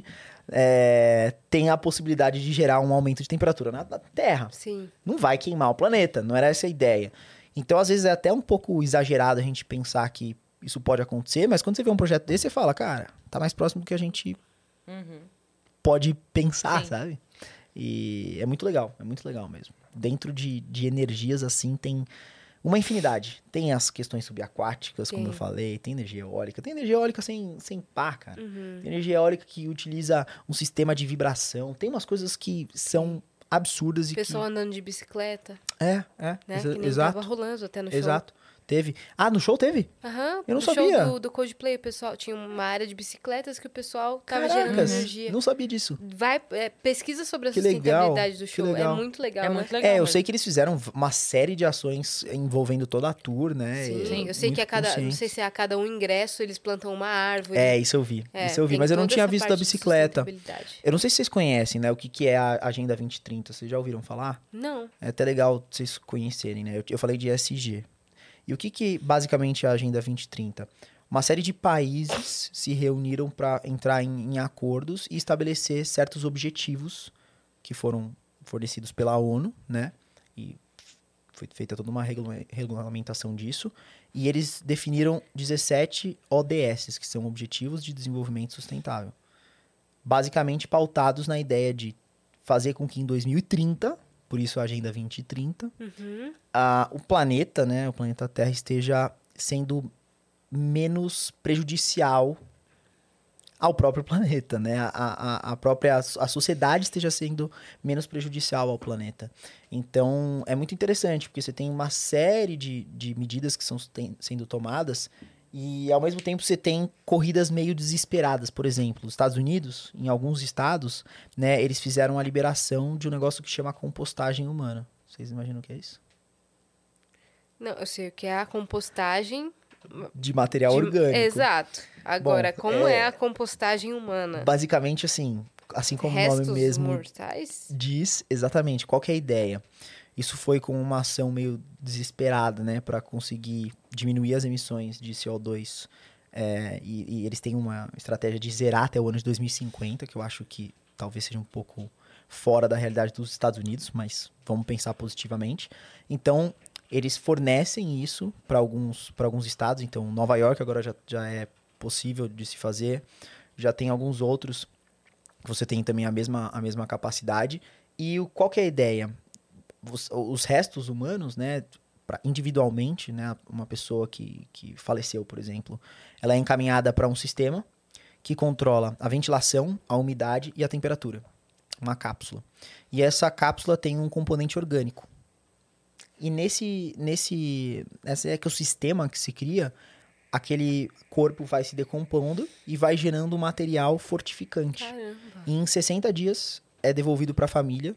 Speaker 3: é, tem a possibilidade de gerar um aumento de temperatura na, na Terra.
Speaker 2: Sim.
Speaker 3: Não vai queimar o planeta, não era essa a ideia. Então, às vezes, é até um pouco exagerado a gente pensar que isso pode acontecer, mas quando você vê um projeto desse, você fala, cara, tá mais próximo do que a gente
Speaker 1: Uhum.
Speaker 3: pode pensar,
Speaker 1: Sim.
Speaker 3: sabe? E é muito legal, é muito legal mesmo. Dentro de, de energias, assim, tem uma infinidade. Tem as questões subaquáticas, como
Speaker 2: Sim.
Speaker 3: eu falei, tem energia eólica, tem energia eólica sem, sem par, cara.
Speaker 2: Uhum.
Speaker 3: Tem energia eólica que utiliza um sistema de vibração, tem umas coisas que são absurdas e
Speaker 2: Pessoal andando de bicicleta,
Speaker 3: que... É, é,
Speaker 2: né?
Speaker 3: exa-
Speaker 2: que nem
Speaker 3: exato,
Speaker 2: tava rolando até no show.
Speaker 3: exato. Teve. Ah, no show teve?
Speaker 2: Aham,
Speaker 3: Eu não
Speaker 2: no
Speaker 3: sabia.
Speaker 2: show do, do Coldplay, o pessoal tinha uma área de bicicletas que o pessoal tava gerando
Speaker 3: Caracas,
Speaker 2: energia.
Speaker 3: não sabia disso.
Speaker 2: Vai, é, pesquisa sobre a
Speaker 3: Que legal,
Speaker 2: sustentabilidade do
Speaker 3: que
Speaker 2: show.
Speaker 3: legal.
Speaker 2: É muito legal,
Speaker 1: É
Speaker 2: né?
Speaker 1: muito legal.
Speaker 3: É, eu
Speaker 1: mesmo.
Speaker 3: sei que eles fizeram uma série de ações envolvendo toda a tour, né?
Speaker 2: Sim,
Speaker 3: E
Speaker 2: eu sei que
Speaker 3: muito
Speaker 2: a cada, não
Speaker 3: conscientes.
Speaker 2: sei se é a cada um ingresso eles plantam uma árvore.
Speaker 3: É, isso eu vi.
Speaker 2: É,
Speaker 3: isso eu vi,
Speaker 2: tem
Speaker 3: mas eu não
Speaker 2: toda
Speaker 3: tinha
Speaker 2: essa
Speaker 3: visto da
Speaker 2: parte de
Speaker 3: bicicleta.
Speaker 2: sustentabilidade.
Speaker 3: Eu não sei se vocês conhecem, né? O que, que é a Agenda vinte e trinta. Vocês já ouviram falar?
Speaker 2: Não.
Speaker 3: É até legal vocês conhecerem, né? Eu, eu falei de E S G. E o que, que basicamente é a Agenda vinte e trinta? Uma série de países se reuniram para entrar em, em acordos e estabelecer certos objetivos que foram fornecidos pela ONU, né? E foi feita toda uma regula- regulamentação disso. E eles definiram dezessete O D S, que são Objetivos de Desenvolvimento Sustentável. Basicamente pautados na ideia de fazer com que em dois mil e trinta, por isso a Agenda vinte e trinta,
Speaker 2: Uhum.
Speaker 3: a, o planeta, né, o planeta Terra esteja sendo menos prejudicial ao próprio planeta, né? A, a, a própria a sociedade esteja sendo menos prejudicial ao planeta. Então, é muito interessante, porque você tem uma série de, de medidas que estão tem, sendo tomadas e, ao mesmo tempo, você tem corridas meio desesperadas. Por exemplo, os Estados Unidos, em alguns estados, né, eles fizeram a liberação de um negócio que chama compostagem humana. Vocês imaginam o que é isso?
Speaker 2: Não, eu sei o que é a compostagem.
Speaker 3: De material
Speaker 2: de-
Speaker 3: orgânico.
Speaker 2: Exato. Agora,
Speaker 3: Bom,
Speaker 2: como
Speaker 3: é-
Speaker 2: é... a compostagem humana?
Speaker 3: Basicamente, assim, assim como
Speaker 2: Restos
Speaker 3: o nome mesmo
Speaker 2: mortais?
Speaker 3: diz, exatamente, qual que é a ideia? Isso foi com uma ação meio desesperada, né, para conseguir diminuir as emissões de C O dois. É, e, e eles têm uma estratégia de zerar até o ano de dois mil e cinquenta, que eu acho que talvez seja um pouco fora da realidade dos Estados Unidos, mas vamos pensar positivamente. Então, eles fornecem isso para alguns, para alguns estados. Então, Nova York agora já, já é possível de se fazer. Já tem alguns outros que você tem também a mesma, a mesma capacidade. E o, qual que é a ideia? Os, os restos humanos, né, pra, individualmente, né, uma pessoa que, que faleceu, por exemplo, ela é encaminhada para um sistema que controla a ventilação, a umidade e a temperatura. Uma cápsula. E essa cápsula tem um componente orgânico. E nesse, nesse, nesse ecossistema que se cria, aquele corpo vai se decompondo e vai gerando um material fortificante.
Speaker 2: Caramba.
Speaker 3: E em sessenta dias é devolvido para a família,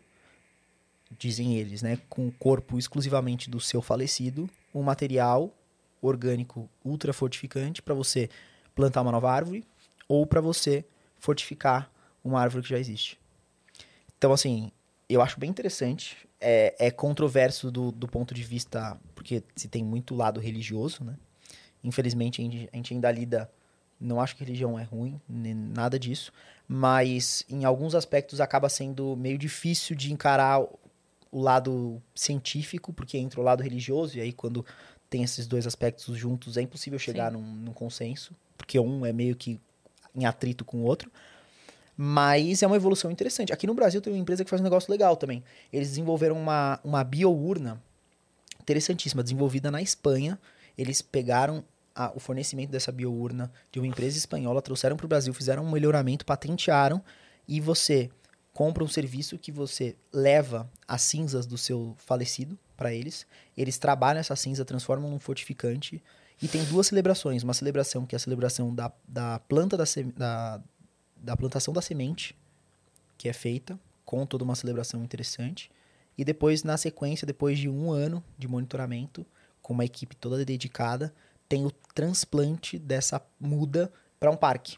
Speaker 3: dizem eles, né, com o corpo exclusivamente do seu falecido, um material orgânico ultra fortificante para você plantar uma nova árvore ou para você fortificar uma árvore que já existe. Então, assim, eu acho bem interessante. É, é controverso do, do ponto de vista... Porque se tem muito lado religioso, né? Infelizmente, a gente, a gente ainda lida... Não acho que religião é ruim, nem nada disso. Mas, em alguns aspectos, acaba sendo meio difícil de encarar o, o lado científico, porque entra o lado religioso. E aí, quando tem esses dois aspectos juntos, é impossível chegar num, num consenso. Porque um é meio que em atrito com o outro. Mas é uma evolução interessante. Aqui no Brasil tem uma empresa que faz um negócio legal também. Eles desenvolveram uma, uma biourna interessantíssima, desenvolvida na Espanha. Eles pegaram a, o fornecimento dessa biourna de uma empresa espanhola, trouxeram para o Brasil, fizeram um melhoramento, patentearam, e você compra um serviço que você leva as cinzas do seu falecido para eles. Eles trabalham essa cinza, transformam num fortificante E tem duas celebrações. Uma celebração que é a celebração da, da planta da, seme- da, da plantação da semente, que é feita com toda uma celebração interessante. E depois, na sequência, depois de um ano de monitoramento, com uma equipe toda dedicada, tem o transplante dessa muda para um parque.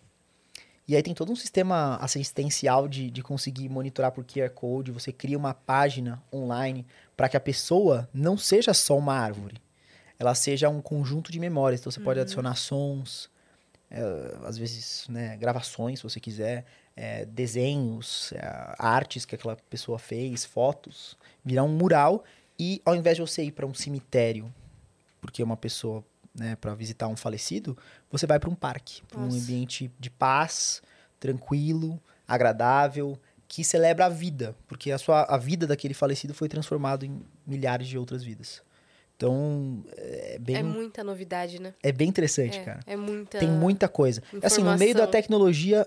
Speaker 3: E aí tem todo um sistema assistencial de, de conseguir monitorar por Q R Code. Você cria uma página online para que a pessoa não seja só uma árvore. Ela seja um conjunto de memórias. Então, você pode adicionar sons, é, às vezes, né, gravações, se você quiser, é, desenhos, é, artes que aquela pessoa fez, fotos. Virar um mural e, ao invés de você ir para um cemitério, porque uma pessoa... né, para visitar um falecido, você vai para um parque, para um
Speaker 2: Nossa.
Speaker 3: ambiente de paz, tranquilo, agradável, que celebra a vida, porque a, sua, a vida daquele falecido foi transformada em milhares de outras vidas. Então, é bem,
Speaker 2: É muita novidade, né?
Speaker 3: é bem interessante,
Speaker 2: É,
Speaker 3: cara.
Speaker 2: é muita...
Speaker 3: Tem muita coisa. Assim, no meio da
Speaker 2: informação.
Speaker 3: tecnologia,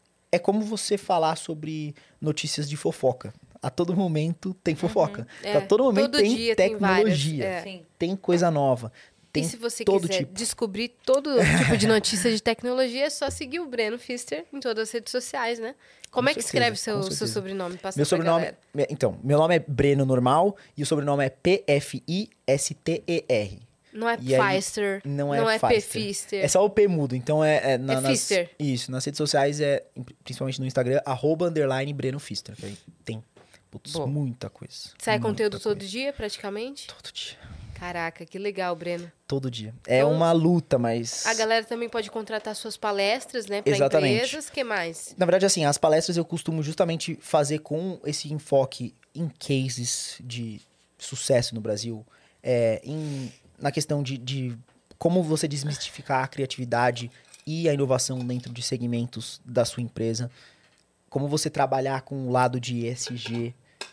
Speaker 3: é como você falar sobre notícias de fofoca. A todo momento tem fofoca.
Speaker 2: É,
Speaker 3: A todo momento
Speaker 2: todo
Speaker 3: tem
Speaker 2: dia tem
Speaker 3: tecnologia.
Speaker 2: várias, é.
Speaker 1: Sim.
Speaker 3: Tem coisa nova. Tem
Speaker 2: E se você
Speaker 3: todo
Speaker 2: quiser
Speaker 3: tipo.
Speaker 2: descobrir todo tipo de notícia de tecnologia, é só seguir o Breno Fister em todas as redes sociais, né? Como
Speaker 3: Com
Speaker 2: é que
Speaker 3: certeza,
Speaker 2: escreve seu,
Speaker 3: com
Speaker 2: seu
Speaker 3: certeza.
Speaker 2: sobrenome? Passa
Speaker 3: Meu
Speaker 2: pra
Speaker 3: sobrenome.
Speaker 2: galera.
Speaker 3: me- Então, meu nome é Breno normal e o sobrenome é P F I S T E R.
Speaker 2: Não é
Speaker 3: E aí,
Speaker 2: Fister,
Speaker 3: Não é,
Speaker 2: não é P
Speaker 3: Fister.
Speaker 2: Fister.
Speaker 3: É só o P mudo. Então é. É, na-
Speaker 2: É
Speaker 3: nas-
Speaker 2: Fister.
Speaker 3: Isso, nas redes sociais é, principalmente no Instagram, arroba underline Breno Fister. Que aí tem putz,
Speaker 1: Boa.
Speaker 3: muita coisa.
Speaker 2: Sai
Speaker 3: muita
Speaker 2: conteúdo todo
Speaker 3: coisa.
Speaker 2: dia, praticamente?
Speaker 3: Todo dia.
Speaker 2: Caraca, que legal, Breno.
Speaker 3: Todo dia. É
Speaker 2: Então,
Speaker 3: uma luta, mas.
Speaker 2: A galera também pode contratar suas palestras, né? Pra
Speaker 3: Exatamente.
Speaker 2: empresas. O que mais?
Speaker 3: Na verdade, assim, as palestras eu costumo justamente fazer com esse enfoque em cases de sucesso no Brasil, é, em, na questão de, de como você desmistificar a criatividade e a inovação dentro de segmentos da sua empresa, como você trabalhar com o lado de E S G,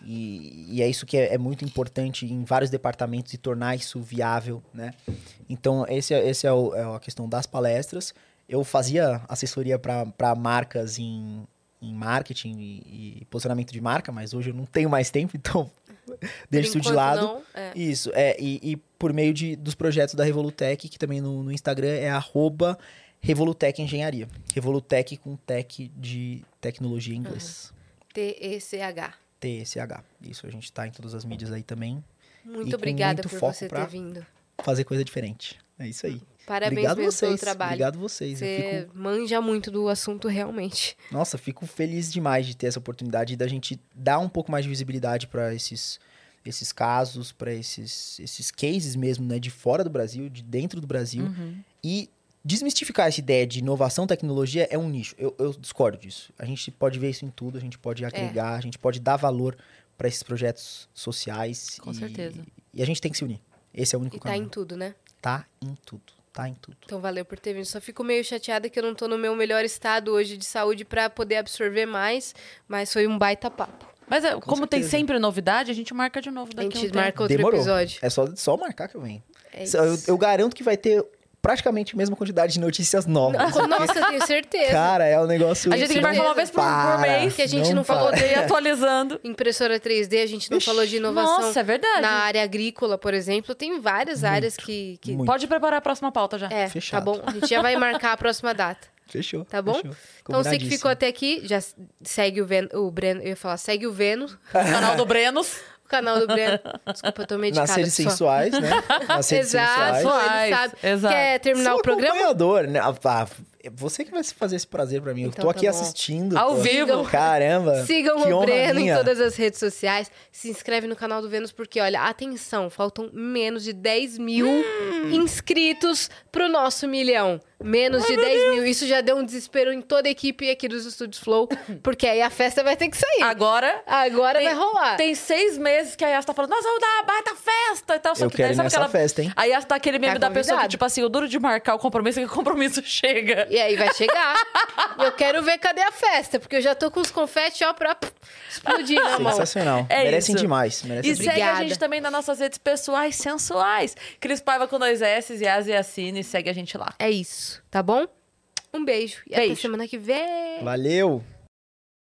Speaker 3: e, e é isso que é, é muito importante em vários departamentos e tornar isso viável, né? Então, esse, é- esse é, o- é a questão das palestras. Eu fazia assessoria para marcas em, em marketing e, e posicionamento de marca, mas hoje eu não tenho mais tempo, então deixo isso de
Speaker 2: enquanto
Speaker 3: lado.
Speaker 2: não, é.
Speaker 3: Isso, é, e, e por meio de, dos projetos da Revolutec, que também no, no Instagram é arroba Revolutec Engenharia. Revolutec com tech de tecnologia em inglês.
Speaker 2: T E C H.
Speaker 3: T S H. Isso, a gente tá em todas as mídias aí também.
Speaker 2: Muito
Speaker 3: E com
Speaker 2: obrigada
Speaker 3: muito
Speaker 2: por
Speaker 3: foco
Speaker 2: você
Speaker 3: pra-
Speaker 2: ter vindo.
Speaker 3: Fazer coisa diferente. É isso aí.
Speaker 2: Parabéns
Speaker 3: Obrigado
Speaker 2: mesmo
Speaker 3: vocês.
Speaker 2: pelo trabalho.
Speaker 3: Obrigado vocês. Eu
Speaker 2: Você
Speaker 3: fico,
Speaker 2: manja muito do assunto realmente.
Speaker 3: nossa, fico feliz demais de ter essa oportunidade da gente dar um pouco mais de visibilidade para esses, esses casos, para esses, esses cases mesmo, né, de fora do Brasil, de dentro do Brasil.
Speaker 1: Uhum.
Speaker 3: E desmistificar essa ideia de inovação, tecnologia é um nicho. Eu, eu discordo disso. A gente pode ver isso em tudo, a gente pode agregar, a gente pode dar valor para esses projetos sociais.
Speaker 1: Com
Speaker 3: e,
Speaker 1: certeza.
Speaker 3: E a gente tem que se unir. Esse é o único
Speaker 2: E tá
Speaker 3: caminho.
Speaker 2: em tudo, né?
Speaker 3: Tá em tudo. Tá em tudo.
Speaker 2: Então valeu por ter vindo. Só fico meio chateada que eu não tô no meu melhor estado hoje de saúde pra poder absorver mais, mas foi um baita papo.
Speaker 1: Mas é, como tem
Speaker 3: certeza.
Speaker 1: sempre novidade, a gente marca de novo
Speaker 2: A
Speaker 1: daqui a um
Speaker 2: gente
Speaker 1: tempo.
Speaker 2: marca outro
Speaker 3: Demorou.
Speaker 2: episódio.
Speaker 3: É só, só marcar que eu venho.
Speaker 2: É
Speaker 3: Eu,
Speaker 2: isso.
Speaker 3: eu garanto que vai ter praticamente a mesma quantidade de notícias novas.
Speaker 2: Nossa, eu tenho certeza.
Speaker 3: Cara, é um negócio...
Speaker 1: A gente
Speaker 2: Certeza.
Speaker 1: marca uma vez por, por
Speaker 3: Para.
Speaker 1: mês.
Speaker 2: Que a gente não falou
Speaker 3: para.
Speaker 1: Poder ir atualizando.
Speaker 2: Impressora três D, a gente não falou de inovação.
Speaker 1: Nossa, é verdade.
Speaker 2: Na área agrícola, por exemplo, tem várias áreas que... que...
Speaker 3: muito.
Speaker 1: Pode preparar a próxima pauta já.
Speaker 2: É,
Speaker 3: Fechado.
Speaker 2: tá bom? A gente já vai marcar a próxima data.
Speaker 3: Fechou.
Speaker 2: Tá bom?
Speaker 3: fechou.
Speaker 2: Então você que
Speaker 3: Combinadíssimo.
Speaker 2: ficou até aqui, já segue o, Ven... o Breno. Eu ia falar, segue o Vênus,
Speaker 1: O canal do Brenos.
Speaker 2: o canal do Breno. Desculpa, eu tô medicada.
Speaker 3: Nas redes
Speaker 2: pessoal.
Speaker 3: sensuais, né? Nas redes
Speaker 2: Exato,
Speaker 3: sensuais.
Speaker 2: ele sabe.
Speaker 1: Exato.
Speaker 2: Quer terminar
Speaker 3: Sou
Speaker 2: o programa?
Speaker 3: acompanhador, né? Ah, ah, você que vai fazer esse prazer pra mim. Eu
Speaker 2: Então
Speaker 3: tô
Speaker 2: tá
Speaker 3: aqui
Speaker 2: bom.
Speaker 3: assistindo.
Speaker 1: Ao
Speaker 3: pô.
Speaker 1: vivo.
Speaker 3: Caramba.
Speaker 2: Sigam
Speaker 3: que
Speaker 2: o
Speaker 3: honra
Speaker 2: Breno em
Speaker 3: minha.
Speaker 2: todas as redes sociais. Se inscreve no canal do Vênus, porque, olha, atenção, faltam menos de dez mil
Speaker 3: Hum.
Speaker 2: inscritos pro nosso milhão. Menos de dez mil. Isso já deu um desespero em toda a equipe aqui dos Estúdios Flow, porque aí a festa vai ter que sair.
Speaker 1: Agora,
Speaker 2: Agora
Speaker 1: tem-
Speaker 2: vai rolar.
Speaker 1: tem seis meses que a Yas tá falando, nós vamos dar uma baita festa e tal. Só
Speaker 3: Eu
Speaker 1: que
Speaker 3: quero
Speaker 1: daí,
Speaker 3: ir
Speaker 1: sabe
Speaker 3: nessa
Speaker 1: aquela...
Speaker 3: festa, hein?
Speaker 1: A Yas tá aquele meme
Speaker 2: Tá
Speaker 1: da pessoa que,
Speaker 2: convidado.
Speaker 1: tipo assim, o duro de marcar o compromisso é que o compromisso chega.
Speaker 2: E aí vai chegar. E eu quero ver cadê a festa, porque eu já tô com os confetes, ó, pra pff, explodir na mão.
Speaker 3: Sensacional.
Speaker 1: É
Speaker 3: Merecem
Speaker 1: isso.
Speaker 3: demais. Merecem
Speaker 1: E
Speaker 3: demais.
Speaker 1: segue a
Speaker 2: Obrigada.
Speaker 1: gente também nas nossas redes pessoais sensuais. Cris Paiva com dois S, Yas e Assine, segue a gente lá.
Speaker 2: É isso, tá bom? Um beijo. E até
Speaker 1: Beijo.
Speaker 2: semana que vem.
Speaker 3: Valeu.